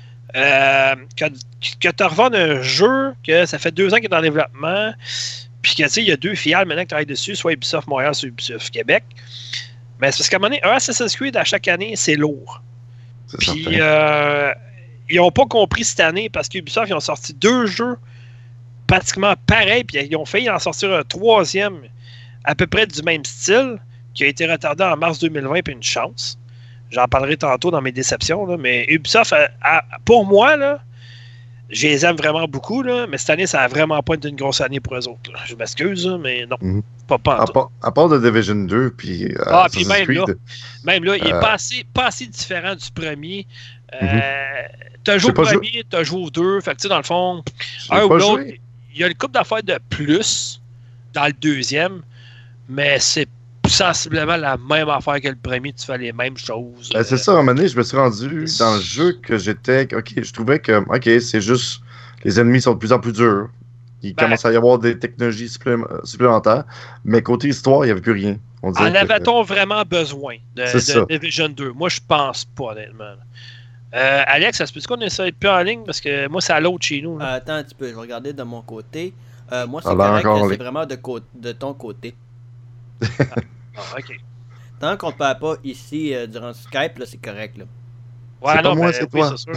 Que tu revends un jeu que ça fait 2 ans qu'il est en développement, puis Puis que, tu sais, il y a 2 filiales maintenant qui travaillent dessus, soit Ubisoft Montréal, soit Ubisoft Québec. Mais c'est parce qu'à un moment donné, un Assassin's Creed à chaque année, c'est lourd. Puis, ils n'ont pas compris cette année parce qu'Ubisoft, ils ont sorti 2 jeux pratiquement pareils, puis ils ont failli en sortir un 3e à peu près du même style, qui a été retardé en mars 2020, puis une chance. J'en parlerai tantôt dans mes déceptions, là, mais Ubisoft, pour moi, là, je les aime vraiment beaucoup, là, mais cette année, ça n'a vraiment pas été une grosse année pour eux autres. Là. Je m'excuse, là, mais non, pas à part de Division 2, puis puis même là, il n'est pas assez différent du premier. Tu as joué au premier, tu as joué au 2, fait que tu sais, dans le fond, un ou l'autre, il y a une couple d'affaires de plus dans le 2e, mais c'est sensiblement la même affaire que le premier, tu fais les mêmes choses. C'est ça, à un moment donné, je me suis rendu dans le jeu que j'étais... OK, je trouvais que, OK, c'est juste... Les ennemis sont de plus en plus durs. Il commence à y avoir des technologies supplémentaires. Mais côté histoire, il n'y avait plus rien. En avait-on vraiment besoin de Division 2? Moi, je pense pas, honnêtement. Alex, ça se peut-tu qu'on essaie plus en ligne? Parce que moi, c'est à l'autre chez nous. Attends un petit peu, je vais regarder de mon côté. Moi, c'est correct que c'est vraiment de ton côté. OK. Tant qu'on ne parle pas ici durant Skype, là, c'est correct. Là. Ouais, c'est non, pas moi, c'est toi. C'est sûr.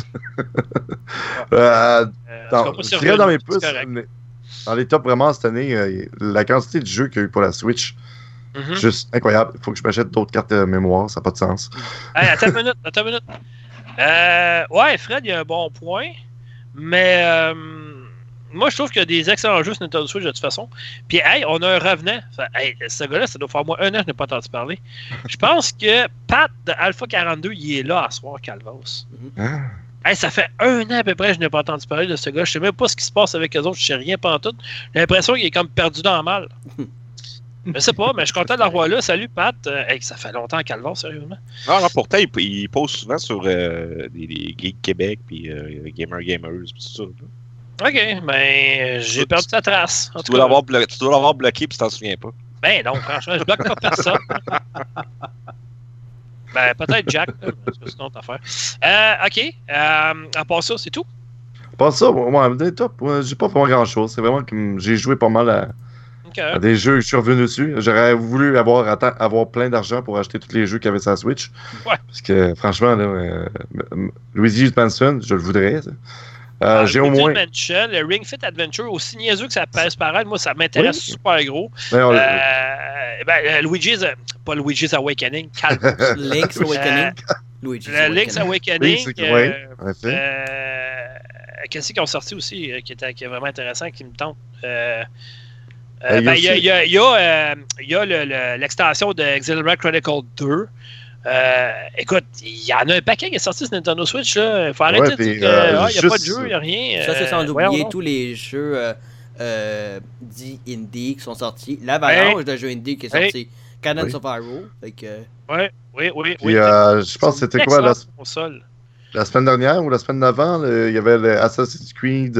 Je dirais dans mes pouces, dans les tops vraiment cette année, la quantité de jeux qu'il y a eu pour la Switch, juste incroyable. Il faut que je m'achète d'autres cartes de mémoire, ça n'a pas de sens. Hey, attends une minute. Ouais, Fred, il y a un bon point, mais moi, je trouve qu'il y a des excellents jeux sur Nintendo Switch de toute façon. Puis, hey, on a un revenant. Hey, ce gars-là, ça doit faire moins 1 an que je n'ai pas entendu parler. Je pense que Pat de Alpha 42, il est là à soir, Calvas. Hey, ça fait 1 an à peu près que je n'ai pas entendu parler de ce gars. Je sais même pas ce qui se passe avec eux autres. Je sais rien pantoute. J'ai l'impression qu'il est comme perdu dans le mal. Je sais pas, mais je suis content de l'avoir là. Salut, Pat. Hey, ça fait longtemps à Calvas, sérieusement. Non, pourtant, il pose souvent sur des Geeks Québec, puis Gamers, puis tout ça. OK, ben, j'ai perdu ta trace. Tu dois l'avoir bloqué puis tu t'en souviens pas. Ben non, franchement, je bloque pas personne. Ben, peut-être Jack, c'est une autre affaire. OK, à part ça, c'est tout? À part ça, moi, top, j'ai pas vraiment grand-chose. C'est vraiment comme j'ai joué pas mal à des jeux que je suis revenu dessus. J'aurais voulu avoir plein d'argent pour acheter tous les jeux qu'il y avait sur la Switch. Ouais. Parce que, franchement, là, Luigi Mansion, je le voudrais, ça. J'ai au moins. Le Ring Fit Adventure, aussi niaiseux que ça pèse paraître, moi, ça m'intéresse super gros. Pas Luigi's Awakening, Link's Awakening. Link's Awakening. Qu'est-ce qu'ils ont sorti aussi qui est vraiment intéressant, qui me tente? Il y a l'extension de Xenoblade Chronicle 2. Écoute, il y en a un paquet qui est sorti sur Nintendo Switch. Il faut arrêter de dire qu'il n'y a pas de jeu, il n'y a rien. Ça, c'est sans oublier tous les jeux dits indie qui sont sortis. L'avalanche de jeux indie qui est sorti. Cadence of Hyrule. Oui. Puis, je pense que c'était quoi la semaine dernière ou la semaine d'avant, il y avait le Assassin's Creed.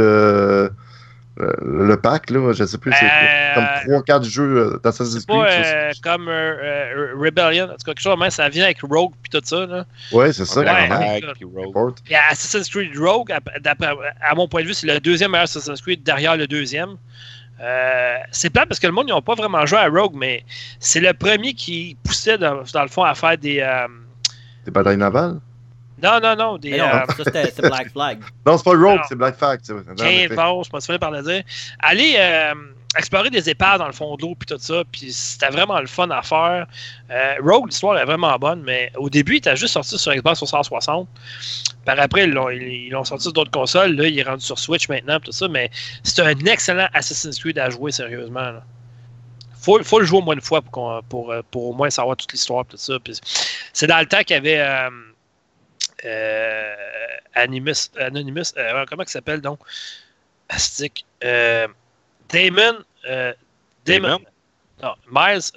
Le pack, là, je sais plus, c'est comme 3-4 jeux d'Assassin's Creed. C'est pas comme Rebellion, en tout cas, quelque chose, ça vient avec Rogue puis tout ça. Là. Ouais, c'est ça. Puis Assassin's Creed Rogue, à mon point de vue, c'est le 2e meilleur Assassin's Creed derrière le 2e. C'est plate parce que le monde, ils n'ont pas vraiment joué à Rogue, mais c'est le premier qui poussait, dans le fond, à faire des batailles navales? Non. Ça, c'était Black Flag. Non, c'est pas Rogue, c'est Black Flag. Je me souviens par le dire. Allez explorer des épaves dans le fond de l'eau, puis tout ça, puis c'était vraiment le fun à faire. Rogue, l'histoire est vraiment bonne, mais au début, il était juste sorti sur Xbox 360. Par après, ils l'ont sorti sur d'autres consoles. Là, il est rendu sur Switch maintenant, tout ça, mais c'est un excellent Assassin's Creed à jouer, sérieusement. Là. Faut le jouer au moins une fois pour au moins savoir toute l'histoire, tout ça. Puis c'est dans le temps qu'il y avait... Anonymous, comment il s'appelle donc? Astic. Damon. Non, Miles.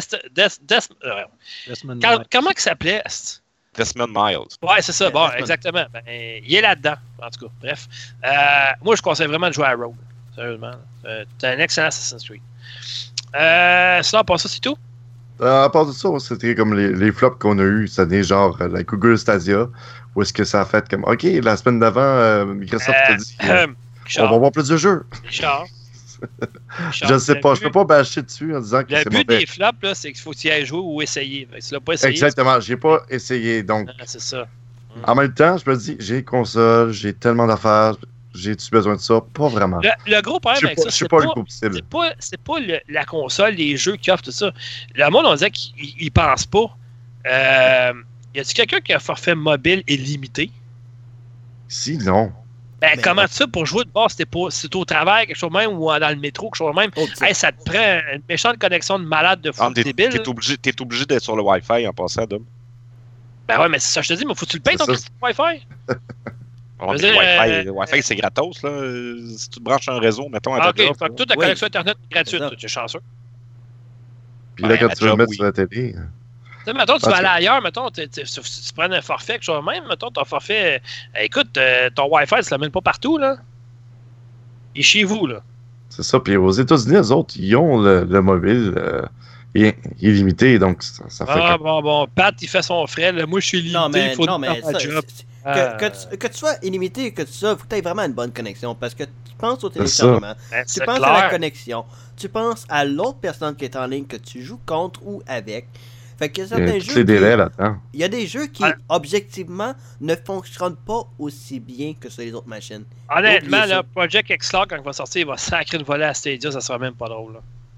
Comment il s'appelait? Desmond Miles. Ouais, c'est ça. Bon, exactement. Ben, il est là-dedans, en tout cas. Bref. Moi, je conseille vraiment de jouer à Rogue. Sérieusement. C'est un excellent Assassin's Creed. Sinon, à part ça, c'est tout? À part de ça, c'était comme les flops qu'on a eu cette année, genre la Google Stadia, où est-ce que ça a fait comme, OK, la semaine d'avant, Microsoft t'a dit on va avoir plus de jeux. Richard, Je ne sais pas. Je ne peux pas bâcher dessus en disant que c'est mauvais. Le but des flops, là, c'est qu'il faut que tu y ailles jouer ou essayer. Tu l'as pas essayé. Exactement. Je n'ai pas essayé. Donc, c'est ça. En même temps, je me dis, j'ai une console, j'ai tellement d'affaires, j'ai-tu besoin de ça? Pas vraiment. Le gros problème avec ça, c'est pas la console, les jeux qui offrent tout ça. Le monde, on disait qu'ils pensent pas. Y a-t-il quelqu'un qui a un forfait mobile illimité? Si, non. Ben, comment ça pour jouer de base? C'est au travail, quelque chose de même, ou dans le métro, quelque chose de même. Hey, ça te prend une méchante connexion de malade de fou débile. T'es obligé d'être sur le Wi-Fi en passant, Dom. Ben ouais, mais c'est ça, je te dis, mais faut que tu le payes ton Wi-Fi? Le Wi-Fi, c'est gratos, là. Si tu te branches un réseau, mettons, à ta job. Fait que toute la connexion Internet est gratuite, tu es chanceux. Puis là, quand tu veux le mettre sur la télé... Mettons, tu vas aller ailleurs, mettons, tu prends un forfait, quelque chose de même, mettons, ton forfait, écoute, ton Wi-Fi, tu ne l'amènes pas partout, là. Il est chez vous, là. C'est ça, puis aux États-Unis, les autres, ils ont le mobile illimité, donc ça fait... Bon, Pat, il fait son frais, là. Moi, je suis limité, il faut faire job. Que tu sois illimité, que tu sois, faut que tu aies vraiment une bonne connexion, parce que tu penses au téléchargement, tu penses à la connexion, tu penses à l'autre personne qui est en ligne que tu joues contre ou avec. Fait que certains jeux il y a des jeux qui, objectivement, ne fonctionnent pas aussi bien que sur les autres machines. Honnêtement, là, Project X-Log, quand il va sortir, il va sacrer une volée à Stadia, ça sera même pas drôle. Là.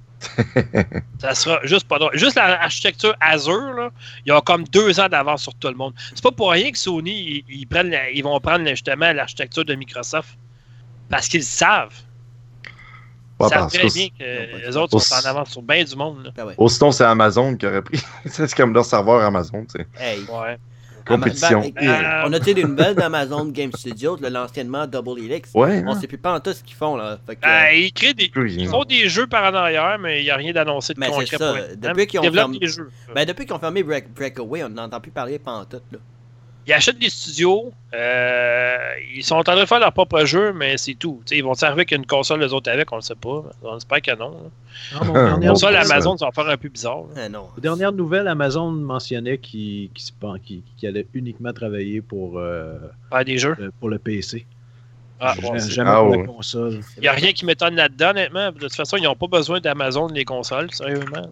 Ça sera juste pas drôle. Juste l'architecture Azure, là, ils ont comme 2 ans d'avance sur tout le monde. C'est pas pour rien que Sony, ils vont prendre justement l'architecture de Microsoft. Parce qu'ils savent. Ils savent très bien que les autres sont en avance sur bien du monde. Là. Sinon, c'est Amazon qui aurait pris. C'est comme leur serveur Amazon, tu sais. Hey. Ouais. Compétition. On a des nouvelles d'Amazon Game Studios, l'anciennement Double Helix. Ouais, on sait plus pas en tout ce qu'ils font. Là. Fait que, ils font des jeux par en arrière, mais il n'y a rien d'annoncé de concret pour eux. Depuis qu'ils ont fermé Breakaway, on n'entend plus parler pas en tout. Là. Ils achètent des studios, ils sont en train de faire leur propre jeu, mais c'est tout. T'sais, ils vont arriver avec une console, les autres avec, on ne le sait pas. On espère que non. Pour ça, l'Amazon, ça va faire un peu bizarre. Non. Aux dernières nouvelles, Amazon mentionnait qu'il allait uniquement travailler pour des jeux pour le PC. Jamais pour la console. Il n'y a rien qui m'étonne là-dedans, honnêtement. De toute façon, ils n'ont pas besoin d'Amazon les consoles, sérieusement.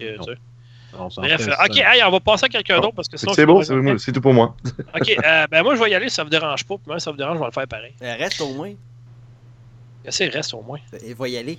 Bref, ok, on va passer à quelqu'un d'autre parce que sinon. C'est beau, c'est tout pour moi. Ok, moi je vais y aller, ça me dérange pas. Puis même si ça me dérange, je vais le faire pareil. Reste au moins. Reste au moins. Il va y aller.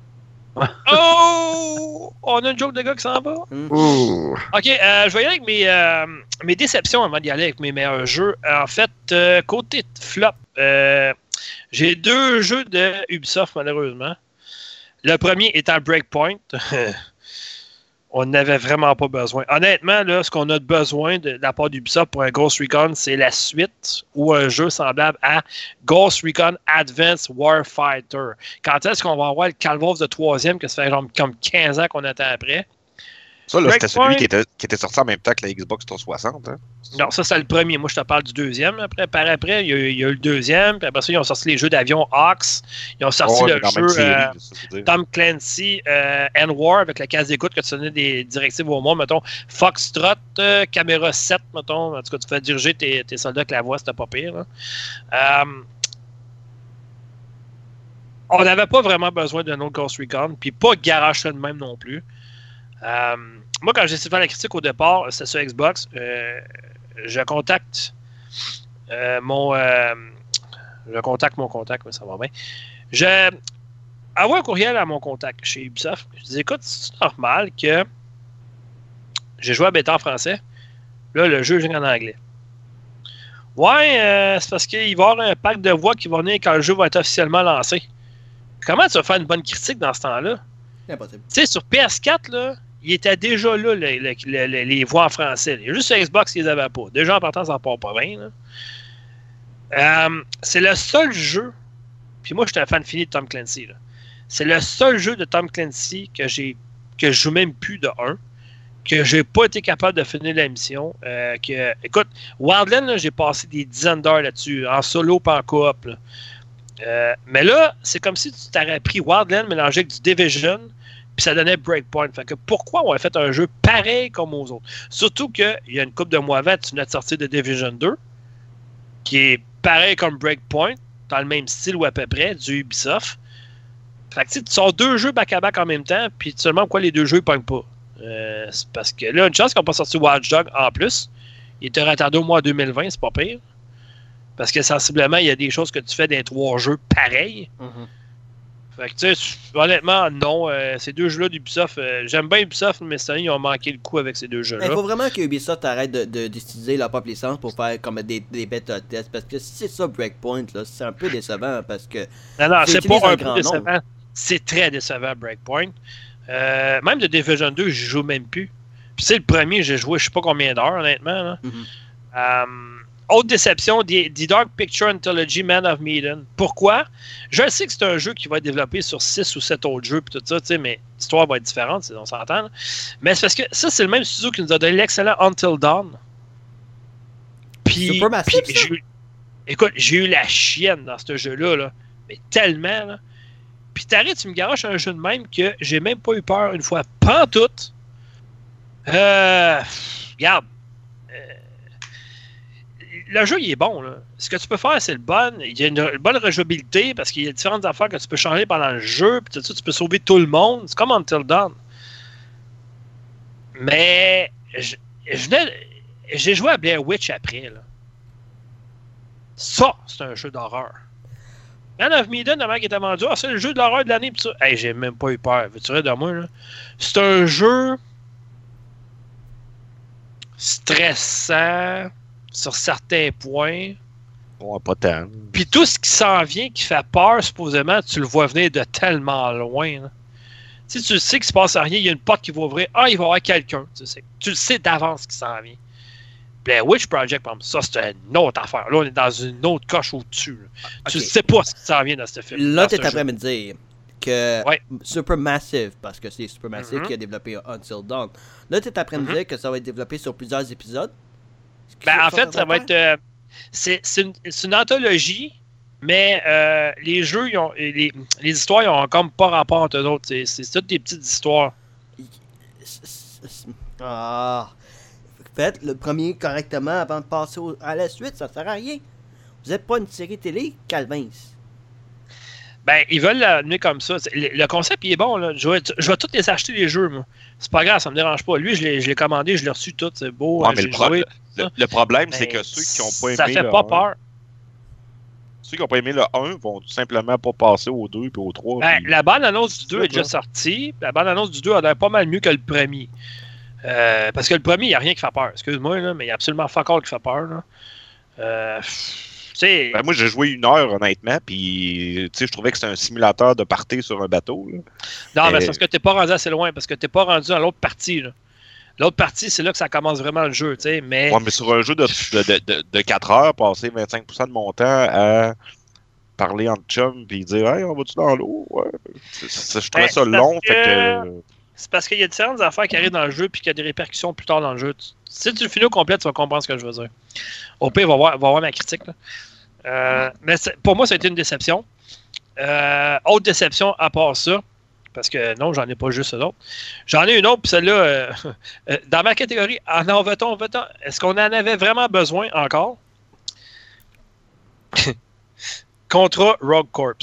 Oh! On a une joke de gars qui s'en va. Ok, je vais y aller avec mes déceptions avant d'y aller avec mes meilleurs jeux. En fait, côté flop, j'ai 2 jeux de Ubisoft, malheureusement. Le premier étant Breakpoint. On n'avait vraiment pas besoin. Honnêtement, là, ce qu'on a besoin de la part d'Ubisoft pour un Ghost Recon, c'est la suite ou un jeu semblable à Ghost Recon Advanced Warfighter. Quand est-ce qu'on va avoir le Calvos de 3e, que ça fait genre comme 15 ans qu'on attend après? Ça, là, c'était celui qui était sorti en même temps que la Xbox 360. Hein? Non, ça, c'est le premier. Moi, je te parle du deuxième. Par après, il y a eu le deuxième. Puis après ça, ils ont sorti les jeux d'avion Hawks. Ils ont sorti le jeu Tom Clancy N-War avec la case d'écoute que tu donnais des directives au monde. Mettons, Foxtrot, caméra 7, mettons. En tout cas, tu fais diriger tes soldats avec la voix, c'était pas pire. Là. On n'avait pas vraiment besoin d'un autre Ghost Recon. Puis pas Garage de même non plus. Moi, quand j'ai essayé de faire la critique au départ, c'était sur Xbox. Je contacte mon contact, mais ça va bien. J'ai envoyé un courriel à mon contact chez Ubisoft. Je dis, écoute, c'est normal que j'ai joué à bêta en français. Là, le jeu est en anglais. Ouais, c'est parce qu'il va y avoir un pack de voix qui va venir quand le jeu va être officiellement lancé. Comment tu vas faire une bonne critique dans ce temps-là? Impossible. Tu sais, sur PS4, là, il était déjà là, les voix en français. Il y a juste sur Xbox qu'ils les avaient pas. Déjà, en partant, ça part pas bien. C'est le seul jeu, puis moi, j'étais un fan fini de Tom Clancy. Là. C'est le seul jeu de Tom Clancy que je joue même plus de 1, que j'ai pas été capable de finir la mission. Écoute, Wildland, là, j'ai passé des dizaines d'heures là-dessus, en solo pas en coop. Là. Mais là, c'est comme si tu t'aurais pris Wildland mélangé avec du Division, puis ça donnait Breakpoint. Fait que pourquoi on a fait un jeu pareil comme aux autres? Surtout qu'il y a une couple de mois avant, tu venais de sortir de Division 2, qui est pareil comme Breakpoint, dans le même style ou à peu près, du Ubisoft. Fait que tu sors 2 jeux back-à-back en même temps, puis seulement pourquoi les 2 jeux ne pognent pas. C'est parce que là, une chance qu'ils n'ont pas sorti Watch Dogs en plus. Il était retardé au mois 2020, c'est pas pire. Parce que sensiblement, il y a des choses que tu fais dans les 3 jeux pareils. Fait que tu sais, honnêtement, non. Ces 2 jeux-là d'Ubisoft, j'aime bien Ubisoft, mais cette année, ils ont manqué le coup avec ces 2 jeux-là. Il faut vraiment que Ubisoft arrête d'utiliser leur propre licence pour faire comme des bêta tests. Parce que si c'est ça, Breakpoint, là, c'est un peu décevant. Parce que. Non, c'est pas un peu décevant. Nombre. C'est très décevant, Breakpoint. Même de Division 2, je joue même plus. Puis c'est le premier, j'ai joué je sais pas combien d'heures, honnêtement. Là. Autre déception, The Dark Picture Anthology Man of Medan. Pourquoi? Je sais que c'est un jeu qui va être développé sur 6 ou 7 autres jeux, puis tout ça, mais l'histoire va être différente, on s'entend. Là. Mais c'est parce que ça, c'est le même studio qui nous a donné l'excellent Until Dawn. Puis, écoute, j'ai eu la chienne dans ce jeu-là, là, mais tellement. Là. Puis t'arrêtes, tu me garoches un jeu de même que j'ai même pas eu peur une fois pantoute. Regarde. Le jeu, il est bon. Là. Ce que tu peux faire, c'est le bon. Il y a une bonne rejouabilité parce qu'il y a différentes affaires que tu peux changer pendant le jeu. Puis tout ça, tu peux sauver tout le monde. C'est comme Until Dawn. Mais j'ai joué à Blair Witch après. Là. Ça, c'est un jeu d'horreur. Man of Medan, avant qu'il était vendu, c'est le jeu de l'horreur de l'année. Pis ça. Hey, j'ai même pas eu peur. Veux-tu rire de moi? Là? C'est un jeu stressant sur certains points. Ouais, pas tant. Puis tout ce qui s'en vient, qui fait peur, supposément, tu le vois venir de tellement loin. Là. Tu sais qu'il se passe rien, il y a une porte qui va ouvrir. Ah, il va y avoir quelqu'un. Tu le sais d'avance qui s'en vient. Blair Witch Project, par exemple, ça, c'est une autre affaire. Là, on est dans une autre coche au-dessus. Okay. Tu ne sais pas ce qui s'en vient dans ce film. Là, tu es après à me dire que Supermassive, parce que c'est Supermassive qui a développé Until Dawn. Là, tu es après à me dire que ça va être développé sur plusieurs épisodes. En fait, ça va être... c'est une anthologie, mais les jeux, les histoires, ils n'ont comme pas rapport entre eux autres. C'est toutes des petites histoires. Faites le premier correctement avant de passer à la suite, ça sert à rien. Vous n'êtes pas une série télé, Calvin. Ben, ils veulent l'amener comme ça. Le concept, il est bon. Là. Je vais tous les acheter, les jeux, moi. C'est pas grave, ça me dérange pas. Lui, je l'ai commandé, je l'ai reçu tout, c'est beau. Ouais, mais le problème, c'est que ceux qui n'ont pas aimé ça fait pas peur. Ceux qui n'ont pas aimé le 1 vont tout simplement pas passer au 2 et au 3. Ben, la bande-annonce du 2 est déjà sortie. La bande-annonce du 2 a l'air pas mal mieux que le premier. Parce que le premier, il n'y a rien qui fait peur. Excuse-moi, là, mais il y a absolument fuck all qui fait peur. Là. Ben, moi, j'ai joué 1 heure, honnêtement, puis je trouvais que c'était un simulateur de party sur un bateau. Là. Non, mais c'est parce que tu n'es pas rendu assez loin, parce que tu n'es pas rendu dans l'autre partie. Là. L'autre partie, c'est là que ça commence vraiment le jeu. Mais... Ouais, mais sur un jeu de 4 heures, passer 25% de mon temps à parler en chum puis dire « Hey, on va-tu dans l'eau? Ouais. » Je trouvais ça long. C'est parce qu'il y a différentes affaires qui arrivent dans le jeu puis qu'il y a des répercussions plus tard dans le jeu. Si tu le finis au complet, tu vas comprendre ce que je veux dire. Au pire, va voir ma critique. Là. Mais pour moi, ça a été une déception. Autre déception à part ça, parce que non, j'en ai pas juste d'autres. J'en ai une autre, puis celle-là, dans ma catégorie, en veut-on? Est-ce qu'on en avait vraiment besoin encore? Contra Rogue Corps.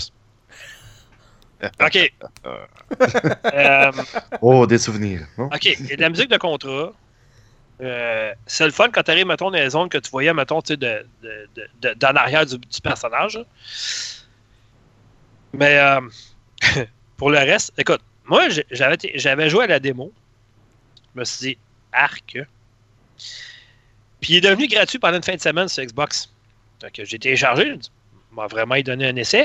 OK. Des souvenirs. Non? OK. Il y a de la musique de Contra. C'est le fun quand tu arrives, mettons, dans les zones que tu voyais, mettons, d'en arrière du personnage. Mais pour le reste, écoute, moi, j'avais joué à la démo. Je me suis dit, arc. Puis il est devenu gratuit pendant une fin de semaine sur Xbox. Donc j'ai téléchargé, j'ai dit, m'a vraiment y donné un essai.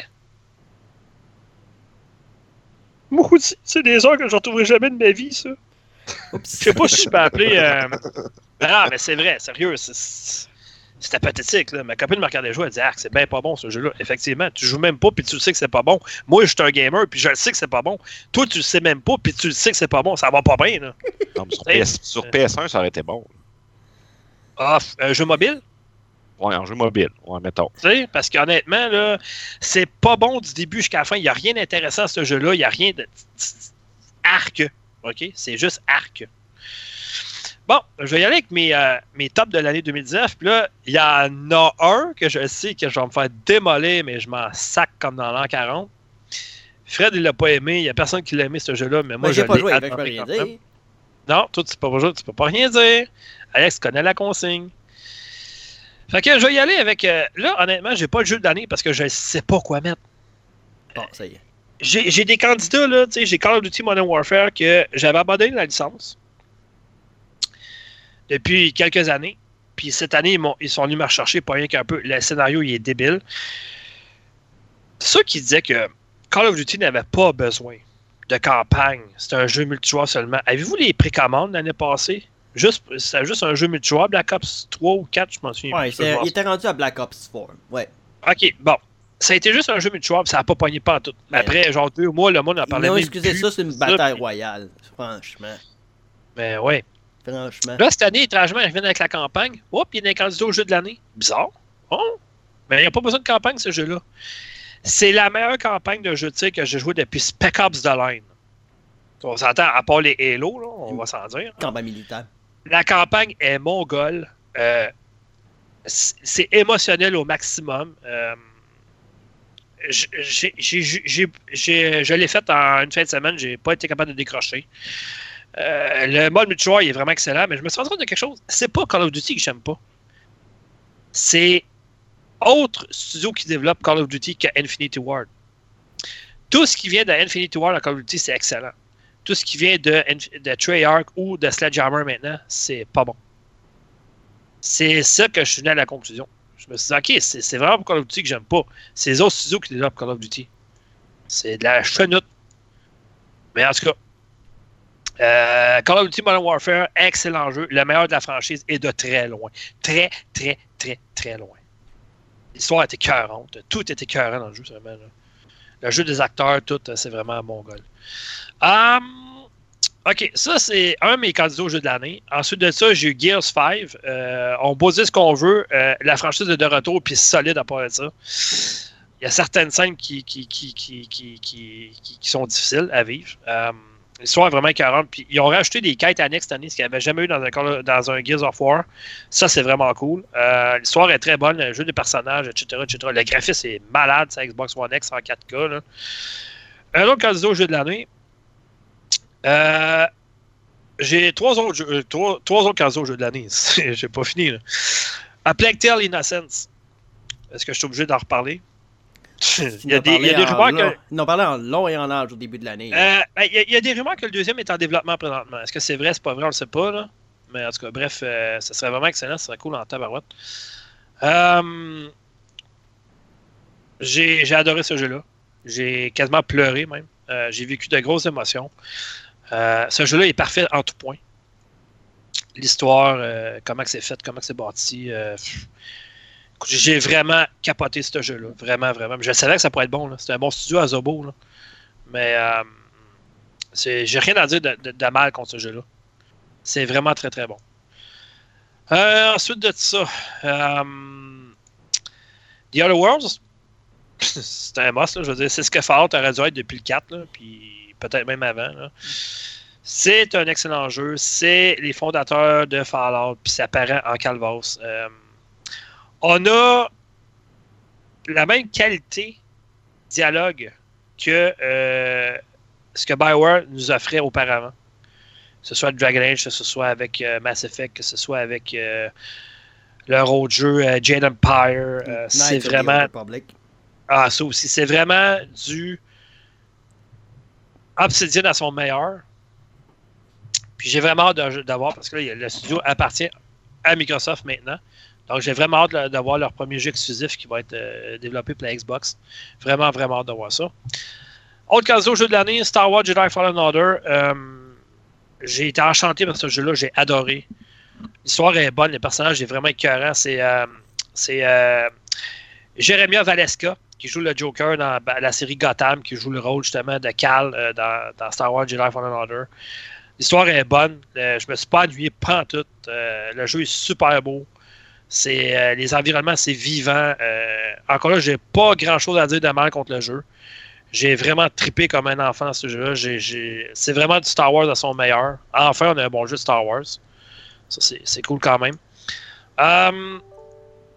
Moi aussi, c'est des heures que je ne retrouverai jamais de ma vie, ça. Je sais pas si je peux appeler. Non, mais c'est vrai, sérieux. C'était pathétique. Là. Ma copine me regardait jouer, elle disait c'est bien pas bon ce jeu-là. Effectivement, tu joues même pas puis tu le sais que c'est pas bon. Moi, je suis un gamer puis je le sais que c'est pas bon. Toi, tu le sais même pas puis tu le sais que c'est pas bon. Ça va pas bien. Là. Non, mais sur PS1, ça aurait été bon. Ah, un jeu mobile? Ouais, un jeu mobile, ouais, mettons. Tu sais, parce qu'honnêtement, là, c'est pas bon du début jusqu'à la fin. Il n'y a rien d'intéressant à ce jeu-là. Il n'y a rien de arc. OK? C'est juste arc. Bon, je vais y aller avec mes tops de l'année 2019. Puis là, il y en a un que je sais que je vais me faire démolir, mais je m'en sac comme dans l'an 40. Fred, il l'a pas aimé. Il n'y a personne qui l'a aimé, ce jeu-là. Mais moi, j'ai pas joué, adoré je peux rien dire. Non, toi, tu peux pas jouer, tu peux pas rien dire. Alex connaît la consigne. Fait que je vais y aller avec... là, honnêtement, j'ai pas le jeu de l'année parce que je sais pas quoi mettre. Bon, ça y est. J'ai des candidats, là. Tu sais, j'ai Call of Duty Modern Warfare que j'avais abandonné la licence depuis quelques années. Puis cette année, ils sont venus me rechercher pas rien qu'un peu. Le scénario, il est débile. Ceux qui disaient que Call of Duty n'avait pas besoin de campagne, c'était un jeu multijoueur seulement. Avez-vous les précommandes l'année passée? C'était juste un jeu multijoueur, Black Ops 3 ou 4, je m'en souviens. Ouais, il était rendu à Black Ops 4. Ouais. Ok, bon. Ça a été juste un jeu multijoueur, ça n'a pas pogné pas en tout. Mais après, genre 2 mois, le monde en parlait non, même excusez, plus. Ça, c'est une bataille royale. Franchement. Mais ouais. Franchement. Là, cette année, étrangement, ils reviennent avec la campagne. Hop, il y a des candidats au jeu de l'année. Bizarre. Oh. Mais il n'y a pas besoin de campagne, ce jeu-là. C'est la meilleure campagne de jeu de tir que j'ai joué depuis Spec Ops The Line. On s'entend, à part les Halo, là, on va s'en dire. Campagne militaire. La campagne est mongole. C'est émotionnel au maximum. Je l'ai fait en une fin de semaine. J'ai pas été capable de décrocher. Le mode multijoueur il est vraiment excellent, mais je me suis rendu compte de quelque chose. C'est pas Call of Duty que j'aime pas. C'est autre studio qui développe Call of Duty qu'Infinity Ward. Tout ce qui vient de Infinity Ward à Call of Duty, c'est excellent. Tout ce qui vient de Treyarch ou de Sledgehammer maintenant, c'est pas bon. C'est ça que je suis venu à la conclusion. Je me suis dit, OK, c'est vraiment pour Call of Duty que j'aime pas. C'est les autres studios qui développent Call of Duty. C'est de la chenoute. Mais en tout cas, Call of Duty Modern Warfare, excellent jeu. Le meilleur de la franchise est de très loin. Très, très, très, très loin. L'histoire était écœurante. Tout était écœurant dans le jeu, vraiment. Là. Le jeu des acteurs, tout, c'est vraiment mongol. OK, ça, c'est un de mes candidats au jeu de l'année. Ensuite de ça, j'ai eu Gears 5. On peut dire ce qu'on veut. La franchise est de retour, puis solide à part de ça. Il y a certaines scènes qui sont difficiles à vivre. L'histoire est vraiment écœurante. Puis ils ont rajouté des quêtes annexes cette année, ce qu'il n'y avait jamais eu dans un Gears of War. Ça, c'est vraiment cool. L'histoire est très bonne. Le jeu des personnages, etc., etc. Le graphisme est malade, c'est Xbox One X en 4K. Là. Un autre candidat au jeu de l'année. J'ai trois autres candidats au jeu de l'année. J'ai pas fini. Là. A Plague Tale Innocence. Est-ce que je suis obligé d'en reparler? Il y a des rumeurs que... Ils en parlaient en long et en large au début de l'année. Il y a des rumeurs que le deuxième est en développement présentement. Est-ce que c'est vrai, c'est pas vrai, on le sait pas. Là. Mais en tout cas, bref, ça serait vraiment excellent, ça serait cool en tabarouette. J'ai adoré ce jeu-là. J'ai quasiment pleuré même. J'ai vécu de grosses émotions. Ce jeu-là est parfait en tout point. L'histoire, comment c'est fait, comment c'est bâti. J'ai vraiment capoté ce jeu-là. Vraiment, vraiment. Je savais que ça pourrait être bon. C'était un bon studio à Zobo. Là. Mais j'ai rien à dire de mal contre ce jeu-là. C'est vraiment très, très bon. Ensuite de ça, The Other Worlds, c'est un must. Là, je veux dire, c'est ce que Fallout aurait dû être depuis le 4. Là, puis peut-être même avant. Là. C'est un excellent jeu. C'est les fondateurs de Fallout. Puis ça paraît en calvasse. On a la même qualité dialogue que ce que BioWare nous offrait auparavant. Que ce soit Dragon Age, que ce soit avec Mass Effect, que ce soit avec leur autre jeu Jade Empire. C'est vraiment... Ah, ça aussi. C'est vraiment du Obsidian à son meilleur. Puis j'ai vraiment hâte d'avoir, parce que là, le studio appartient à Microsoft maintenant. Donc j'ai vraiment hâte d'avoir leur premier jeu exclusif qui va être développé pour la Xbox. Vraiment, vraiment hâte de voir ça. Autre candidat au jeu de l'année, Star Wars Jedi Fallen Order. J'ai été enchanté par ce jeu-là, j'ai adoré. L'histoire est bonne, les personnages sont vraiment écœurants. C'est Jeremiah Valeska qui joue le Joker dans la série Gotham, qui joue le rôle justement de Cal dans Star Wars Jedi Fallen Order. L'histoire est bonne. Je me suis pas ennuyé pantoute. Le jeu est super beau. Les environnements, c'est vivant. Encore là, j'ai pas grand-chose à dire de mal contre le jeu. J'ai vraiment trippé comme un enfant dans ce jeu-là. C'est vraiment du Star Wars à son meilleur. Enfin, on a un bon jeu de Star Wars. Ça, c'est cool quand même.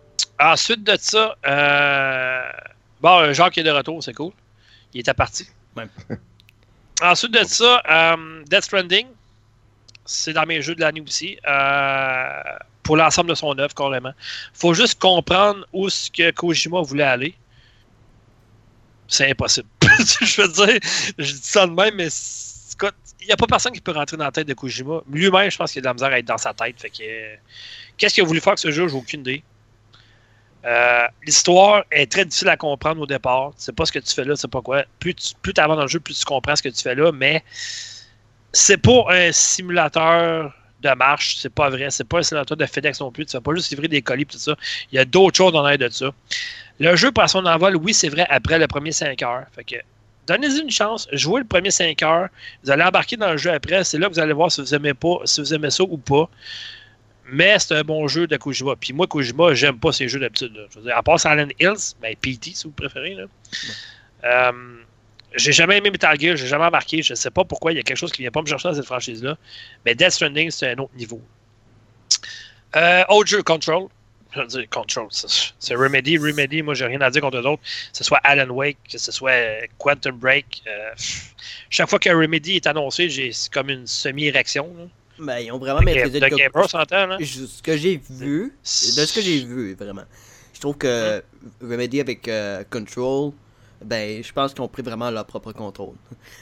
Ensuite de ça, Jacques est de retour, c'est cool. Il était parti. Ouais. Ensuite de ça, Death Stranding, c'est dans mes jeux de l'année aussi. Pour l'ensemble de son œuvre, carrément. Faut juste comprendre où ce que Kojima voulait aller. C'est impossible. Je veux dire, je dis ça de même, mais il n'y a pas personne qui peut rentrer dans la tête de Kojima. Lui-même, je pense qu'il a de la misère à être dans sa tête. Fait que, qu'est-ce qu'il a voulu faire avec ce jeu? J'ai aucune idée. L'histoire est très difficile à comprendre au départ. Tu sais pas ce que tu fais là, tu sais pas quoi. Plus tu avances dans le jeu, plus tu comprends ce que tu fais là, mais c'est pas un simulateur de marche, c'est pas vrai. C'est pas un simulateur de FedEx non plus. Tu vas pas juste livrer des colis et tout ça. Il y a d'autres choses dans l'air de ça. Le jeu prend son envol, oui, c'est vrai, après le premier 5 heures. Fait que donnez-y une chance, jouez le premier 5 heures, vous allez embarquer dans le jeu après, c'est là que vous allez voir si vous aimez ça ou pas. Mais c'est un bon jeu de Kojima. Puis moi, Kojima, j'aime pas ces jeux d'habitude. Je veux dire, à part Silent Hills, ben PT si vous préférez. Là. J'ai jamais aimé Metal Gear, j'ai jamais embarqué. Je sais pas pourquoi, il y a quelque chose qui vient pas me chercher dans cette franchise-là. Mais Death Stranding, c'est un autre niveau. Autre jeu, Control. Je veux dire, Control, c'est Remedy. Remedy, moi, j'ai rien à dire contre d'autres. Que ce soit Alan Wake, que ce soit Quantum Break. Chaque fois que Remedy est annoncé, c'est comme une semi-érection. Là. Ben, ils ont vraiment maîtrisé le gamer s'entend, là. Ce que j'ai vu, vraiment. Je trouve que Remedy avec Control, ben, je pense qu'ils ont pris vraiment leur propre contrôle.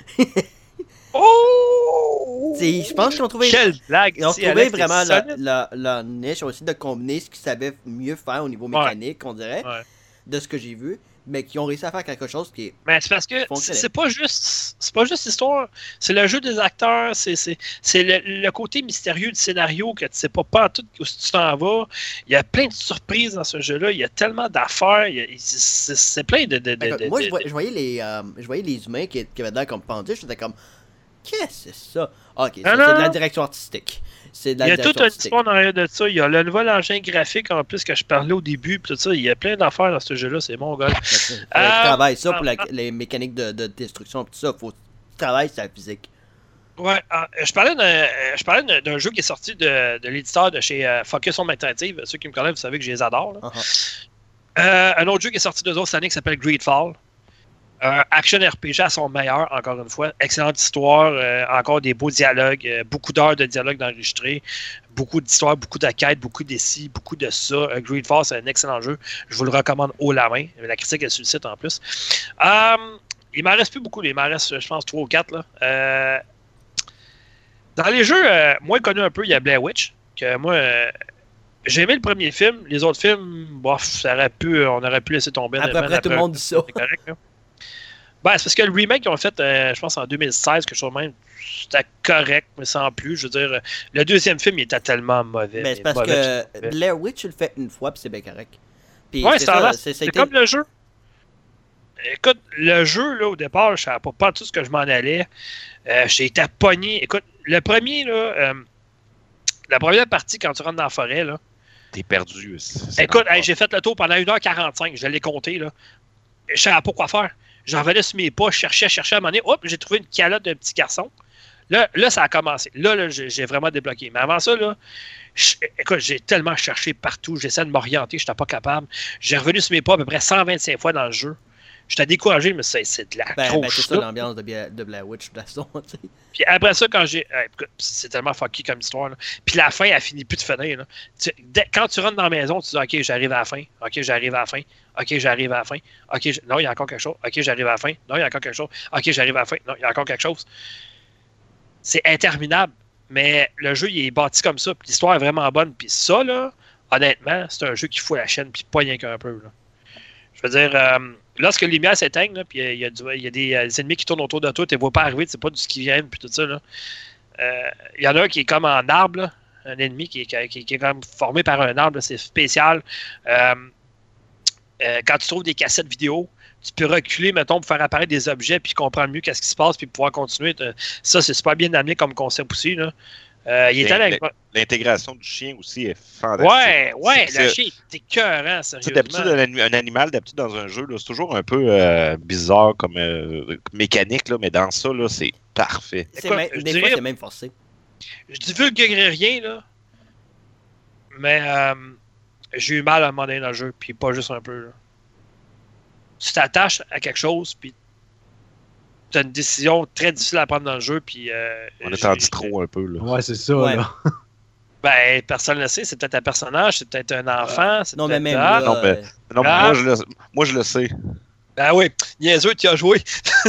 Je pense qu'ils ont trouvé. Quelle blague! Ils ont trouvé vraiment la niche. Ils ont essayé de combiner ce qu'ils savaient mieux faire au niveau mécanique, on dirait, de ce que j'ai vu, mais qui ont réussi à faire quelque chose qui est. Mais c'est parce que c'est pas juste l'histoire, c'est le jeu des acteurs, c'est le côté mystérieux du scénario que tu sais pas tout où tu t'en vas. Il y a plein de surprises dans ce jeu-là, il y a tellement d'affaires, c'est plein de. Moi, je voyais les humains qui avaient l'air comme pendus, j'étais comme. Qu'est-ce que c'est ça? Ok, c'est de la direction artistique. Il y a toute une histoire en arrière de ça. Il y a le nouvel engin graphique en plus que je parlais au début. Tout ça. Il y a plein d'affaires dans ce jeu-là. C'est mon gars. Tu travailles ça pour les mécaniques de destruction. Tout ça. Faut travailler sur la physique. Ouais. Je parlais d'un jeu qui est sorti de l'éditeur de chez Focus Home Interactive. Ceux qui me connaissent, vous savez que je les adore. Là. Un autre jeu qui est sorti d'eux autres cette année qui s'appelle Greedfall. Action RPG à son meilleur, encore une fois. Excellente histoire, encore des beaux dialogues, beaucoup d'heures de dialogue d'enregistrés, beaucoup d'histoires, beaucoup de quêtes, beaucoup d'essais, beaucoup de ça. Greedfall, c'est un excellent jeu. Je vous le recommande haut la main. La critique est sur le site en plus. Il m'en reste plus beaucoup. Il m'en reste, je pense, 3 ou 4. Là. Dans les jeux moins connus un peu, il y a Blair Witch, que moi... j'ai aimé le premier film. Les autres films, bof, on aurait pu laisser tomber. À peu près tout le monde dit ça. C'est correct, là. Ben, c'est parce que le remake qu'ils ont fait, je pense en 2016, quelque chose de même, c'était correct, mais sans plus. Je veux dire, le deuxième film, il était tellement mauvais. Mais c'est parce que Blair Witch, tu le fais une fois, puis c'est bien correct. Puis ouais, c'est comme le jeu. Écoute, le jeu, là, au départ, je savais pas tout ce que je m'en allais. J'ai été pogné. Écoute, le premier, là, la première partie, quand tu rentres dans la forêt, là. T'es perdu. Écoute, j'ai fait le tour pendant 1h45, je l'ai compté, là. Je savais pas quoi faire. J'en revenais sur mes pas, je cherchais à un moment donné. Hop, j'ai trouvé une calotte d'un petit garçon. Là, ça a commencé. Là, j'ai vraiment débloqué. Mais avant ça, là, écoute, j'ai tellement cherché partout. J'essayais de m'orienter, je n'étais pas capable. J'ai revenu sur mes pas à peu près 125 fois dans le jeu. J'étais découragé, mais c'est de la ben, c'est ça l'ambiance de Blair Witch, de toute façon. Puis après ça, quand j'ai... c'est tellement fucky comme histoire. Là. Puis la fin, elle finit plus de finir. Là. Quand tu rentres dans la maison, tu dis « OK, j'arrive à la fin. OK, j'arrive à la fin. OK, j'arrive à la fin. OK, non, il y a encore quelque chose. OK, j'arrive à la fin. Non, il y a encore quelque chose. OK, j'arrive à la fin. Non, il y a encore quelque chose. » C'est interminable. Mais le jeu, il est bâti comme ça. Puis l'histoire est vraiment bonne. Puis ça, là, honnêtement, c'est un jeu qui fout la chaîne. Puis pas rien qu'un peu. Là. Je veux dire... lorsque les lumières s'éteignent, puis il y a des ennemis qui tournent autour de toi, tu ne les vois pas arriver, tu sais pas d'où ils viennent, puis tout ça. Il y en a un qui est comme en arbre, là, un ennemi qui est comme formé par un arbre, là, c'est spécial. Quand tu trouves des cassettes vidéo, tu peux reculer, mettons, pour faire apparaître des objets, puis comprendre mieux qu'est-ce qui se passe, puis pouvoir continuer. Ça, c'est super bien amené comme concept aussi. Là. L'intégration du chien aussi est fantastique. Ouais, le chien est écœurant, sérieusement. D'habitude, un animal, dans un jeu, c'est toujours un peu bizarre comme mécanique, là, mais dans ça, là, c'est parfait. Des fois, c'est même forcé. Je divulguerai rien, là, mais j'ai eu mal à un moment donné dans le jeu, puis pas juste un peu. Là. Tu t'attaches à quelque chose, puis tu as une décision très difficile à prendre dans le jeu. Puis, on a tendu trop un peu. Là. Ouais, c'est ça. Ouais. Là. Ben, personne ne le sait. C'est peut-être un personnage, c'est peut-être un enfant. C'est Non, peut-être... mais même là, Non, moi, je le sais. Ben oui, niaiseux, tu as joué.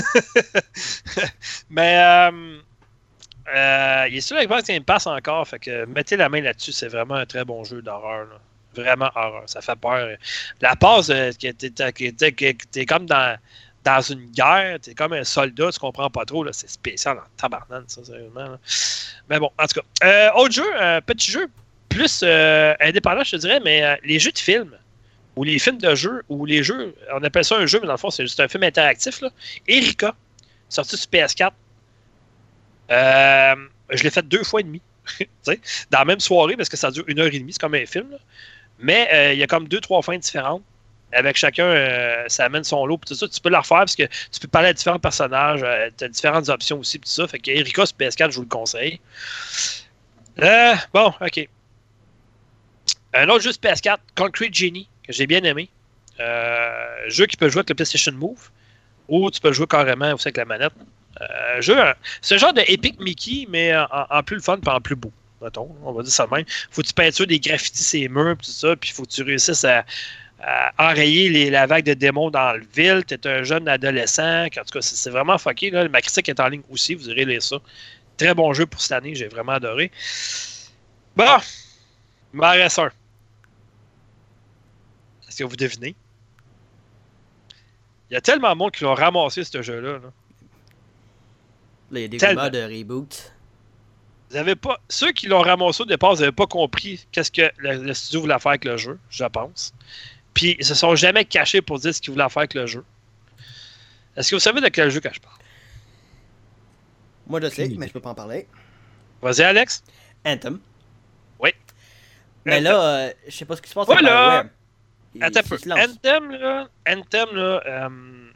Mais il est sur l'Xbox Game Pass encore, fait que mettez la main là-dessus, c'est vraiment un très bon jeu d'horreur. Là. Vraiment horreur, ça fait peur. La passe, t'es comme dans une guerre, t'es comme un soldat, tu comprends pas trop, là, c'est spécial en tabarnane, ça, sérieusement. Là. Mais bon, en tout cas. Autre jeu, petit jeu, plus indépendant, je te dirais, mais les jeux de films. Ou les films de jeu, ou les jeux, on appelle ça un jeu, mais dans le fond, c'est juste un film interactif. Là. Erika, sorti sur PS4. Je l'ai fait 2 fois et demi. Dans la même soirée, parce que ça dure 1h30, c'est comme un film. Là. Mais il y a comme 2-3 fins différentes. Avec chacun, ça amène son lot. Tout ça, tu peux la refaire parce que tu peux parler à différents personnages. Tu as différentes options aussi. Tout ça. Fait que Erika sur PS4, je vous le conseille. Bon, ok. Un autre jeu sur PS4, Concrete Genie, que j'ai bien aimé. Jeu qui peut jouer avec le PlayStation Move. Ou tu peux jouer carrément aussi avec la manette. C'est un genre de Epic Mickey, mais en plus le fun et en plus beau. Mettons, on va dire ça de même. Faut que tu peintures des graffitis ces murs tout ça, puis faut que tu réussisses à enrayer la vague de démons dans le ville. Tu es un jeune adolescent. En tout cas, c'est vraiment fucké. Là. Ma critique est en ligne aussi, vous irez lire ça. Très bon jeu pour cette année, j'ai vraiment adoré. Bon, il m'en reste un. Est-ce que vous devinez? Il y a tellement de monde qui l'ont ramassé, ce jeu-là. Là. Là, il y a des rumeurs de reboot. Vous avez pas... Ceux qui l'ont ramassé au départ, vous n'avez pas compris qu'est-ce que le studio voulait faire avec le jeu, je pense. Puis ils se sont jamais cachés pour dire ce qu'ils voulaient faire avec le jeu. Est-ce que vous savez de quel jeu que je parle? Moi, je sais, mais je peux pas en parler. Vas-y, Alex. Anthem. Oui. Mais là, je sais pas ce qui se passe avec BioWare. Attends un peu. Anthem, là,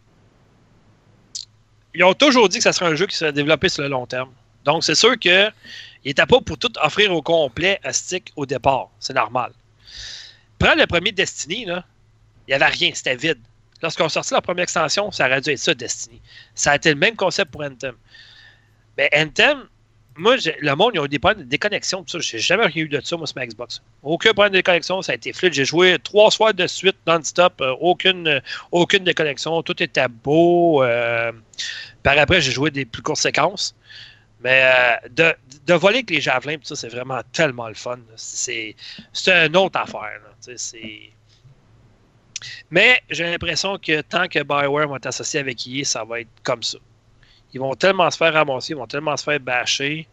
ils ont toujours dit que ça serait un jeu qui serait développé sur le long terme. Donc, c'est sûr qu'ils n'étaient pas pour tout offrir au complet à Stick au départ. C'est normal. Prends le premier Destiny, là, il n'y avait rien, c'était vide. Lorsqu'on sortit la première extension, ça aurait dû être ça, Destiny. Ça a été le même concept pour Anthem. Mais Anthem, moi, le monde, ils ont eu des problèmes de déconnexion. Je n'ai jamais rien eu de ça, moi, sur ma Xbox. Aucun problème de déconnexion, ça a été fluide. J'ai joué 3 soirs de suite, non-stop, aucune déconnexion. Tout était beau. Par après, j'ai joué des plus courtes séquences. Mais de voler avec les javelins, ça, c'est vraiment tellement le fun. C'est une autre affaire. Là. Mais j'ai l'impression que tant que BioWare va être associé avec EA, ça va être comme ça. Ils vont tellement se faire ramasser, ils vont tellement se faire bâcher.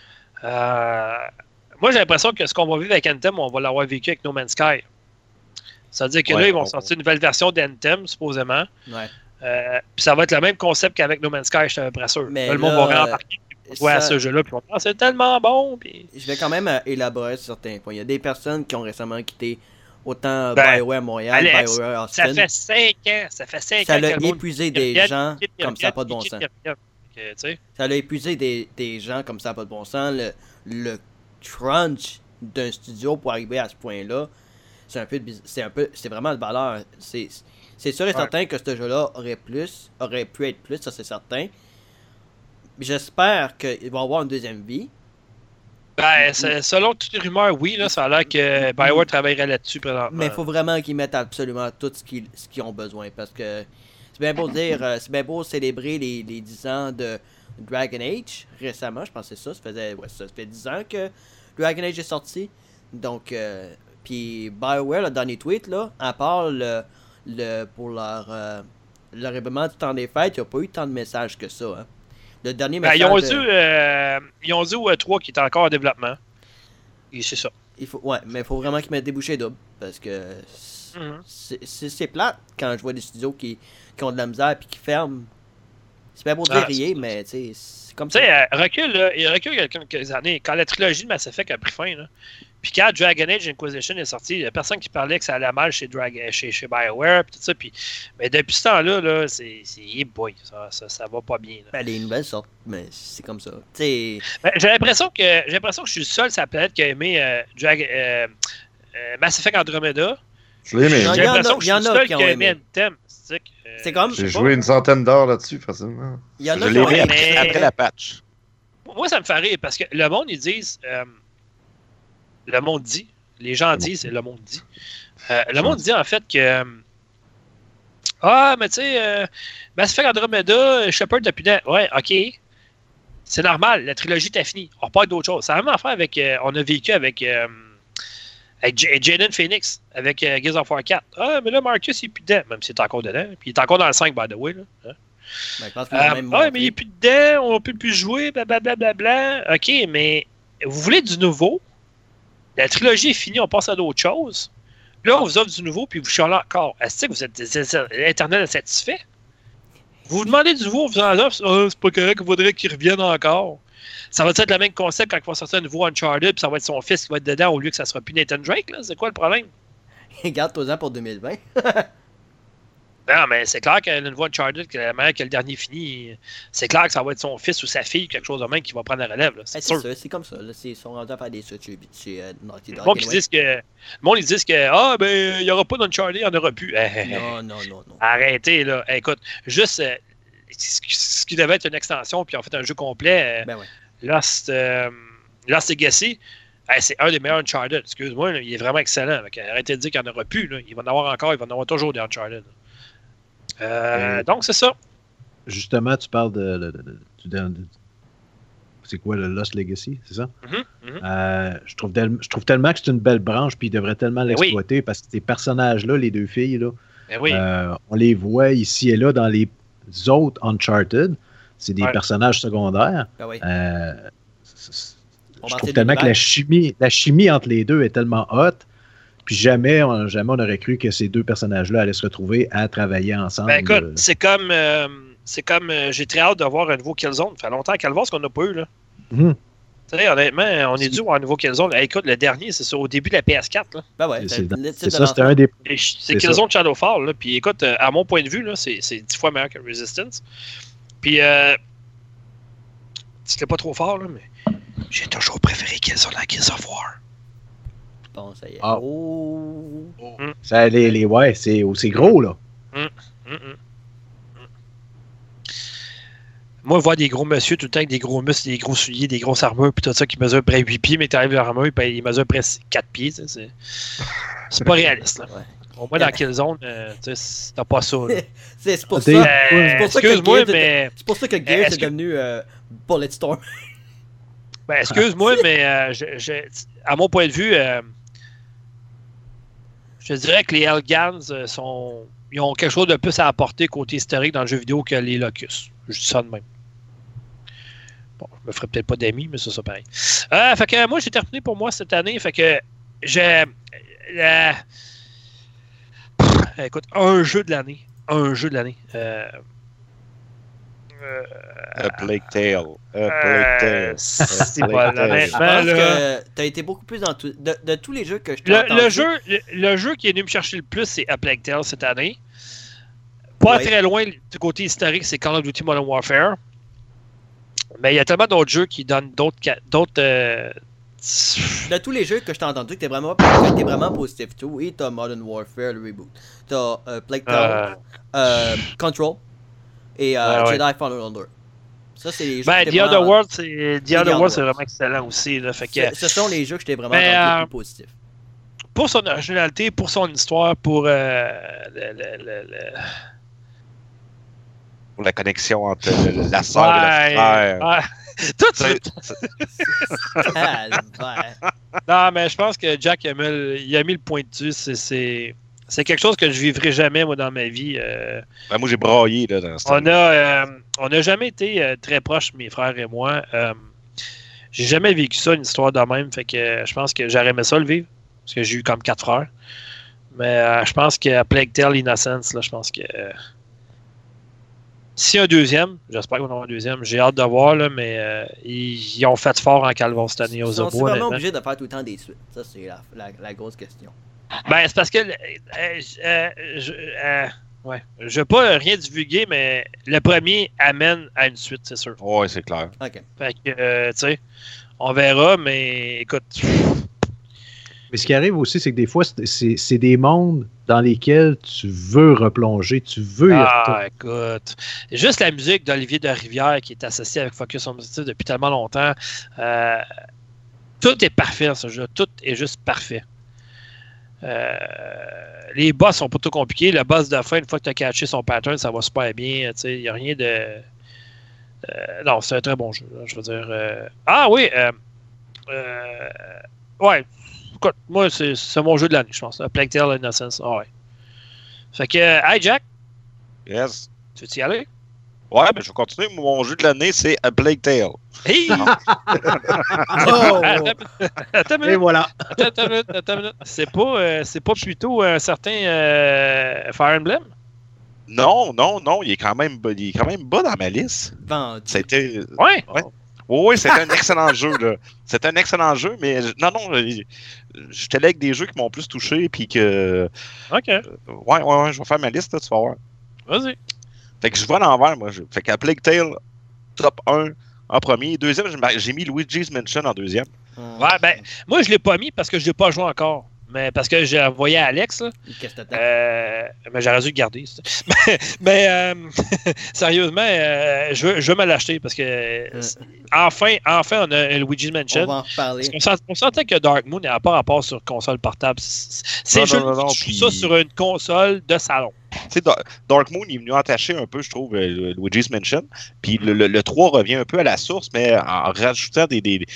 Moi, j'ai l'impression que ce qu'on va vivre avec Anthem, on va l'avoir vécu avec No Man's Sky. Ça veut dire que là, ils vont sortir une nouvelle version d'Anthem, supposément. Ouais. Puis ça va être le même concept qu'avec No Man's Sky, je suis à peu près sûr. Mais le monde va rembarquer à ce jeu-là, puis on va dire, c'est tellement bon. Puis... Je vais quand même élaborer sur certains points. Il y a des personnes qui ont récemment quitté autant BioWare Montréal, Alex, BioWare Austin. Ça fait 5 ans. Ça fait 5 ans. Ça l'a épuisé des gens comme ça n'a pas de bon sens. Ça l'a épuisé des gens comme ça n'a pas de bon sens. Le crunch d'un studio pour arriver à ce point-là, c'est vraiment de valeur. C'est sûr et certain que ce jeu-là aurait pu être plus, ça c'est certain. J'espère qu'il va avoir une deuxième vie. Ben, selon toutes les rumeurs, oui, là, ça a l'air que BioWare travaillerait là-dessus présentement. Mais il faut vraiment qu'ils mettent absolument tout ce qu'ils ont besoin. Parce que c'est bien beau dire, c'est bien beau célébrer les 10 ans de Dragon Age récemment. Je pense que c'est ça. Ça fait 10 ans que Dragon Age est sorti. Donc, puis BioWare, le dernier tweet, là, à part pour leur événement du temps des fêtes, il n'y a pas eu tant de messages que ça. Hein. Le dernier message. Ils ont dit au E3 qui est encore en développement. Et c'est ça. Mais il faut vraiment qu'ils mettent des bouchées doubles. Parce que c'est plate quand je vois des studios qui ont de la misère et qui ferment. C'est bien beau dire rien, mais c'est comme ça. Tu sais, recule il y a quelques années. Quand la trilogie de Mass Effect a pris fin, là, puis quand Dragon Age Inquisition est sorti, il n'y a personne qui parlait que ça allait mal chez BioWare, puis tout ça. Mais depuis ce temps-là, là, c'est boy, ça va pas bien. Là. Ben, les nouvelles sortent, mais c'est comme ça. Ben, j'ai l'impression que je suis le seul sur la planète qui a aimé Mass Effect Andromeda. Je l'ai aimé. J'ai l'impression que je suis le seul qui a aimé Anthem. fantastique. C'est comme. J'ai joué une centaine d'heures là-dessus, facilement. Il y en a Je l'ai mis après la patch. Moi, ça me fait rire parce que le monde, ils disent. Le monde dit. Les gens disent, et le monde dit. Le monde dit en fait que. Mais tu sais, Mass Effect Andromeda, Shepard depuis. Ouais, ok. C'est normal, la trilogie était finie. On repart d'autres choses. C'est la même affaire avec. On a vécu avec Jaden Phoenix, avec Gears of War 4. Ah, mais là, Marcus, il est plus dedans, même s'il est encore dedans. Puis il est encore dans le 5, by the way. Là. Hein? Ben, je pense mais il est plus dedans, on peut plus jouer, blablabla. Ok, mais vous voulez du nouveau? La trilogie est finie, on passe à d'autres choses. Là, on vous offre du nouveau, puis vous chialez encore. Est-ce que vous êtes éternellement satisfait? Vous vous demandez du nouveau, vous en offre, c'est pas correct, il faudrait qu'il revienne encore. Ça va être le même concept quand il va sortir un nouveau Uncharted, puis ça va être son fils qui va être dedans au lieu que ça sera plus Nathan Drake, là. C'est quoi le problème? Garde-toi-en pour 2020. Non, mais c'est clair que le nouveau Uncharted, que la manière que le dernier finit, c'est clair que ça va être son fils ou sa fille, quelque chose de même qui va prendre la relève. Là. C'est sûr. Ça, c'est comme ça. Là, ils sont rendus à faire des suites chez Naughty Dog. Le monde, ils disent que il n'y aura pas d'Uncharted, il n'y en aura plus. Non. Arrêtez, là. Écoute, juste ce qui devait être une extension, puis en fait un jeu complet, Lost Legacy, c'est un des meilleurs Uncharted. Excuse-moi, là, il est vraiment excellent. Arrêtez de dire qu'il n'y en aura plus. Là. Il va en avoir encore, il va en avoir toujours des Uncharted. Donc, c'est ça. Justement, tu parles c'est quoi le Lost Legacy, c'est ça? Je trouve tellement que c'est une belle branche, puis ils devraient tellement l'exploiter parce que ces personnages-là, les deux filles, là, on les voit ici et là dans les autres Uncharted. C'est des personnages secondaires. Je trouve tellement que la chimie entre les deux est tellement haute. Puis jamais on aurait cru que ces deux personnages-là allaient se retrouver à travailler ensemble. Ben écoute, c'est comme j'ai très hâte de voir un nouveau Killzone. Ça fait longtemps qu'à le voir ce qu'on n'a pas eu, là. Tu sais, honnêtement, on est dû voir un nouveau Killzone. Écoute, le dernier, c'est ça, au début de la PS4, là. Ben ouais, c'est ça, c'était un des... C'est Killzone Shadowfall, là. Puis écoute, à mon point de vue, là, c'est 10 fois meilleur que Resistance. Puis, c'était pas trop fort, là, mais j'ai toujours préféré Killzone à Gears of War. Bon, ça y est. Ah. Ça, c'est gros, là. Moi, voir des gros monsieur tout le temps avec des gros muscles, des gros souliers, des grosses armures, puis tout ça qui mesure près 8 pieds, mais tu arrives à l'armure, puis il mesure près 4 pieds. C'est pas réaliste, là. Au moins, dans Killzone, t'as pas ça. C'est pour ça. Excuse-moi, mais. C'est pour ça que Gears est devenu Bulletstorm. Ben, excuse-moi, mais à mon point de vue, je dirais que les Elgans ils ont quelque chose de plus à apporter côté historique dans le jeu vidéo que les Locust. Je dis ça de même. Bon, je me ferai peut-être pas d'amis, mais c'est ça pareil. Fait que moi, j'ai terminé pour moi cette année. Fait que écoute, un jeu de l'année. A Plague Tale. C'est pas Je pense que t'as été beaucoup plus dans de tous les jeux que je t'ai entendu. Le jeu qui est venu me chercher le plus, c'est A Plague Tale cette année. Pas très loin du côté historique, c'est Call of Duty Modern Warfare. Mais il y a tellement d'autres jeux qui donnent d'autres de tous les jeux que je t'ai entendu, que t'es vraiment positif. Oui, t'as Modern Warfare, le reboot. T'as Plague Tale, Control et Jedi Fallen Order. Ça, c'est les jeux The Other World, c'est vraiment excellent aussi. Là, fait que, ce sont les jeux que je t'ai vraiment entendu plus positifs. Pour son originalité, pour son histoire, pour pour la connexion entre la sœur et le frère. Tout de suite. Non, mais je pense que Jack il a mis le point dessus. C'est quelque chose que je vivrai jamais, moi, dans ma vie. Moi, j'ai braillé là, dans ce on n'a jamais été très proches, mes frères et moi. J'ai jamais vécu ça, une histoire de même. Fait que je pense que j'aurais aimé ça le vivre. Parce que j'ai eu comme 4 frères. Mais je pense que Plague Tale Innocence, là, je pense que s'il y a un deuxième, j'espère qu'on aura un deuxième, j'ai hâte de voir, là, mais ils ont fait fort en calvant cette année aux Obo. Ils sont vraiment obligés de faire tout le temps des suites. Ça, c'est la grosse question. Ben, c'est parce que je veux pas rien divulguer, mais le premier amène à une suite, c'est sûr. Oui, c'est clair. OK. Fait que, tu sais, on verra, mais écoute... Mais ce qui arrive aussi, c'est que des fois, c'est des mondes dans lesquels tu veux replonger, tu veux y retourner. Écoute, juste la musique d'Olivier de Rivière qui est associée avec Focus on Positive depuis tellement longtemps. Tout est parfait dans ce jeu. Tout est juste parfait. Les boss sont pas trop compliqués. Le boss de fin, une fois que tu as catché son pattern, ça va super bien. Il n'y a rien de... non, c'est un très bon jeu. Là, je veux dire... Ah oui! Ouais. Écoute, moi, c'est mon jeu de l'année, je pense. Plague Tale Innocence. Ah ouais. Fait que... Hey, Jack! Yes. Tu veux y aller? Ouais, ben je vais continuer. Mon jeu de l'année, c'est A Plague Tale. Hey! Attends une minute. Et voilà. Attends une minute. C'est pas plutôt un certain Fire Emblem? Non, il est quand même bas dans ma liste. Vendu. C'était... Ouais. Oui, c'était un excellent jeu, là. C'était un excellent jeu, mais non, j'étais là avec des jeux qui m'ont plus touché, puis que... OK. Ouais, je vais faire ma liste, là, tu vas voir. Vas-y. Fait que je vais à l'envers, moi. Fait qu'à Plague Tale, top 1 en premier. Deuxième, j'ai mis Luigi's Mansion en deuxième. Ouais, ben, moi, je l'ai pas mis parce que je l'ai pas joué encore. Mais parce que j'ai envoyé à Alex, là. Qu'est-ce que t'attends? Mais j'aurais dû le garder. mais sérieusement, je veux me l'acheter parce que enfin, on a un Luigi's Mansion. On va en reparler. On sentait que Dark Moon n'a pas rapport sur console portable. C'est juste ça sur une console de salon. Tu sais, Dark Moon il est venu entacher un peu, je trouve, Luigi's Mansion. Puis le 3 revient un peu à la source, mais en rajoutant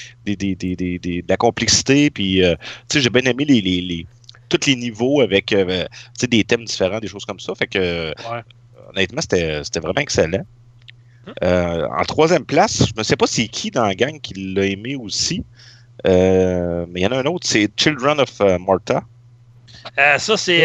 de la complexité. Puis, tu sais, j'ai bien aimé tous les niveaux avec tu sais, des thèmes différents, des choses comme ça. Fait que, honnêtement, c'était vraiment excellent. En troisième place, je ne sais pas c'est qui dans la gang qui l'a aimé aussi. Mais il y en a un autre, c'est Children of Morta. Ça, c'est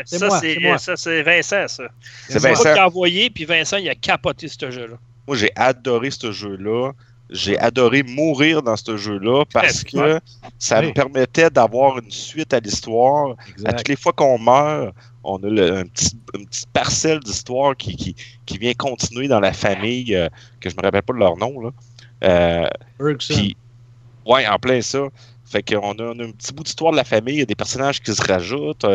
Vincent, ça. C'est Vincent qui a envoyé, puis Vincent, il a capoté ce jeu-là. Moi, j'ai adoré ce jeu-là. J'ai adoré mourir dans ce jeu-là parce que ça me permettait d'avoir une suite à l'histoire. À toutes les fois qu'on meurt, on a une petite parcelle d'histoire qui vient continuer dans la famille, que je me rappelle pas de leur nom, là. Puis, ouais, en plein ça. Fait qu'on a un petit bout d'histoire de la famille, il y a des personnages qui se rajoutent.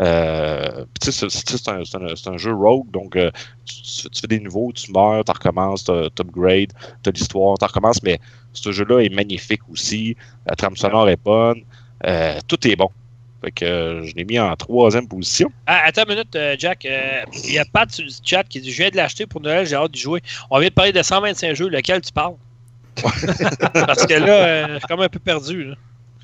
Tu sais, c'est un jeu rogue, donc tu fais des niveaux, tu meurs, tu recommences, tu upgrades, tu as l'histoire, tu recommences, mais ce jeu-là est magnifique aussi. La trame sonore est bonne. Tout est bon. Fait que je l'ai mis en troisième position. Attends une minute, Jack. Il y a Pat sur le chat qui dit « Je viens de l'acheter pour Noël, j'ai hâte d'y jouer. » On vient de parler de 125 jeux, lequel tu parles? Parce que là, je suis comme un peu perdu, là.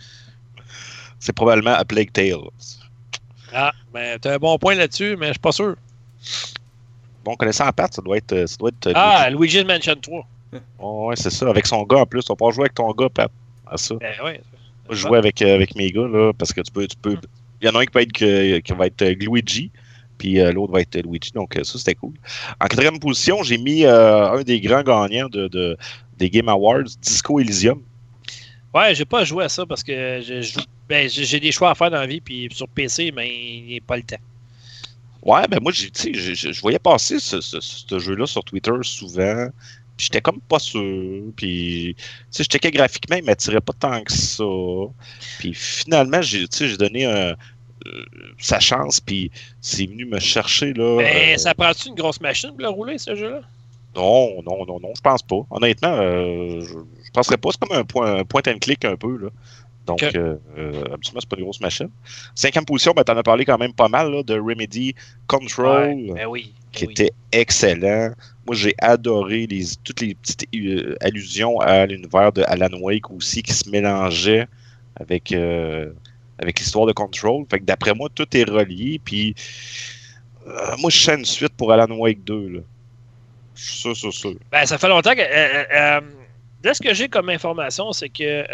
C'est probablement A Plague Tale. Ah, mais t'as un bon point là-dessus, mais je suis pas sûr. Bon, connaissant Pat, ça doit être Luigi's Mansion 3. Ouais, c'est ça. Avec son gars en plus. On peut jouer avec ton gars, Pat. À ça. Ben ouais. Je jouais avec mes gars, là, parce que tu peux. Il y en a un qui va être Luigi, puis l'autre va être Luigi. Donc, ça, c'était cool. En quatrième position, j'ai mis un des grands gagnants des Game Awards, Disco Elysium. Ouais, j'ai pas joué à ça parce que j'ai des choix à faire dans la vie, puis sur PC, mais il n'y a pas le temps. Ouais, ben moi, je voyais passer ce jeu-là sur Twitter souvent, puis j'étais comme pas sûr, puis je checkais graphiquement, il m'attirait pas tant que ça. Puis finalement, j'ai donné sa chance, puis c'est venu me chercher, là. Mais ça prend-tu une grosse machine pour le rouler, ce jeu-là? Non, je pense pas. Honnêtement, je penserais pas. C'est comme un point and click un peu, là. Donc, absolument, c'est pas une grosse machine. Cinquième position, ben, t'en as parlé quand même pas mal, là, de Remedy Control, qui était excellent. Moi, j'ai adoré toutes les petites allusions à l'univers de Alan Wake aussi, qui se mélangeaient avec l'histoire de Control. Fait que d'après moi, tout est relié. Puis, moi, je sens une suite pour Alan Wake 2, là. Je suis sûr. Ben, ça fait longtemps que... de ce que j'ai comme information, c'est que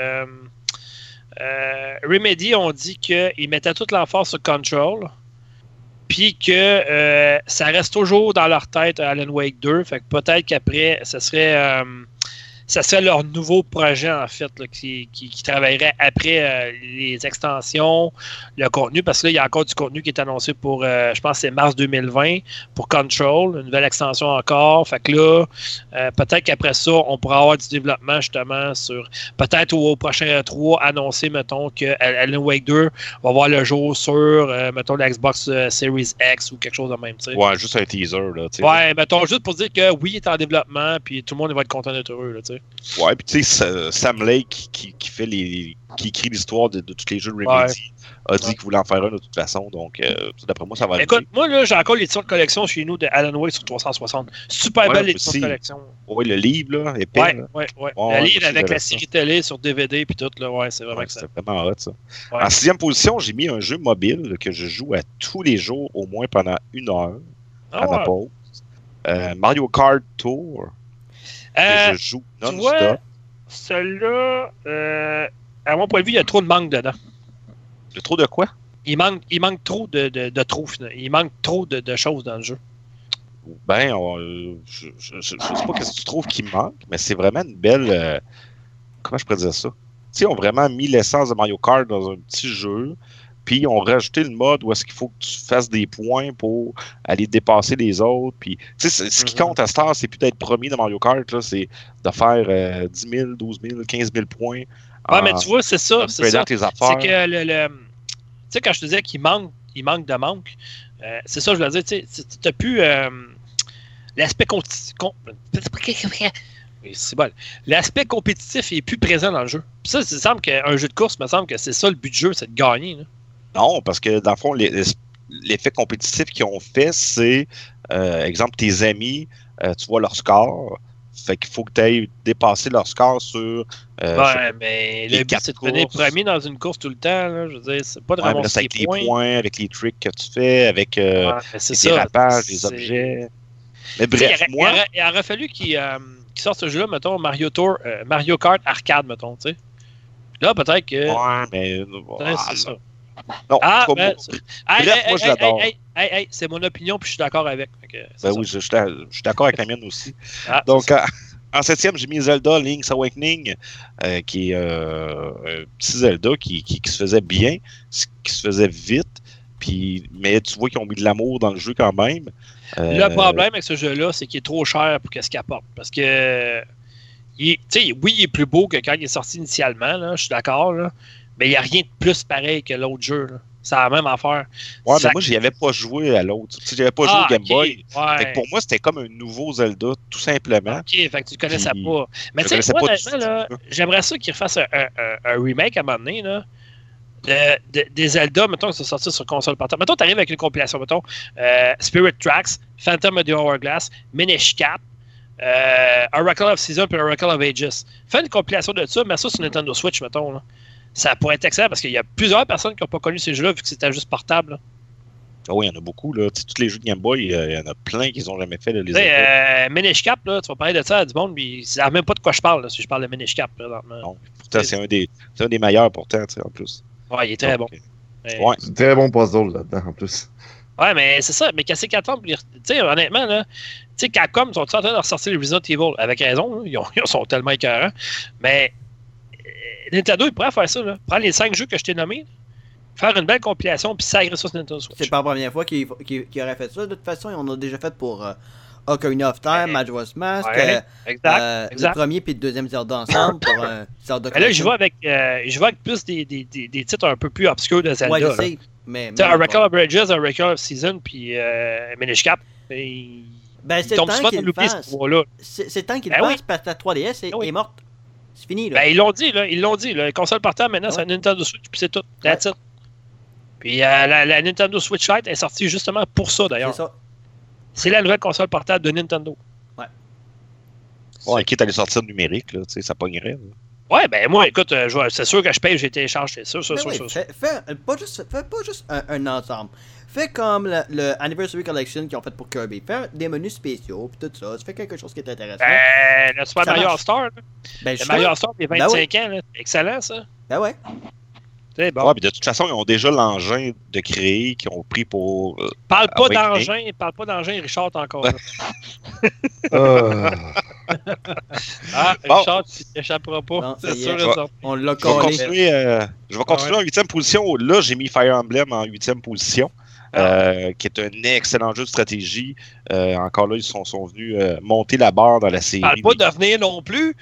Remedy ont dit qu'ils mettaient toute l'emphase sur Control, puis que ça reste toujours dans leur tête Alan Wake 2, fait que peut-être qu'après, ce serait ça serait leur nouveau projet, en fait, là, qui travaillerait après les extensions, le contenu, parce que là, il y a encore du contenu qui est annoncé pour, je pense que c'est mars 2020, pour Control, une nouvelle extension encore. Fait que là, peut-être qu'après ça, on pourra avoir du développement, justement, sur, peut-être au prochain E3, annoncer, mettons, que Alan Wake 2 va voir le jour sur, mettons, la Xbox Series X ou quelque chose de même, tu sais. Ouais, juste un teaser, là, tu sais. Ouais, mettons, juste pour dire que oui, il est en développement, puis tout le monde va être content d'être heureux, là, tu sais. Ouais, puis tu sais, Sam Lake, qui écrit l'histoire de tous les jeux de Remedy, a dit qu'il voulait en faire un de toute façon, donc d'après moi, ça va arriver. Écoute, moi, là, j'ai encore l'édition de collection chez nous de Alan Wake sur 360. Super belle édition de collection. Oui, le livre, là, épais. Ouais. Le livre avec la série télé sur DVD, puis tout, là, ouais, c'est vraiment ça. C'est vraiment hot, ça. Ouais. En 6e position, j'ai mis un jeu mobile que je joue à tous les jours, au moins pendant 1 heure, à ma pause. Mario Kart Tour. Que je joue non-stop. Celui-là, à mon point de vue, il y a trop de manque dedans. De trop de quoi? Il manque trop de trous. Il manque trop de choses dans le jeu. Ben, je sais pas ce que tu trouves qui manque, mais c'est vraiment une belle... comment je pourrais dire ça? Tu sais, ils ont vraiment mis l'essence de Mario Kart dans un petit jeu, puis ils ont rajouté le mode où est-ce qu'il faut que tu fasses des points pour aller dépasser les autres. Puis, tu sais, ce qui compte à cette heure, c'est plus d'être premier dans Mario Kart, là, c'est de faire 10 000, 12 000, 15 000 points. Ouais, mais tu vois, c'est ça. C'est ça. Tes affaires. C'est que tu sais, quand je te disais qu'il manque de manque, c'est ça, je veux dire, tu sais, t'as plus l'aspect c'est bon. L'aspect compétitif est plus présent dans le jeu. Puis ça, il semble qu'un jeu de course, me semble que c'est ça le but du jeu, c'est de gagner. Là. Non, parce que dans le fond, l'effet compétitif qu'ils ont fait, c'est, exemple, tes amis, tu vois leur score. Fait qu'il faut que tu ailles dépasser leur score sur. Ouais, mais le but, c'est de finir premier dans une course tout le temps. Là. Je veux dire, c'est pas de ramasser les points, avec les tricks que tu fais, avec les dérapages, les objets. Mais bref, il aurait fallu qu'il sorte ce jeu-là, mettons, Mario Kart Arcade, mettons, tu sais. Là, peut-être que. Ouais, mais. c'est ça. Non, bref, moi, je l'adore. C'est mon opinion, puis je suis d'accord avec. Oui, je suis d'accord avec la mienne aussi. Donc, en 7e, j'ai mis Zelda Link's Awakening, qui est un petit Zelda qui se faisait bien, qui se faisait vite, mais tu vois qu'ils ont mis de l'amour dans le jeu quand même. Le problème avec ce jeu-là, c'est qu'il est trop cher pour ce qu'il apporte. Parce que, oui, il est plus beau que quand il est sorti initialement, là, je suis d'accord, là, mais il n'y a rien de plus pareil que l'autre jeu. Là. C'est la même affaire. Ouais, mais moi, j'y avais pas joué à l'autre. J'avais pas joué au Game Boy. Ouais. Fait que pour moi, c'était comme un nouveau Zelda, tout simplement. OK, fait que tu ne connaissais pas. Mais tu sais, moi, honnêtement, là, j'aimerais ça qu'ils refassent un remake à un moment donné, là. Des Zelda, mettons, qui sont sortis sur console portable. Mettons, tu arrives avec une compilation, mettons, Spirit Tracks, Phantom of the Hourglass, Minish Cap, Oracle of Season puis Oracle of Ages. Fais une compilation de ça, mets ça sur Nintendo Switch, mettons. Là. Ça pourrait être excellent parce qu'il y a plusieurs personnes qui n'ont pas connu ces jeux-là vu que c'était juste portable. Là. Ah oui, il y en a beaucoup. Là. Tous les jeux de Game Boy, il y en a plein qu'ils n'ont jamais fait. Là, Minish Cap, là, tu vas parler de ça à du monde, mais ils ne savent même pas de quoi je parle là, si je parle de Minish Cap présentement. Non, pourtant, c'est un des meilleurs pourtant, en plus. Ouais, il est très bon. Ouais. C'est un très bon puzzle là-dedans, en plus. Ouais, mais c'est ça. Mais casser 4 ans, tu sais, honnêtement, là, tu sais, Capcom sont en train de ressortir les Resident Evil. Avec raison, ils sont tellement écœurants. Mais Nintendo, ils pourraient faire ça, là. Prendre les 5 jeux que je t'ai nommés, faire une belle compilation, puis sagrer ça sur Nintendo Switch. C'est pas la première fois qu'ils auraient fait ça. De toute façon, ils en ont déjà fait pour Ocarina of Time, Majora's Mask, exact. le premier puis le deuxième Zelda ensemble pour un Zelda. Là, je vais avec plus des titres un peu plus obscurs de Zelda. Ouais, je sais. Mais Oracle of Bridges, Oracle of Season, puis Minish Cap. C'est temps qu'ils le fassent. C'est temps qu'ils le fassent parce que la 3DS est morte. C'est fini, là. Ben, ils l'ont dit, là. Les consoles portables, maintenant, c'est un Nintendo Switch, puis c'est tout. That's it. Puis la Nintendo Switch Lite est sortie justement pour ça, d'ailleurs. C'est ça. C'est la nouvelle console portable de Nintendo. Ouais, quitte à les sortir numérique, là, ça pognerait. Là. Ouais, ben moi, écoute, c'est sûr que je paye, j'ai téléchargé, c'est sûr. Fais pas juste un ensemble. Fais comme le Anniversary Collection qu'ils ont fait pour Kirby. Fais des menus spéciaux, puis tout ça. Tu fais quelque chose qui est intéressant. Le Super Mario All-Star, le Mario All-Star, il y a 25 ans, là. Excellent, ça. Ben ouais. C'est bon. Ouais, puis de toute façon, ils ont déjà l'engin de créer qu'ils ont pris pour. Parle pas d'engin, Richard, encore. Richard, tu n'échapperas pas. Non, c'est sûr. On l'a collé. Je vais continuer en 8e position. Là, j'ai mis Fire Emblem en 8e position. Qui est un excellent jeu de stratégie. Encore là, ils sont venus monter la barre dans la série. Parle pas de venir non plus.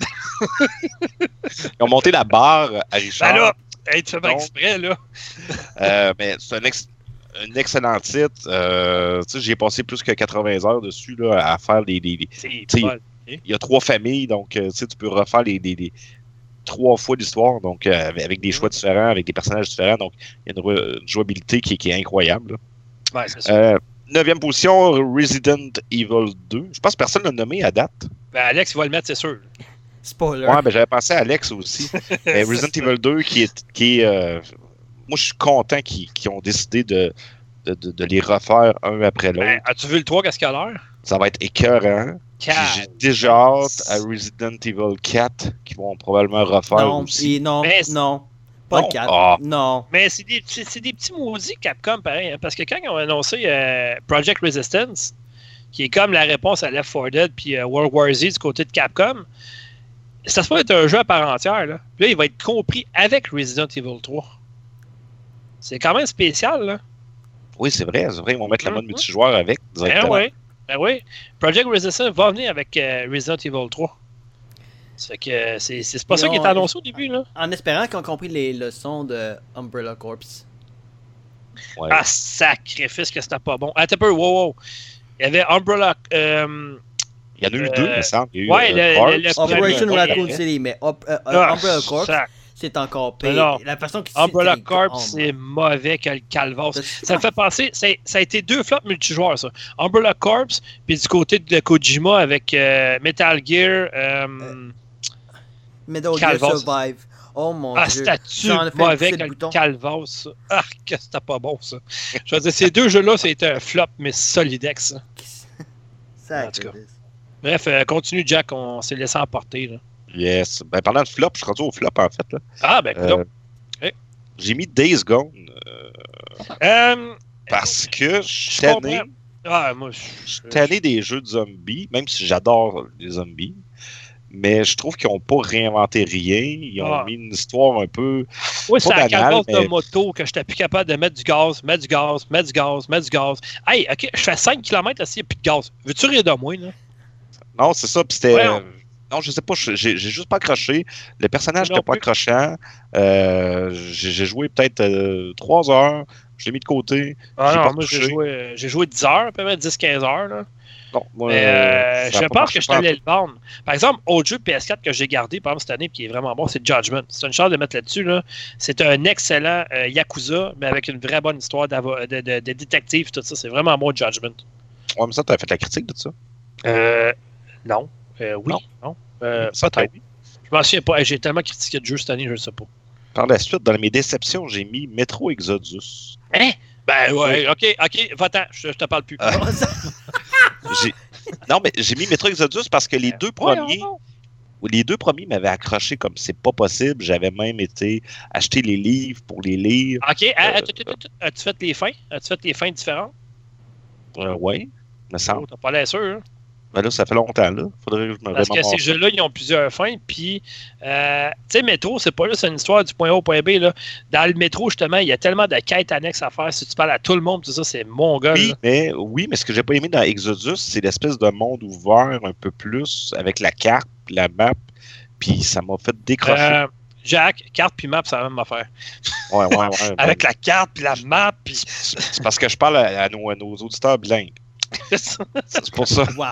Ils ont monté la barre à Richard. Ben là, tu fais pas exprès, là. Mais c'est un excellent titre. J'ai passé plus que 80 heures dessus là, à faire il y a 3 familles, donc tu peux refaire les 3 fois l'histoire, donc avec des choix différents, avec des personnages différents. Donc, il y a une jouabilité qui est incroyable. Ouais, c'est ça. 9e position, Resident Evil 2. Je pense que personne ne l'a nommé à date. Ben, Alex, il va le mettre, c'est sûr. Spoiler. Ouais, ben j'avais pensé à Alex aussi. Resident Evil 2 qui est moi, je suis content qu'ils ont décidé de les refaire un après l'autre. Ben, as-tu vu le 3, qu'est-ce qu'il a l'air? Ça va être écœurant. J'ai déjà hâte à Resident Evil 4 qui vont probablement refaire aussi. Non. Pas le 4. Non. Mais c'est des petits maudits Capcom, pareil. Hein, parce que quand ils ont annoncé Project Resistance, qui est comme la réponse à Left 4 Dead puis World War Z du côté de Capcom, ça se peut être un jeu à part entière. Là. Puis là, il va être compris avec Resident Evil 3. C'est quand même spécial, là. Oui, c'est vrai. Ils vont mettre la mode multijoueur avec directement. Ben oui. Project Resistance va venir avec Resident Evil 3. Ça fait que c'est pas ça qui est annoncé au début, là. En espérant qu'ils ont compris les leçons de Umbrella Corps. Ouais. Ah, sacrifice que c'était pas bon. Attends un peu, wow. Il y avait Umbrella... il y en a eu 2, il me semble. Il y a eu, Operation Raccoon City, mais Umbrella Corps... C'est encore pire. La façon qu'ils Umbrella Corps, c'est mauvais que le calvaire. Ça me fait penser, ça a été 2 flops multijoueurs, ça. Umbrella Corps, puis du côté de Kojima avec Metal Gear. Metal Gear Survive. Oh mon Dieu. Statut mauvais que le calvaire, ça. Ah, que c'était pas bon, ça. Je veux dire, ces 2 jeux-là, c'était un flop, mais solidex. Ça. En tout cas. Bref, continue, Jack, on s'est laissé emporter, là. Yes. Ben, parlant de flop, je suis rendu au flop, en fait. Là. Ah, ben, écoute. J'ai mis Days Gone. Parce que je suis tanné. Je suis tanné des jeux de zombies, même si j'adore les zombies. Mais je trouve qu'ils n'ont pas réinventé rien. Ils ont mis une histoire un peu. Oui, c'est un calvaire de moto que je n'étais plus capable de mettre du gaz. Hey, OK, je fais 5 km assis, il n'y a plus de gaz. Veux-tu rire de moi, là? Non, c'est ça. Puis c'était. Non, je sais pas, j'ai juste pas accroché. Le personnage n'était pas accrochant. J'ai joué peut-être 3 heures. Je l'ai mis de côté. Moi, j'ai joué 10 heures, à peu près 10-15 heures. Là. Non, moi, je pense que je t'allais le vendre. Par exemple, autre jeu de PS4 que j'ai gardé par exemple, cette année et qui est vraiment bon, c'est Judgment. C'est une chance de mettre là-dessus. Là. C'est un excellent Yakuza, mais avec une vraie bonne histoire de détective. Tout ça. C'est vraiment bon, Judgment. Ouais, mais ça, tu as fait la critique de ça? Non. Oui. Non. Peut-être. Je m'en souviens pas. J'ai tellement critiqué de jeu cette année, je ne sais pas. Par la suite, dans mes déceptions, j'ai mis Metro Exodus. Hein? Ben ouais, ok, va-t'en, je te parle plus. Non, mais j'ai mis Metro Exodus parce que les deux premiers m'avaient accroché comme c'est pas possible. J'avais même été acheter les livres pour les lire. Ok, as-tu fait les fins? As-tu fait les fins différentes? Oui, me semble. T'as pas l'air sûr, hein? Ben là, ça fait longtemps, là. Faudrait que je me Parce que ces jeux-là, ils ont plusieurs fins. Puis, tu sais, Métro, c'est pas juste une histoire du point A au point B. Là. Dans le métro, justement, il y a tellement de quêtes annexes à faire. Si tu parles à tout le monde, tout ça, c'est mon gars. Oui, mais ce que j'ai pas aimé dans Exodus, c'est l'espèce de monde ouvert un peu plus avec la carte, la map. Puis ça m'a fait décrocher. Jack, carte puis map, c'est la même affaire. Ouais. Avec la carte puis la map. Puis... C'est parce que je parle à nos auditeurs bilingues. C'est pour ça. Wow.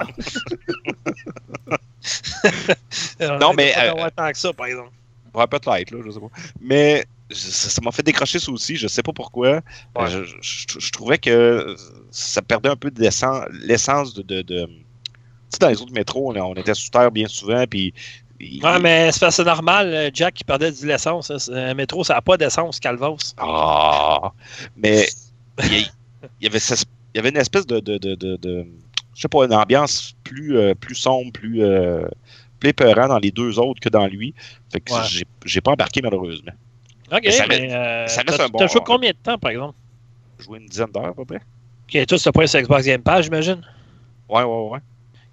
Non, mais. Tant que ça, par exemple. Ouais, peut-être, là, je sais pas. Mais ça m'a fait décrocher ça aussi, je sais pas pourquoi. Ouais. Je trouvais que ça perdait un peu l'essence de tu sais, dans les autres métros, on était sous terre bien souvent, puis. Ouais, mais c'est normal, Jack qui perdait de l'essence. Un métro, ça n'a pas d'essence, Calvos. Ah! Mais il y avait une espèce de je sais pas, une ambiance plus sombre, plus épeurant dans les deux autres que dans lui. Fait que j'ai pas embarqué malheureusement. Ok, mais ça reste un bon. T'as joué combien de temps, par exemple? J'ai joué une dizaine d'heures à peu près. Ok, toi, c'est pas sur Xbox Game Pass, j'imagine? Ouais. Ok,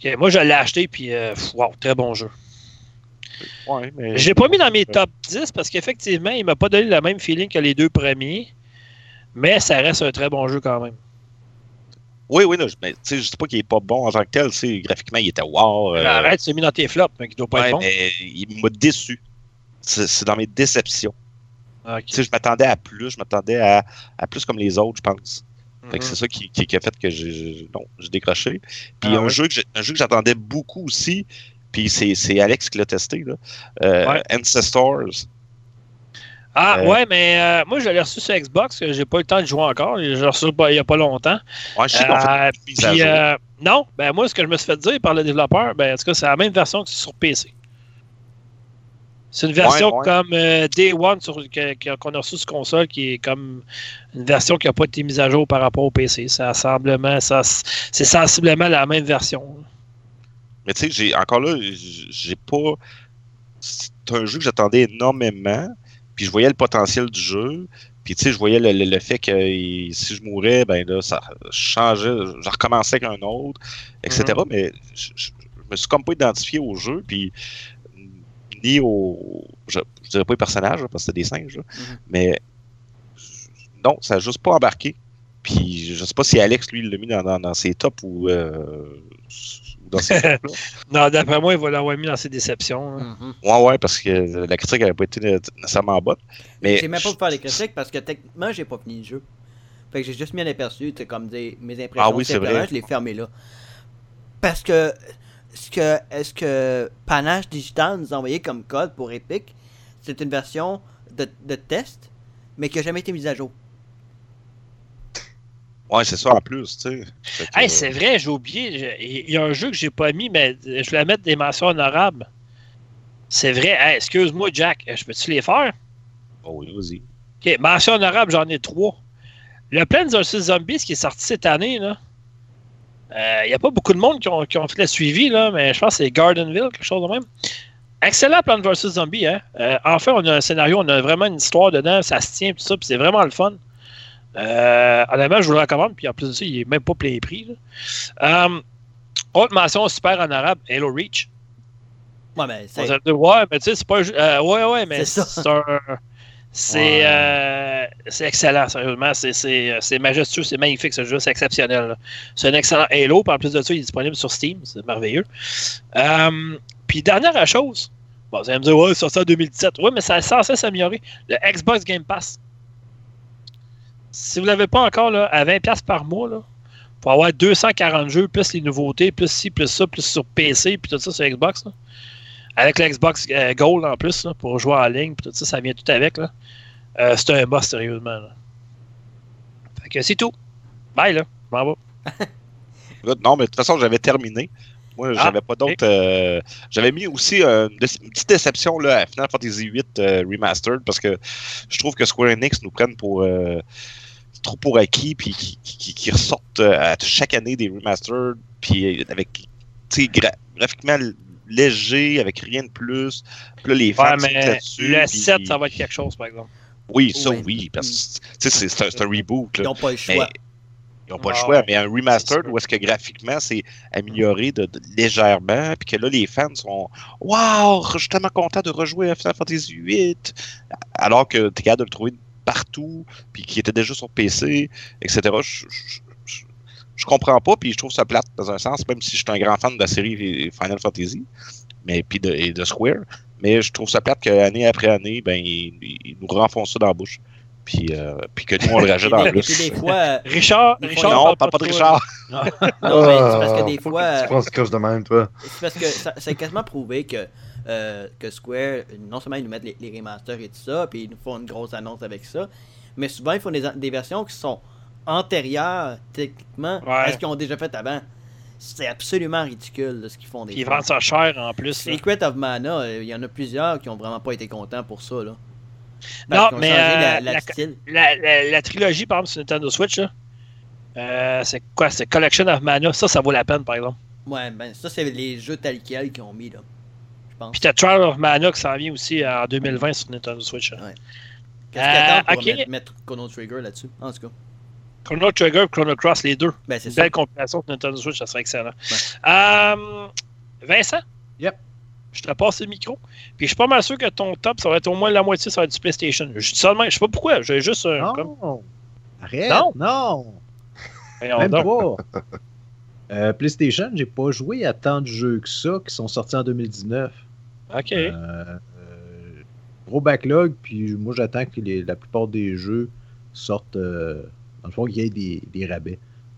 Okay, moi, je l'ai acheté, puis wow, très bon jeu. Ouais, mais... Je l'ai pas mis dans mes top 10 parce qu'effectivement, il m'a pas donné le même feeling que les deux premiers, mais ça reste un très bon jeu quand même. Oui, non, mais je dis pas qu'il est pas bon en tant que tel. Graphiquement, il était wow. Arrête, tu l'as mis dans tes flops, mais il doit pas être bon. Mais il m'a déçu. C'est dans mes déceptions. Okay. Je m'attendais à plus. Je m'attendais à plus comme les autres, je pense. Fait que c'est ça qui a fait que j'ai décroché. Puis un jeu que j'attendais beaucoup aussi, puis c'est Alex qui l'a testé, là. Ancestors. Ouais, mais moi, je l'ai reçu sur Xbox. J'ai pas eu le temps de jouer encore. Je l'ai reçu il n'y a pas longtemps. Ouais, je sais qu'on fait une mise à jour. Non, moi, ce que je me suis fait dire par le développeur, en tout cas, c'est la même version que sur PC. C'est une version comme Day One qu'on a reçu sur console, qui est comme une version qui n'a pas été mise à jour par rapport au PC. C'est sensiblement la même version. Mais tu sais, encore là, j'ai pas... C'est un jeu que j'attendais énormément. Puis je voyais le potentiel du jeu. Puis tu sais, je voyais le fait que si je mourais, ben là, ça changeait. Je recommençais avec un autre, etc. Mais je me suis comme pas identifié au jeu. Puis ni au... Je dirais pas les personnages, parce que c'était des singes. Mais non, ça n'a juste pas embarqué. Puis je sais pas si Alex, lui, l'a mis dans ses tops ou dans ses tops, là. Non, d'après moi, il va l'avoir mis dans ses déceptions. Ouais, parce que la critique n'avait pas été nécessairement bonne. Mais j'ai même pas pu faire les critiques parce que techniquement, j'ai pas fini le jeu. Fait que j'ai juste mis un aperçu, comme mes impressions. Oui, c'est vrai. Je l'ai fermé là. Parce que ce que Panache Digital nous a envoyé comme code pour Epic, c'est une version de test, mais qui n'a jamais été mise à jour. Ouais, c'est ça en plus, tu sais. Hey, c'est vrai, j'ai oublié. Il y a un jeu que j'ai pas mis, mais je vais mettre des mentions honorables. C'est vrai. Hey, excuse-moi, Jack. Je peux-tu les faire? Oh oui, vas-y. OK, mention honorable, j'en ai 3. Le Plants vs. Zombies qui est sorti cette année, là. Il n'y a pas beaucoup de monde qui ont fait le suivi, là, mais je pense que c'est Gardenville, quelque chose de même. Excellent Plants vs. Zombies, hein. Enfin, on a un scénario, on a vraiment une histoire dedans, ça se tient, tout ça, puis c'est vraiment le fun. Honnêtement, je vous le recommande, puis en plus de ça, il n'est même pas plein prix. Autre mention super honorable, Halo Reach. Ouais, mais c'est... mais tu sais, c'est pas un jeu... ouais, mais c'est c'est excellent, sérieusement. C'est majestueux, c'est magnifique ce jeu, c'est exceptionnel. Là. C'est un excellent Halo, puis en plus de ça, il est disponible sur Steam, c'est merveilleux. Puis dernière chose, vous allez me dire, c'est sorti en 2017. Oui, mais ça est censé s'améliorer. Le Xbox Game Pass. Si vous ne l'avez pas encore, là, à 20$ par mois, là, pour avoir 240 jeux, plus les nouveautés, plus ci, plus ça, plus sur PC, puis tout ça sur Xbox. Là. Avec le Xbox Gold en plus, là, pour jouer en ligne, puis tout ça, ça vient tout avec. Là. C'est un boss, sérieusement. Là. Fait que c'est tout. Bye, là. Je m'en vais. Non, mais de toute façon, j'avais terminé. Moi, j'avais pas d'autres. J'avais mis aussi une petite déception là, à Final Fantasy VIII Remastered parce que je trouve que Square Enix nous prennent trop pour acquis puis qui ressortent à chaque année des remastered puis avec graphiquement léger, avec rien de plus. Puis là, les fans sont là-dessus. Le 7, ça va être quelque chose, par exemple. Oui, ça, oui. Parce que c'est un reboot. Là. Ils n'ont pas le choix. Ils n'ont pas le choix, mais un remastered où est-ce que graphiquement c'est amélioré légèrement, puis que là les fans sont waouh, je suis tellement content de rejouer à Final Fantasy VIII, alors que tu es capable de le trouver partout, puis qui était déjà sur PC, etc. Je comprends pas, puis je trouve ça plate dans un sens, même si je suis un grand fan de la série Final Fantasy, mais puis de Square, mais je trouve ça plate qu'année après année, ben ils nous renfoncent ça dans la bouche. Puis que nous, on le rajoute en plus. Des fois, Richard, non, parle pas de Richard. Non, mais c'est parce que des fois... Tu penses que je de même, toi? C'est parce que c'est quasiment prouvé que Square, non seulement ils nous mettent les remasters et tout ça, puis ils nous font une grosse annonce avec ça, mais souvent ils font des versions qui sont antérieures, techniquement, à ce qu'ils ont déjà fait avant. C'est absolument ridicule, là, ce qu'ils font des fois. Ils vendent ça cher, en plus. Secret of Mana, il y en a plusieurs qui ont vraiment pas été contents pour ça, là. Non, mais la trilogie, par exemple, sur Nintendo Switch, c'est quoi? C'est Collection of Mana. Ça vaut la peine, par exemple. Ouais, ben ça, c'est les jeux tels quels qu'ils ont mis, là. Je pense. Puis t'as Trial of Mana qui s'en vient aussi en 2020 sur Nintendo Switch. Ouais. Qu'est-ce qu'ils attendent pour mettre Chrono Trigger là-dessus? En tout cas. Chrono Trigger et Chrono Cross, les deux. Ben, c'est Une belle ça. compilation de Nintendo Switch, ça serait excellent. Ouais. Vincent? Yep. Je te passe le micro. Puis je suis pas mal sûr que ton top, ça va être au moins la moitié, ça va être du PlayStation. Je dis ça de même, je sais pas pourquoi. J'ai juste Non! Arrête! Non. Non! Voyons Même donc. pas! PlayStation, j'ai pas joué à tant de jeux que ça qui sont sortis en 2019. OK. Gros backlog, puis moi j'attends que la plupart des jeux sortent, dans le fond, qu'il y ait des rabais.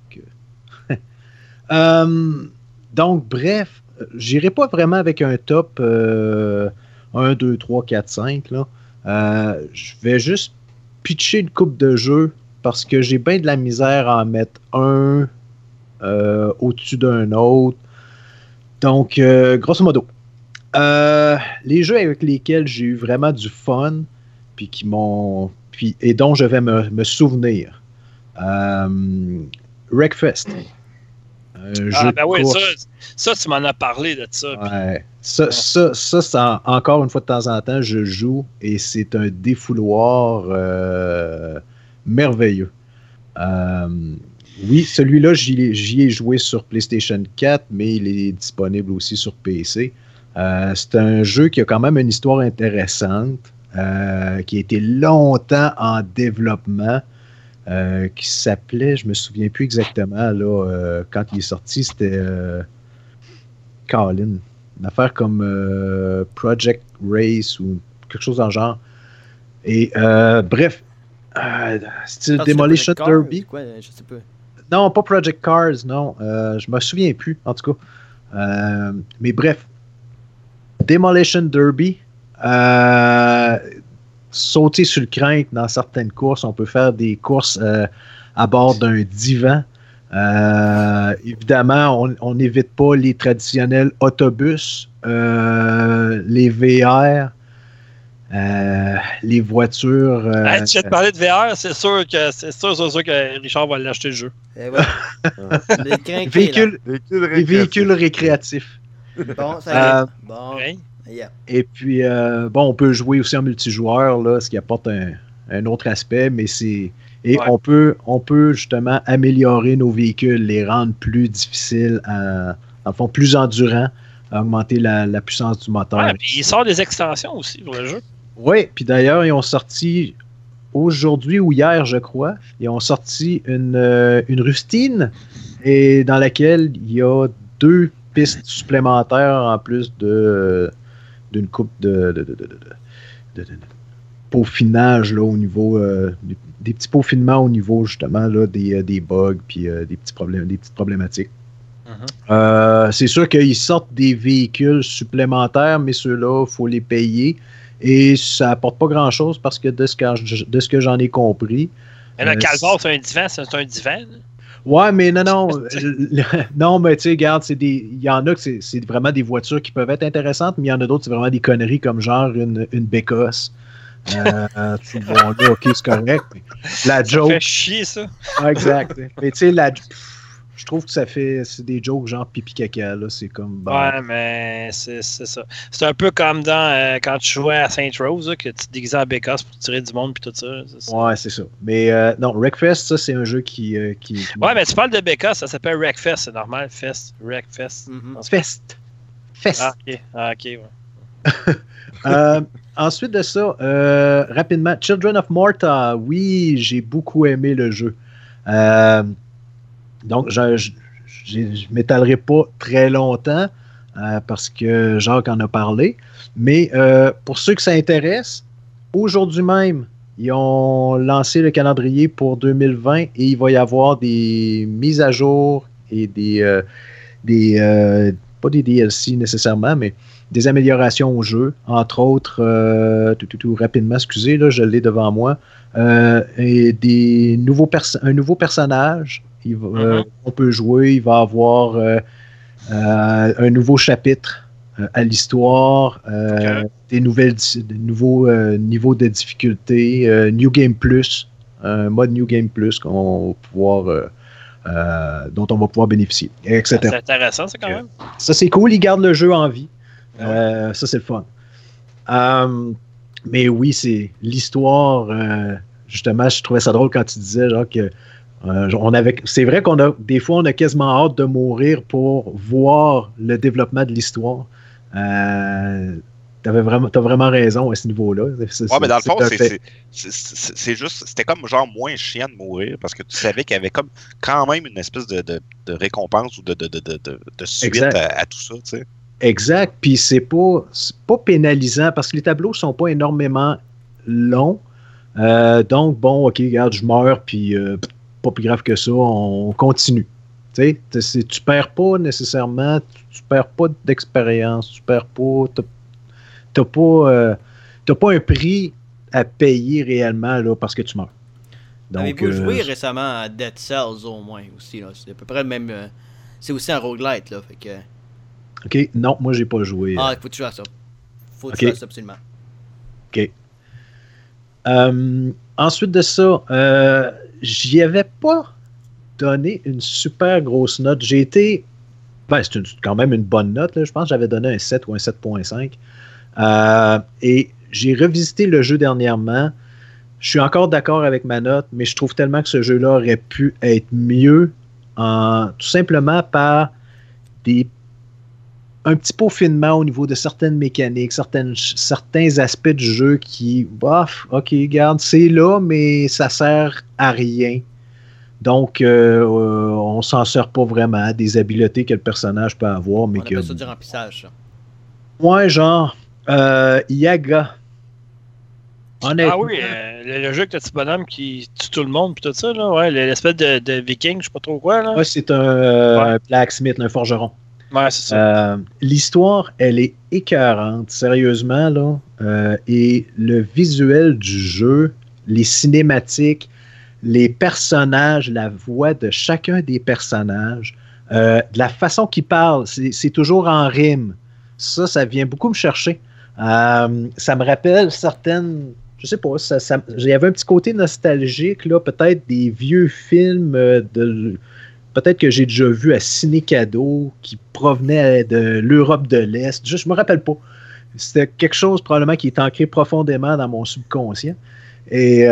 Donc, bref, j'irai pas vraiment avec un top 1, 2, 3, 4, 5. Là. Je vais juste pitcher une coupe de jeux parce que j'ai bien de la misère à en mettre un au-dessus d'un autre. Donc, grosso modo, les jeux avec lesquels j'ai eu vraiment du fun puis et dont je vais me souvenir. Wreckfest. Ben oui, ça, tu m'en as parlé de ça. Ouais. Ça, encore une fois de temps en temps, je joue et c'est un défouloir merveilleux. Oui, celui-là, j'y ai joué sur PlayStation 4, mais il est disponible aussi sur PC. C'est un jeu qui a quand même une histoire intéressante, qui a été longtemps en développement, qui s'appelait, je me souviens plus exactement, là, quand il est sorti, c'était Colin, une affaire comme Project Race ou quelque chose dans le genre. Et bref, style Demolition Derby. Quoi, je sais pas. Non, pas Project Cars, non. Je me souviens plus, en tout cas. Mais bref, Demolition Derby, sauter sur le crank dans certaines courses. On peut faire des courses à bord d'un divan. Évidemment, on n'évite pas les traditionnels autobus, les VR, les voitures. Tu viens de parler de VR, c'est sûr que Richard va l'acheter le jeu. Et ouais. Les véhicules récréatifs. Bon, ça bon. Ouais. Yeah. Et puis, bon, on peut jouer aussi en multijoueur, là, ce qui apporte un autre aspect, mais c'est. Et ouais. on peut justement améliorer nos véhicules, les rendre plus difficiles, en fond, plus endurants, augmenter la puissance du moteur. Ouais, puis il sort des extensions aussi pour le jeu. Oui, puis d'ailleurs, ils ont sorti aujourd'hui ou hier, je crois, ils ont sorti une rustine et dans laquelle il y a 2 pistes supplémentaires en plus d'une coupe de peaufinage là, au niveau des petits peaufinements au niveau justement là, des bugs puis des petites problématiques. C'est sûr qu'ils sortent des véhicules supplémentaires, mais ceux-là, il faut les payer. Et ça apporte pas grand-chose parce que de ce que j'en ai compris. Mais le Calvar, c'est un divan. Là. Ouais, mais non. Non, mais tu sais, regarde, il y en a que c'est vraiment des voitures qui peuvent être intéressantes, mais il y en a d'autres, c'est vraiment des conneries comme genre une bécosse. Bon, là, ok, c'est correct. Mais la joke. Ça fait chier, ça. Exact. Mais tu sais, je trouve que c'est des jokes genre pipi caca, là. C'est comme. Bon. Ouais, mais c'est ça. C'est un peu comme dans quand tu jouais à Saint Rose, là, que tu te déguisais en bécasse pour tirer du monde puis tout ça. Ouais, c'est ça. Mais non, Wreckfest, ça, c'est un jeu qui ouais, mais tu parles de bécasse, ça s'appelle Wreckfest, c'est normal. Wreckfest. Fest. Ah, ok, ouais. Ensuite de ça, rapidement, Children of Morta, oui, j'ai beaucoup aimé le jeu. Donc, je m'étalerai pas très longtemps parce que Jacques en a parlé. Mais pour ceux que ça intéresse, aujourd'hui même, ils ont lancé le calendrier pour 2020 et il va y avoir des mises à jour et pas des DLC nécessairement, mais des améliorations au jeu. Entre autres, tout rapidement, excusez, là, je l'ai devant moi, et un nouveau personnage. On peut jouer, il va avoir un nouveau chapitre à l'histoire, des nouveaux niveaux de difficulté, New Game Plus, un mode New Game Plus dont on va pouvoir bénéficier, etc. C'est intéressant, ça, quand même. Ça, c'est cool, ils gardent le jeu en vie. Ça, c'est le fun. Mais oui, c'est l'histoire. Justement, je trouvais ça drôle quand tu disais genre que C'est vrai des fois, on a quasiment hâte de mourir pour voir le développement de l'histoire. T'as vraiment raison à ce niveau-là. Mais dans le fond, c'est juste, c'était comme genre moins chiant de mourir parce que tu savais qu'il y avait comme quand même une espèce de récompense ou de suite à tout ça, tu sais. Exact. Puis c'est pas pénalisant parce que les tableaux sont pas énormément longs. Donc, bon, OK, regarde, je meurs, puis pas plus grave que ça, on continue. Tu sais, tu perds pas nécessairement, tu perds pas d'expérience, tu perds pas... T'as pas un prix à payer réellement là, parce que tu meurs. Avez-vous joué récemment à Dead Cells au moins aussi? Là? C'est à peu près le même... c'est aussi un roguelite, là. Fait que... OK, non, moi j'ai pas joué. Il faut que tu joues à ça. Faut que tu joues à ça, absolument. OK. Ensuite de ça, j'y avais pas donné une super grosse note. J'ai été... c'est quand même une bonne note, là. Je pense que j'avais donné un 7 ou un 7.5. Et j'ai revisité le jeu dernièrement. Je suis encore d'accord avec ma note, mais je trouve tellement que ce jeu-là aurait pu être mieux tout simplement par un petit peaufinement au niveau de certaines mécaniques, certains aspects du jeu qui, OK, regarde, c'est là, mais ça sert à rien. Donc, on s'en sert pas vraiment des habiletés que le personnage peut avoir. Mais on appelle ça du remplissage, ça. Ouais, genre... Yaga. Honnêtement. Ah oui, le jeu avec le petit bonhomme qui tue tout le monde puis tout ça, là, ouais, l'espèce de viking, je sais pas trop quoi. Là. Ouais, c'est un blacksmith, un forgeron. Ouais, c'est ça. L'histoire, elle est écœurante, sérieusement, là. Et le visuel du jeu, les cinématiques, les personnages, la voix de chacun des personnages, de la façon qu'ils parlent, c'est toujours en rime. Ça vient beaucoup me chercher. Ça me rappelle certaines... Je sais pas, il y avait un petit côté nostalgique, là, peut-être des vieux films peut-être que j'ai déjà vu à Ciné-Cadeau qui provenaient de l'Europe de l'Est. Je me rappelle pas. C'était quelque chose probablement qui est ancré profondément dans mon subconscient. Et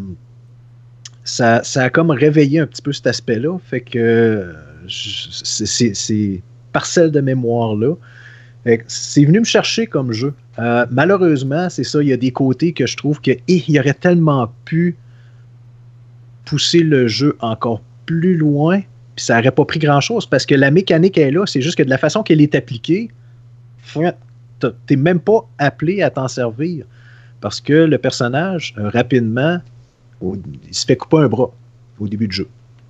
ça a comme réveillé un petit peu cet aspect-là. Fait que c'est parcelle de mémoire-là. C'est venu me chercher comme jeu. Malheureusement, c'est ça, il y a des côtés que je trouve qu'il y aurait tellement pu pousser le jeu encore plus loin, puis ça n'aurait pas pris grand-chose, parce que la mécanique est là, c'est juste que de la façon qu'elle est appliquée, t'es même pas appelé à t'en servir, parce que le personnage, rapidement, il se fait couper un bras au début du jeu.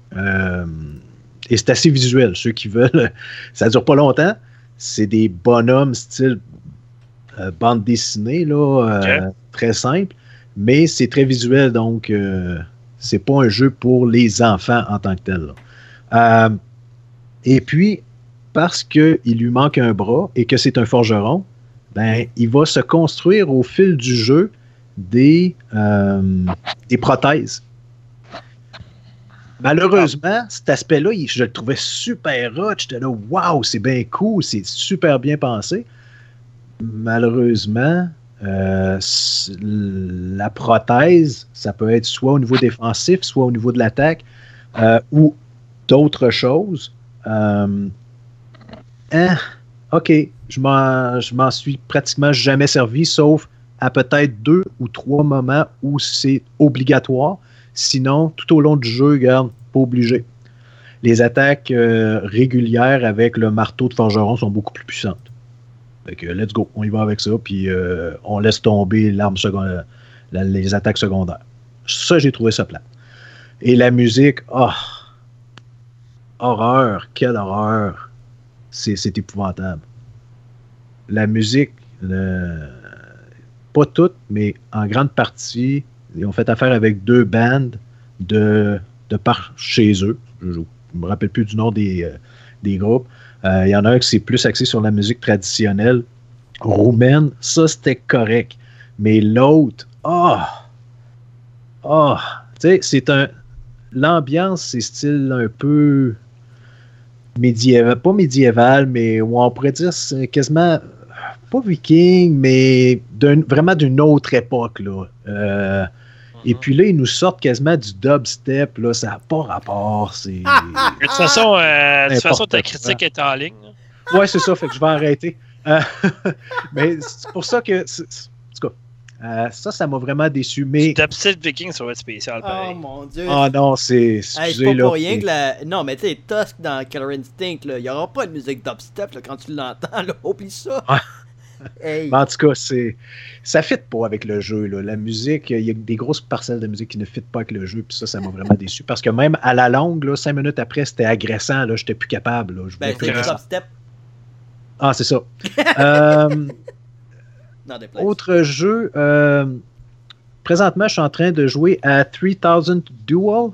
Et c'est assez visuel, ceux qui veulent, ça dure pas longtemps. C'est des bonhommes style bande dessinée, là, très simple, mais c'est très visuel, donc c'est pas un jeu pour les enfants en tant que tel. Et puis, parce qu'il lui manque un bras et que c'est un forgeron, ben, il va se construire au fil du jeu des prothèses. Malheureusement, cet aspect-là, je le trouvais super hot. J'étais là, waouh, c'est bien cool, c'est super bien pensé. Malheureusement, la prothèse, ça peut être soit au niveau défensif, soit au niveau de l'attaque, ou d'autres choses. OK, je m'en suis pratiquement jamais servi, sauf à peut-être 2 ou 3 moments où c'est obligatoire. Sinon, tout au long du jeu, regarde, pas obligé. Les attaques régulières avec le marteau de forgeron sont beaucoup plus puissantes. Fait que let's go, on y va avec ça, puis on laisse tomber l'arme les attaques secondaires. Ça, j'ai trouvé ça plate. Et la musique, horreur, quelle horreur. C'est épouvantable. La musique, pas toute, mais en grande partie, ils ont fait affaire avec 2 bandes de par chez eux. Je ne me rappelle plus du nom des groupes. Il y en a un qui c'est plus axé sur la musique traditionnelle roumaine. Ça, c'était correct. Mais l'autre, tu sais, l'ambiance, c'est style un peu médiéval, pas médiéval, mais on pourrait dire c'est quasiment pas viking, mais vraiment d'une autre époque, là. Et puis là, ils nous sortent quasiment du dubstep. Là, ça n'a pas rapport. De toute façon, ta critique est en ligne. Ouais, c'est ça. Fait que je vais arrêter. Mais c'est pour ça que... En tout cas, ça m'a vraiment déçu. Mais... Dubstep Viking, ça va être spécial. Oh mon Dieu. Ah non, c'est... C'est pas pour rien que la... Non, mais tu sais, Tusk dans Killer Instinct, il n'y aura pas de musique dubstep là, quand tu l'entends. Là, oublie ça. Hey. Mais en tout cas, ça ne fit pas avec le jeu. Là. La musique, il y a des grosses parcelles de musique qui ne fit pas avec le jeu. Puis ça m'a vraiment déçu. Parce que même à la longue, là, 5 minutes après, c'était agressant. Je n'étais plus capable. Là. C'est du dubstep. Ah, c'est ça. Autre jeu. Présentement, je suis en train de jouer à 3000 Duel.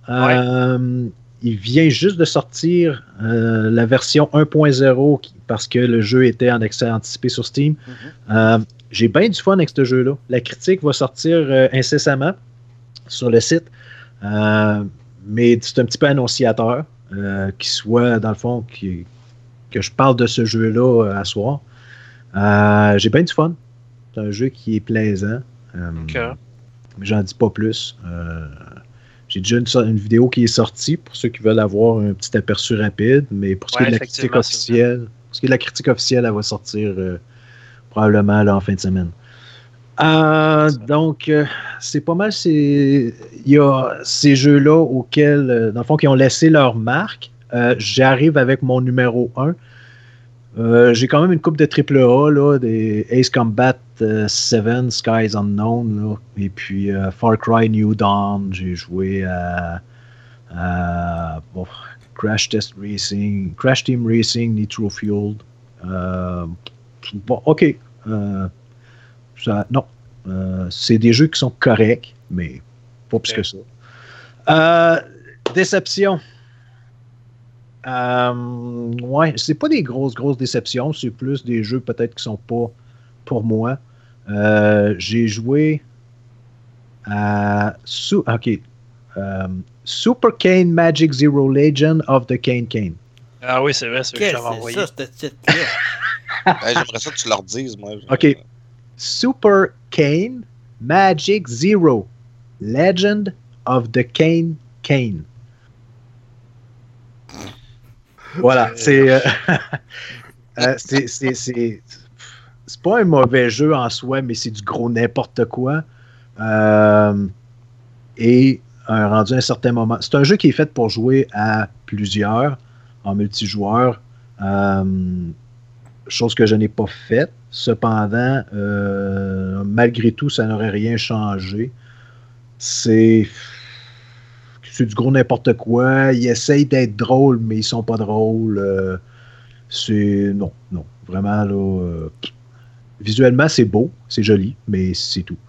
Il vient juste de sortir la version 1.0 parce que le jeu était en accès anticipé sur Steam. J'ai bien du fun avec ce jeu-là. La critique va sortir incessamment sur le site. Mais c'est un petit peu annonciateur qui soit, dans le fond, que je parle de ce jeu-là à soir. J'ai bien du fun. C'est un jeu qui est plaisant. Mais j'en dis pas plus. J'ai déjà une vidéo qui est sortie pour ceux qui veulent avoir un petit aperçu rapide, mais pour ce qui est de la critique officielle, elle va sortir probablement là, en fin de semaine. Donc, c'est pas mal. Il y a ces jeux-là auxquels, dans le fond, qui ont laissé leur marque. J'arrive avec mon numéro 1. J'ai quand même une coupe de AAA, là, des Ace Combat 7, Skies Unknown, là, et puis Far Cry New Dawn. J'ai joué à Crash Team Racing, Nitro Fueled. OK. Non. C'est des jeux qui sont corrects, mais pas plus que ça. Déception. Ouais, c'est pas des grosses déceptions, c'est plus des jeux peut-être qui sont pas pour moi. J'ai joué à Super Kane Magic Zero Legend of the Kane Kane. Ah oui, c'est vrai, c'est ce que je t'avais envoyé. C'est ça, ce titre-là. J'aimerais ça que tu leur dises, moi. OK. Super Kane Magic Zero Legend of the Kane Kane. Voilà, c'est pas un mauvais jeu en soi, mais c'est du gros n'importe quoi. Et rendu à un certain moment, c'est un jeu qui est fait pour jouer à plusieurs en multijoueur, chose que je n'ai pas faite. Cependant, malgré tout, ça n'aurait rien changé. C'est du gros n'importe quoi. Ils essayent d'être drôles, mais ils sont pas drôles. Non. Vraiment, là... visuellement, c'est beau, c'est joli, mais c'est tout.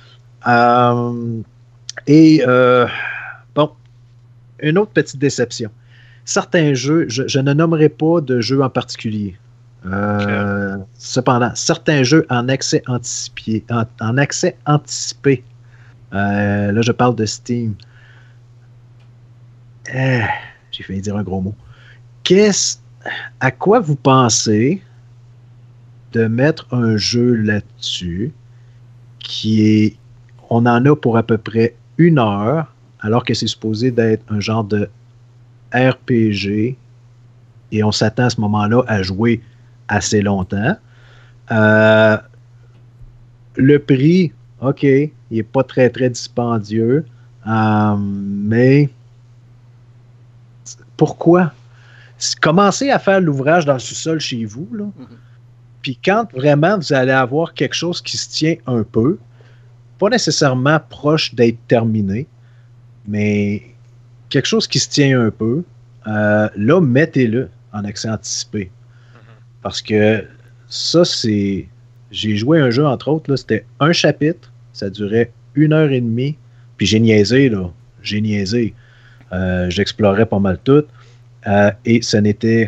Bon, une autre petite déception. Certains jeux, je ne nommerai pas de jeux en particulier. Cependant, certains jeux en accès anticipé. Là, je parle de Steam. J'ai failli dire un gros mot. À quoi vous pensez de mettre un jeu là-dessus on en a pour à peu près 1 heure, alors que c'est supposé d'être un genre de RPG et on s'attend à ce moment-là à jouer assez longtemps. Le prix, OK, il n'est pas très, très dispendieux, mais pourquoi? Commencez à faire l'ouvrage dans le sous-sol chez vous, là. Puis quand vraiment vous allez avoir quelque chose qui se tient un peu, pas nécessairement proche d'être terminé, mais quelque chose qui se tient un peu, là, mettez-le en accès anticipé. Parce que ça, c'est... J'ai joué un jeu, entre autres, là, c'était un chapitre, ça durait 1h30, puis j'ai niaisé, là. J'explorais pas mal tout, et ce n'était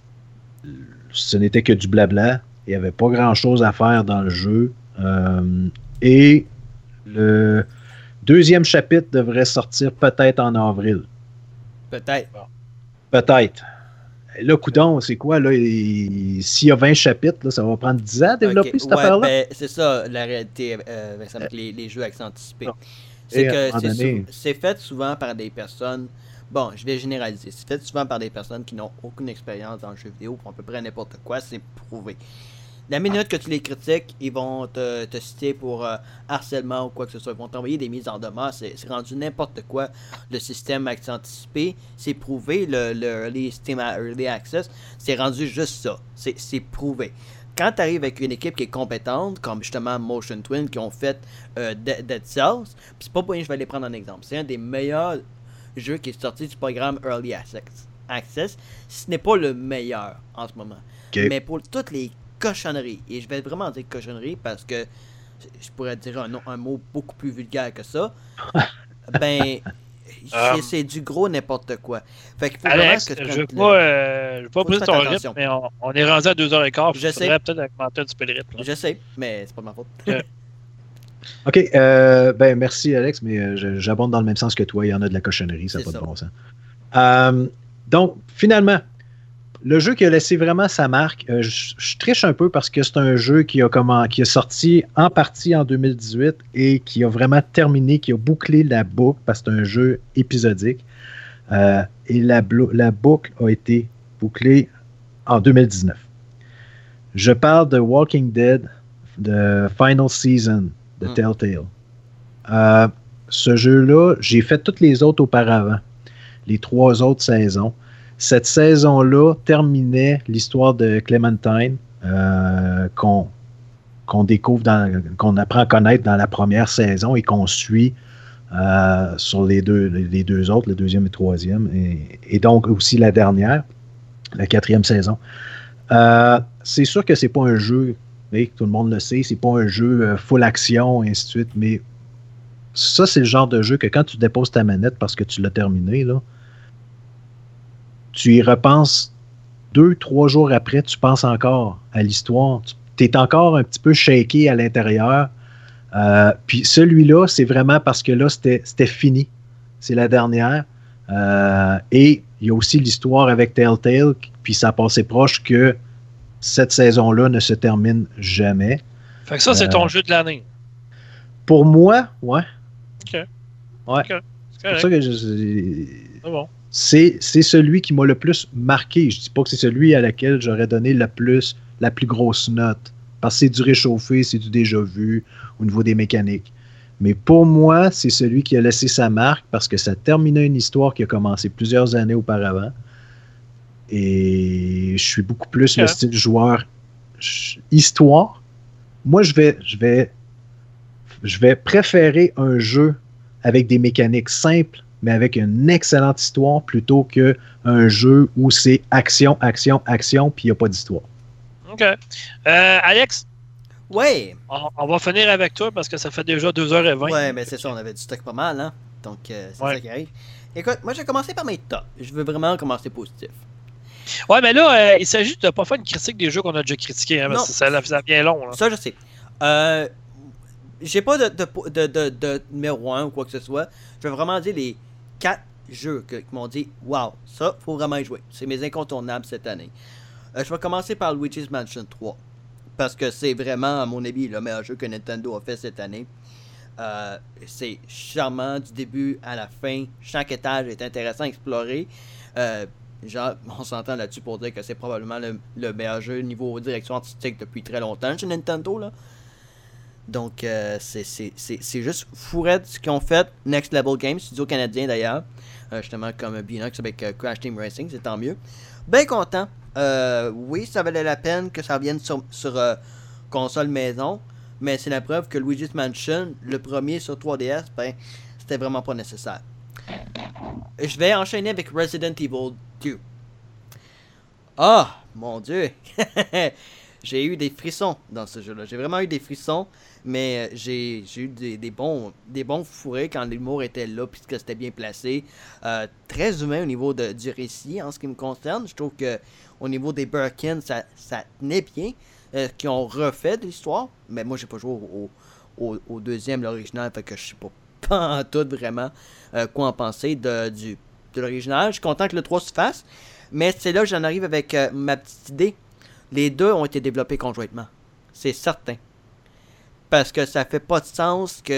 que du blabla. Il n'y avait pas grand-chose à faire dans le jeu. Et le 2e chapitre devrait sortir peut-être en avril. Peut-être. Peut-être. Là, coudonc, c'est quoi? Là, s'il y a 20 chapitres, là, ça va prendre 10 ans à développer cette affaire-là? Ben, c'est ça, la réalité, avec les jeux accès anticipés. C'est que c'est fait souvent par des personnes. Bon, je vais généraliser. C'est fait souvent par des personnes qui n'ont aucune expérience dans le jeu vidéo pour à peu près n'importe quoi. C'est prouvé. La minute que tu les critiques, ils vont te citer pour harcèlement ou quoi que ce soit. Ils vont t'envoyer des mises en demeure. C'est rendu n'importe quoi. Le système accès anticipé, c'est prouvé. Le early access, c'est rendu juste ça. C'est prouvé. Quand tu arrives avec une équipe qui est compétente, comme justement Motion Twin qui ont fait Dead Cells, puis c'est pas pour rien que je vais les prendre en exemple. C'est un des meilleurs jeux qui est sorti du programme Early Access. Ce n'est pas le meilleur en ce moment. Okay. Mais pour toutes les cochonneries, et je vais vraiment dire cochonneries parce que je pourrais dire un mot beaucoup plus vulgaire que ça, ben c'est du gros n'importe quoi. Fait qu'il faut Alex, je ne veux pas briser ton rythme, mais on est rendu à 2h15. Je sais. Faudrait peut-être augmenter un petit peu le rythme. Je sais, mais c'est pas de ma faute. OK. Ben merci, Alex, mais j'abonde dans le même sens que toi. Il y en a de la cochonnerie, ça n'a pas de bon sens. Donc, finalement, le jeu qui a laissé vraiment sa marque, je triche un peu parce que c'est un jeu qui est sorti en partie en 2018 et qui a vraiment terminé, qui a bouclé la boucle parce que c'est un jeu épisodique. Et la boucle a été bouclée en 2019. Je parle de Walking Dead, de Final Season de Telltale. Ce jeu-là, j'ai fait toutes les autres auparavant, les 3 autres saisons. Cette saison-là terminait l'histoire de Clementine qu'on découvre, qu'on apprend à connaître dans la première saison et qu'on suit sur les deux autres, le 2e et le 3e, et donc aussi la dernière, la 4e saison. C'est sûr que c'est pas un jeu, tout le monde le sait, c'est pas un jeu full action, et ainsi de suite, mais ça, c'est le genre de jeu que quand tu déposes ta manette parce que tu l'as terminé, là, tu y repenses 2-3 jours après, tu penses encore à l'histoire. Tu es encore un petit peu shaké à l'intérieur. Puis celui-là, c'est vraiment parce que là, c'était fini. C'est la dernière. Et il y a aussi l'histoire avec Telltale, puis ça a passé proche que cette saison-là ne se termine jamais. Fait que ça, c'est ton jeu de l'année. Pour moi, ouais. OK. Ouais. Okay. C'est pour ça que c'est bon. C'est celui qui m'a le plus marqué. Je dis pas que c'est celui à laquelle j'aurais donné la plus grosse note. Parce que c'est du réchauffé, c'est du déjà vu au niveau des mécaniques. Mais pour moi, c'est celui qui a laissé sa marque parce que ça terminait une histoire qui a commencé plusieurs années auparavant. Et je suis beaucoup plus le style joueur histoire. Moi, je vais préférer un jeu avec des mécaniques simples mais avec une excellente histoire plutôt qu'un jeu où c'est action, action, action, puis il n'y a pas d'histoire. OK. Alex? Oui. On va finir avec toi parce que ça fait déjà 2h20. Ouais, mais c'est ça, on avait du stock pas mal, hein? Donc, c'est ça qui arrive. Écoute, moi, je vais commencer par mes tops. Je veux vraiment commencer positif. Ouais, mais là, il s'agit de ne pas faire une critique des jeux qu'on a déjà critiqués, hein, parce que ça bien long. Là. Ça, je sais. J'ai pas de numéro 1 ou quoi que ce soit. Je vais vraiment dire les 4 jeux qui m'ont dit « Wow, ça, faut vraiment y jouer. » C'est mes incontournables cette année. Je vais commencer par Luigi's Mansion 3. Parce que c'est vraiment, à mon avis, le meilleur jeu que Nintendo a fait cette année. C'est charmant du début à la fin. Chaque étage est intéressant à explorer. Genre, on s'entend là-dessus pour dire que c'est probablement le meilleur jeu niveau direction artistique depuis très longtemps chez Nintendo, là. Donc, c'est juste fourette ce qu'ils ont fait. Next Level Games, studio canadien d'ailleurs. Justement, comme Binox avec Crash Team Racing, c'est tant mieux. Bien content. Oui, ça valait la peine que ça revienne sur console maison. Mais c'est la preuve que Luigi's Mansion, le premier sur 3DS, ben, c'était vraiment pas nécessaire. Je vais enchaîner avec Resident Evil 2. Ah, mon Dieu! J'ai eu des frissons dans ce jeu-là. J'ai vraiment eu des frissons, mais j'ai eu des bons fourrés quand l'humour était là puis que c'était bien placé. Très humain au niveau du récit en ce qui me concerne. Je trouve que au niveau des Birkin, ça tenait bien. Qui ont refait de l'histoire, mais moi j'ai pas joué au deuxième, l'original, fait que je sais pas en tout vraiment quoi en penser de l'original. Je suis content que le 3 se fasse, mais c'est là que j'en arrive avec ma petite idée. Les deux ont été développés conjointement. C'est certain. Parce que ça fait pas de sens que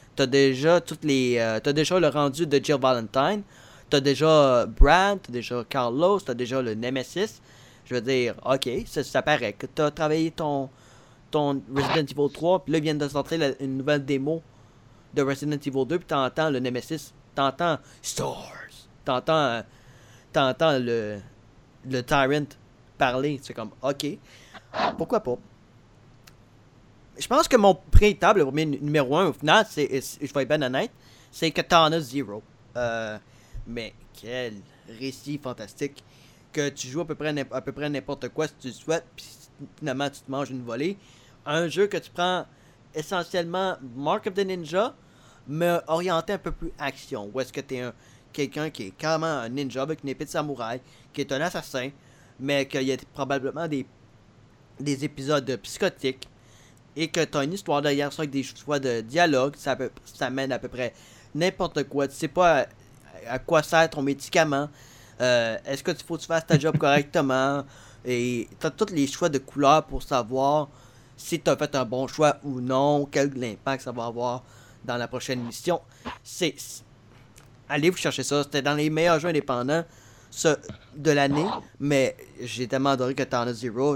T'as déjà t'as déjà le rendu de Jill Valentine. T'as déjà Brad, t'as déjà Carlos, t'as déjà le Nemesis. Je veux dire, ok, ça paraît que t'as travaillé ton Resident Evil 3, puis là, ils viennent de sortir une nouvelle démo de Resident Evil 2, puis t'entends le Nemesis, t'entends Stars, t'entends le Tyrant parler. C'est comme, ok, pourquoi pas. Je pense que mon prétable, le premier numéro 1 au final, je vais être ben honnête, c'est Katana Zero. Mais quel récit fantastique. Que tu joues à peu près n'importe quoi si tu le souhaites, puis finalement tu te manges une volée. Un jeu que tu prends essentiellement Mark of the Ninja, mais orienté un peu plus action. Où est-ce que tu es quelqu'un qui est carrément un ninja avec une épée de samouraï, qui est un assassin, mais qu'il y a probablement des épisodes psychotiques, et que tu as une histoire derrière ça avec des choix de dialogue. Ça mène à peu près n'importe quoi. Tu sais pas à quoi sert ton médicament. Est-ce que faut que tu fasses ta job correctement? Et tu as tous les choix de couleurs pour savoir si tu as fait un bon choix ou non, quel impact ça va avoir dans la prochaine mission. Allez vous chercher ça. C'était dans les meilleurs jeux indépendants de l'année, mais j'ai tellement adoré que Katana Zero.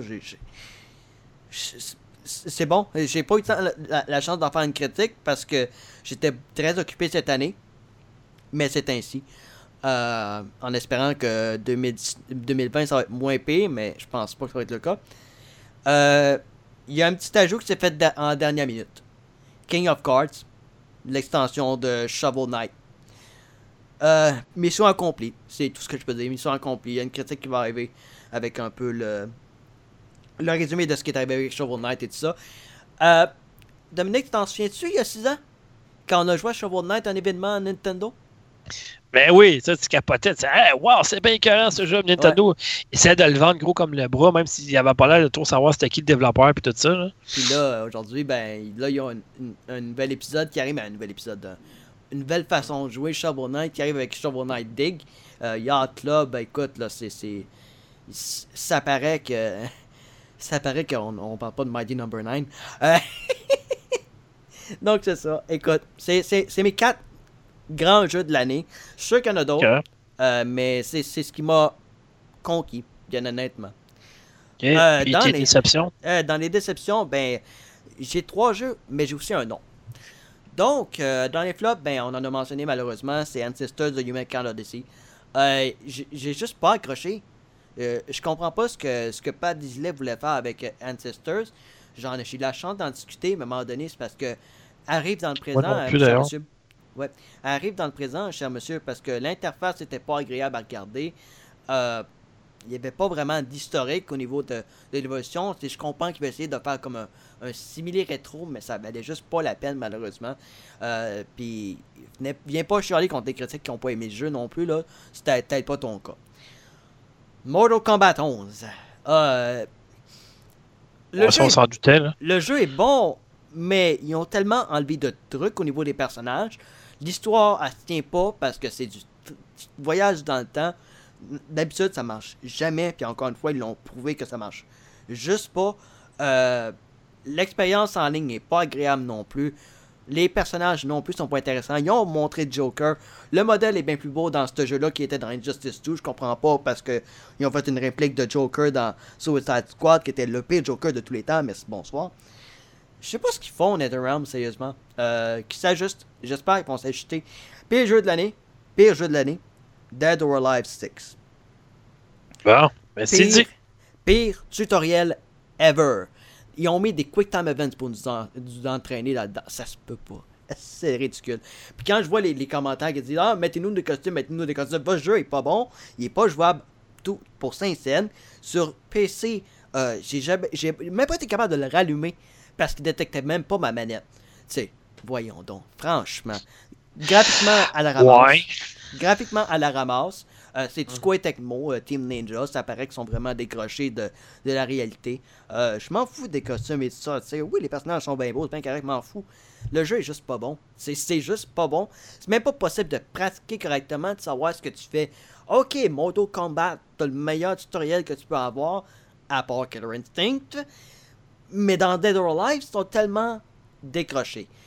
C'est bon. J'ai pas eu la chance d'en faire une critique parce que j'étais très occupé cette année, mais c'est ainsi. En espérant que 2020 ça va être moins pire, mais je pense pas que ça va être le cas. Il y a un petit ajout qui s'est fait en dernière minute. King of Cards, l'extension de Shovel Knight. Mission accomplie, c'est tout ce que je peux dire. Mission accomplie. Il y a une critique qui va arriver avec un peu le résumé de ce qui est arrivé avec Shovel Knight et tout ça. Dominique, t'en souviens-tu il y a 6 ans? Quand on a joué à Shovel Knight, un événement à Nintendo? Ben oui, ça, tu capotais. Tu sais, hey, wow, c'est bien écœurant ce jeu. Nintendo essaie de le vendre gros comme le bras, même s'il avait pas l'air de trop savoir c'était qui le développeur et tout ça. Là. Puis là, aujourd'hui, ben, là, il y a un nouvel épisode qui arrive, une nouvelle façon de jouer Shovel Knight qui arrive avec Shovel Knight Dig. Yacht Club, ben écoute, là, ça paraît qu'on parle pas de Mighty No. 9. Donc, c'est ça. Écoute, c'est mes 4 grands jeux de l'année. Je suis sûr qu'il y en a d'autres, mais c'est ce qui m'a conquis, bien honnêtement. Okay. Dans les déceptions? Dans les déceptions, ben, j'ai 3 jeux, mais j'ai aussi un nom. Donc, dans les flops, ben, on en a mentionné malheureusement, c'est Ancestors de Humankind Odyssey. J'ai juste pas accroché. Je comprends pas ce que Pat Disley voulait faire avec Ancestors. J'ai eu la chance d'en discuter, mais à un moment donné, c'est parce que arrive dans le présent, cher monsieur. Ouais, arrive dans le présent, cher monsieur, parce que l'interface n'était pas agréable à regarder. Il n'y avait pas vraiment d'historique au niveau de l'évolution. Je comprends qu'il va essayer de faire comme un simili rétro, mais ça valait juste pas la peine, malheureusement. Puis, viens pas chialer contre les critiques qui n'ont pas aimé le jeu non plus, là. C'était peut-être pas ton cas. Mortal Kombat 11. On s'en doutait, là. Le jeu est bon, mais ils ont tellement enlevé de trucs au niveau des personnages. L'histoire, elle se tient pas parce que c'est du voyage dans le temps. D'habitude, ça marche jamais. Puis encore une fois, ils l'ont prouvé que ça marche juste pas. L'expérience en ligne n'est pas agréable non plus. Les personnages non plus sont pas intéressants. Ils ont montré Joker. Le modèle est bien plus beau dans ce jeu-là qui était dans Injustice 2. Je comprends pas parce que ils ont fait une réplique de Joker dans Suicide Squad qui était le pire Joker de tous les temps. Mais bonsoir. Je sais pas ce qu'ils font NetherRealm, sérieusement. Qui s'ajustent. J'espère qu'ils vont s'ajuster. Pire jeu de l'année. Dead or Alive 6. Bon, ben c'est dit. Pire tutoriel ever. Ils ont mis des quick time events pour nous entraîner là-dedans. Ça se peut pas. C'est ridicule. Puis quand je vois les commentaires qui disent « Ah, mettez-nous des costumes. Votre jeu est pas bon. Il est pas jouable tout pour 5 scènes. Sur PC, j'ai même pas été capable de le rallumer parce qu'il détectait même pas ma manette. » Tu sais, voyons donc. Franchement. Graphiquement à la ramasse. C'est du Koei Tecmo, Team Ninja. Ça paraît qu'ils sont vraiment décrochés de la réalité. Je m'en fous des costumes et tout ça. T'sais. Oui, les personnages sont bien beaux, c'est bien correct, je m'en fous. Le jeu est juste pas bon. C'est juste pas bon. C'est même pas possible de pratiquer correctement, de savoir ce que tu fais. Ok, Mortal Kombat, t'as le meilleur tutoriel que tu peux avoir, à part Killer Instinct. Mais dans Dead or Alive, ils sont tellement décrochés.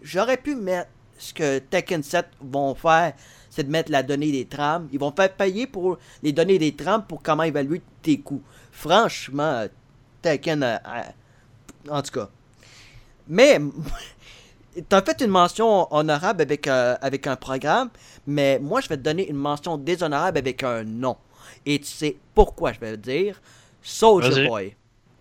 j'aurais pu mettre ce que Tekken 7 vont faire, c'est de mettre la donnée des trames. Ils vont faire payer pour les données des trames pour comment évaluer tes coûts. Franchement, Tekken, en tout cas. Mais, t'as fait une mention honorable avec un programme, mais moi, je vais te donner une mention déshonorable avec un nom. Et tu sais pourquoi je vais le dire. Soulja Boy.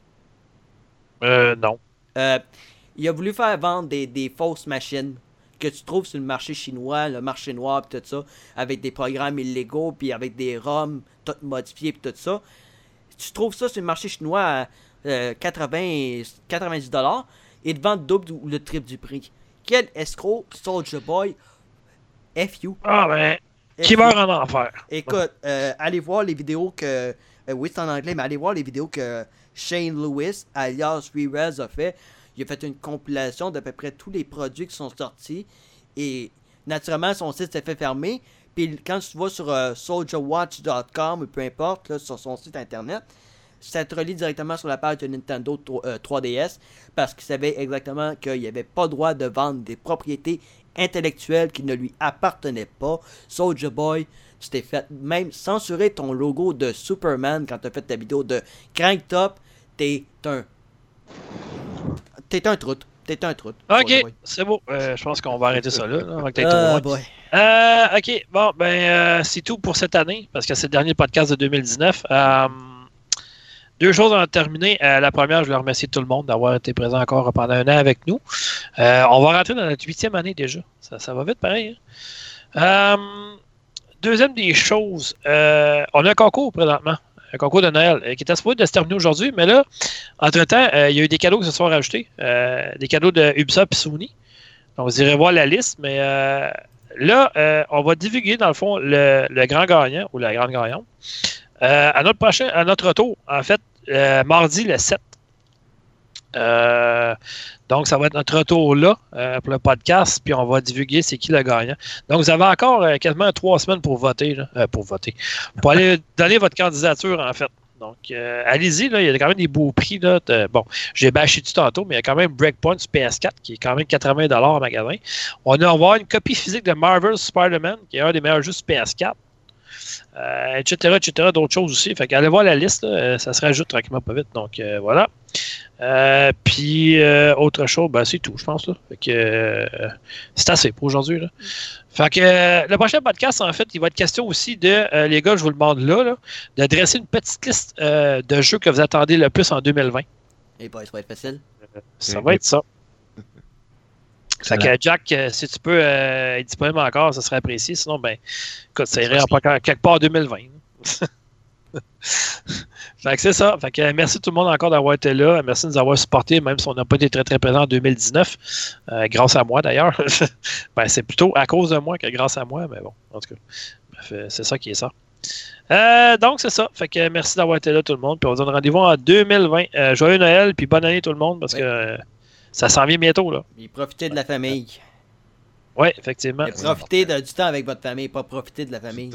Non. Il a voulu faire vendre des fausses machines que tu trouves sur le marché chinois, le marché noir, pis tout ça, avec des programmes illégaux, puis avec des ROM tout modifiés, pis tout ça. Tu trouves ça sur le marché chinois à 90$, et te vendent double ou le triple du prix. Quel escroc, Soulja Boy, F you. Ah ben, qui meurt en enfer. Écoute, allez voir les vidéos que... oui, c'est en anglais, mais allez voir les vidéos que Shane Lewis, alias Rerez, a fait. Il a fait une compilation d'à peu près tous les produits qui sont sortis. Et naturellement, son site s'est fait fermer. Puis quand tu vas sur soldierwatch.com ou peu importe, là, sur son site internet, ça te relie directement sur la page de Nintendo 3DS parce qu'il savait exactement qu'il n'y avait pas le droit de vendre des propriétés intellectuelles qui ne lui appartenaient pas. Soulja Boy, tu t'es fait même censurer ton logo de Superman quand tu as fait ta vidéo de Crank Top. T'es un troute. Ok, c'est beau. Je pense qu'on va arrêter ça là. Ok, bon, c'est tout pour cette année, parce que c'est le dernier podcast de 2019. Deux choses à terminer. La première, je veux remercier tout le monde d'avoir été présent encore pendant un an avec nous. On va rentrer dans notre 8e année déjà. Ça va vite pareil. Deuxième des choses, on a un concours présentement. Un concours de Noël qui était supposé de se terminer aujourd'hui, mais là, entre-temps, il y a eu des cadeaux qui se sont rajoutés. Des cadeaux de Ubisoft et Sony. Donc, vous irez voir la liste, mais là, on va divulguer, dans le fond, le grand gagnant ou la grande gagnante. À notre retour, en fait, mardi le 7. Donc, ça va être notre retour là pour le podcast, puis on va divulguer c'est qui le gagnant. Donc, vous avez encore quasiment 3 semaines pour voter. Pour aller donner votre candidature, en fait. Donc, allez-y, là, il y a quand même des beaux prix. Là, bon, j'ai bâché tout tantôt, mais il y a quand même Breakpoint sur PS4 qui est quand même 80$ en magasin. On va avoir une copie physique de Marvel's Spider-Man, qui est un des meilleurs jeux sur PS4. Etc., d'autres choses aussi. Fait qu'allez voir la liste, là, ça se rajoute tranquillement pas vite. Donc, voilà. Puis, autre chose, c'est tout, je pense. Là. Fait que c'est assez pour aujourd'hui. Là. Fait que le prochain podcast, en fait, il va être question aussi de, les gars, je vous le demande là, de dresser une petite liste de jeux que vous attendez le plus en 2020. Et ça va être facile. Ça va être ça. Fait que Jack, si tu peux être disponible encore, ça serait apprécié. Sinon, écoute, ça irait quelque part en 2020. Fait que c'est ça. Fait que merci tout le monde encore d'avoir été là. Merci de nous avoir supportés, même si on n'a pas été très très présent en 2019. Grâce à moi d'ailleurs. C'est plutôt à cause de moi que grâce à moi, mais bon, en tout cas. Bref, c'est ça qui est ça. Donc c'est ça. Fait que merci d'avoir été là tout le monde. Puis on se donne rendez-vous en 2020. Joyeux Noël, puis bonne année tout le monde, parce que ça s'en vient bientôt, là. Et profitez de la famille. Oui, effectivement. Et profitez du temps avec votre famille, pas profiter de la famille.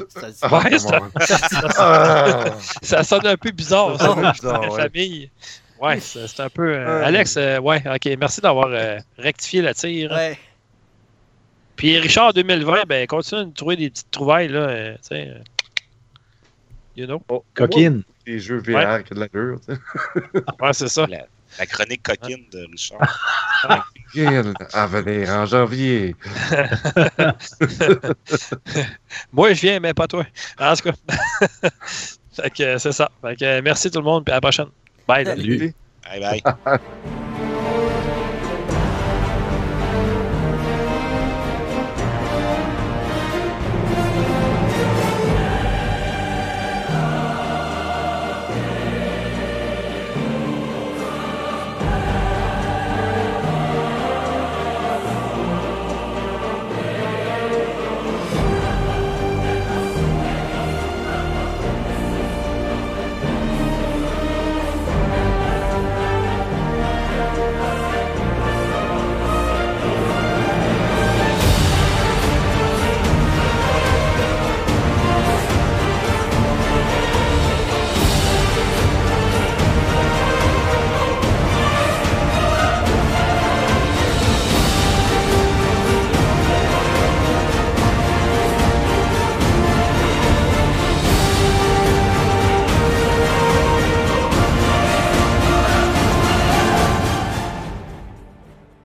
Ça sonne un peu bizarre, ça, la famille. Ouais, c'est un peu... Alex, ok, merci d'avoir rectifié la tire. Ouais. Puis Richard, 2020, continue de trouver des petites trouvailles, là, tu sais. You know. Coquine. Les jeux VR qui a de la gueule, tu sais. Ouais, c'est ça. La chronique coquine de Richard. À venir en janvier. Moi, je viens, mais pas toi. En tout cas. Fait que c'est ça. Fait que merci tout le monde, puis à la prochaine. Bye. Salut. Bye bye.